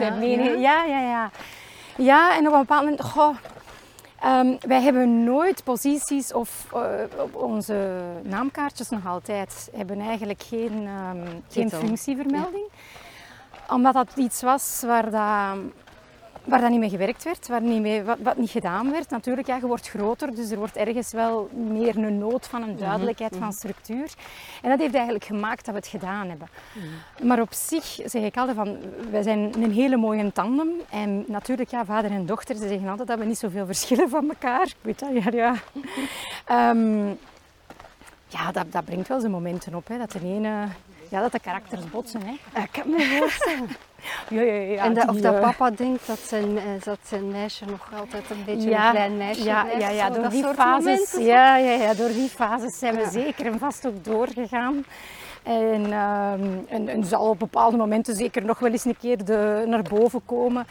[SPEAKER 2] Ja, en op een bepaald moment... wij hebben nooit posities of op onze naamkaartjes nog altijd hebben eigenlijk geen functievermelding. Ja. Omdat dat iets was waar dat niet mee gewerkt werd, wat niet gedaan werd. Natuurlijk, je wordt groter, dus er wordt ergens wel meer een nood van een duidelijkheid van structuur. En dat heeft eigenlijk gemaakt dat we het gedaan hebben. Maar op zich zeg ik altijd van, wij zijn een hele mooie tandem. En natuurlijk, vader en dochter, ze zeggen altijd dat we niet zoveel verschillen van elkaar. Ik weet dat, ja. Dat brengt wel zijn momenten op, hè, dat de ene... Ja, dat de karakters botsen. Hè.
[SPEAKER 1] Ik kan me voorstellen.
[SPEAKER 2] Ja,
[SPEAKER 1] en of dat papa denkt dat zijn meisje nog altijd een beetje een klein meisje blijft.
[SPEAKER 2] Ja, door die fases. Door die fases zijn we zeker en vast ook doorgegaan. En zal op bepaalde momenten zeker nog wel eens een keer naar boven komen.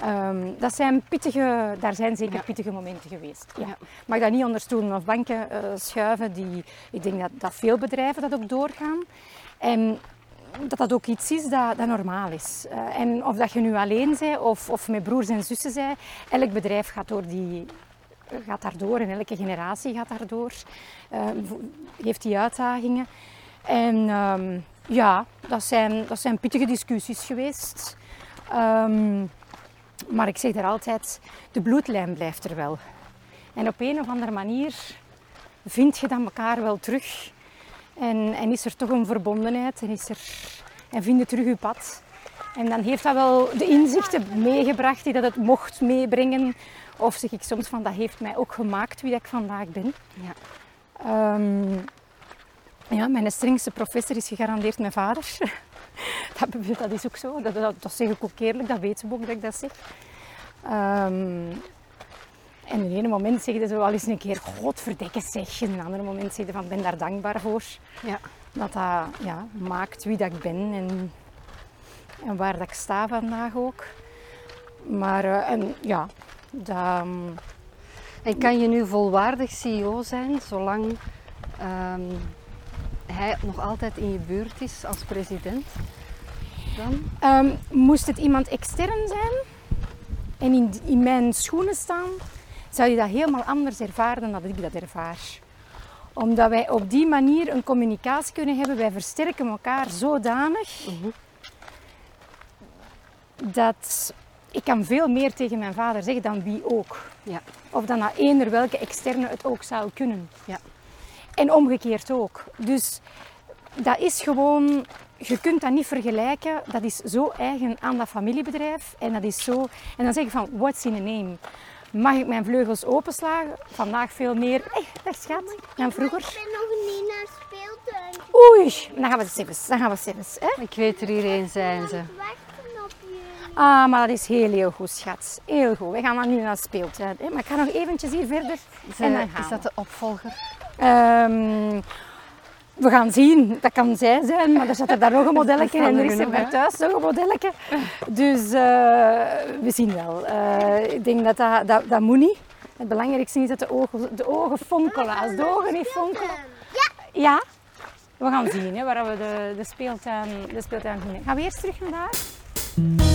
[SPEAKER 2] Daar zijn zeker pittige momenten geweest. Ja. Mag dat niet onder stoelen of banken schuiven. Ik denk dat veel bedrijven dat ook doorgaan. En dat ook iets is dat normaal is. En of dat je nu alleen bent of met broers en zussen bent, elk bedrijf gaat daardoor en elke generatie gaat daardoor. Heeft die uitdagingen. En dat zijn pittige discussies geweest. Maar ik zeg daar altijd, de bloedlijn blijft er wel. En op een of andere manier vind je dan elkaar wel terug. En is er toch een verbondenheid en vind je terug je pad. En dan heeft dat wel de inzichten meegebracht die dat het mocht meebrengen. Of zeg ik soms van, dat heeft mij ook gemaakt wie dat ik vandaag ben. Ja. Mijn strengste professor is gegarandeerd mijn vader. Dat is ook zo, dat zeg ik ook eerlijk, dat weet ze ook dat ik dat zeg. En in een moment zeg je zo wel eens een keer, godverdikke zeg. En in een ander moment zeg je van, ben daar dankbaar voor.
[SPEAKER 1] Ja.
[SPEAKER 2] Dat maakt wie dat ik ben en waar dat ik sta vandaag ook. Maar
[SPEAKER 1] En kan je nu volwaardig CEO zijn, zolang hij nog altijd in je buurt is als president? Dan?
[SPEAKER 2] Moest het iemand extern zijn en in mijn schoenen staan, zou je dat helemaal anders ervaren dan dat ik dat ervaar. Omdat wij op die manier een communicatie kunnen hebben, wij versterken elkaar zodanig dat ik kan veel meer tegen mijn vader zeggen dan wie ook.
[SPEAKER 1] Ja.
[SPEAKER 2] Of dan eender welke externe het ook zou kunnen.
[SPEAKER 1] Ja.
[SPEAKER 2] En omgekeerd ook. Dus dat is gewoon, je kunt dat niet vergelijken. Dat is zo eigen aan dat familiebedrijf. En dat is zo. En dan zeg je van, what's in a name? Mag ik mijn vleugels openslagen? Vandaag veel meer. Dag schat, dan vroeger.
[SPEAKER 5] Ik ben nog niet naar het speeltuin.
[SPEAKER 2] Oei, dan gaan we zelfs. Hè?
[SPEAKER 1] Ik weet er hierheen zijn ze.
[SPEAKER 5] Wachten op jullie.
[SPEAKER 2] Ah, maar dat is heel goed, schat. Heel goed. We gaan dan nu naar het speeltuin. Hè? Maar ik ga nog eventjes hier verder. En dan gaan
[SPEAKER 1] Is dat de opvolger?
[SPEAKER 2] We gaan zien, dat kan zij zijn, maar er zit er daar nog een modelletje
[SPEAKER 1] Dat
[SPEAKER 2] en
[SPEAKER 1] is
[SPEAKER 2] er is er
[SPEAKER 1] genoeg,
[SPEAKER 2] bij
[SPEAKER 1] hè?
[SPEAKER 2] thuis nog een modelletje. Dus we zien wel. Ik denk dat moet niet. Het belangrijkste is dat de ogen fonkelen. Als de ogen niet fonkelen... Ja, we gaan zien hè, waar we de speeltuin vinden. Gaan we eerst terug naar daar?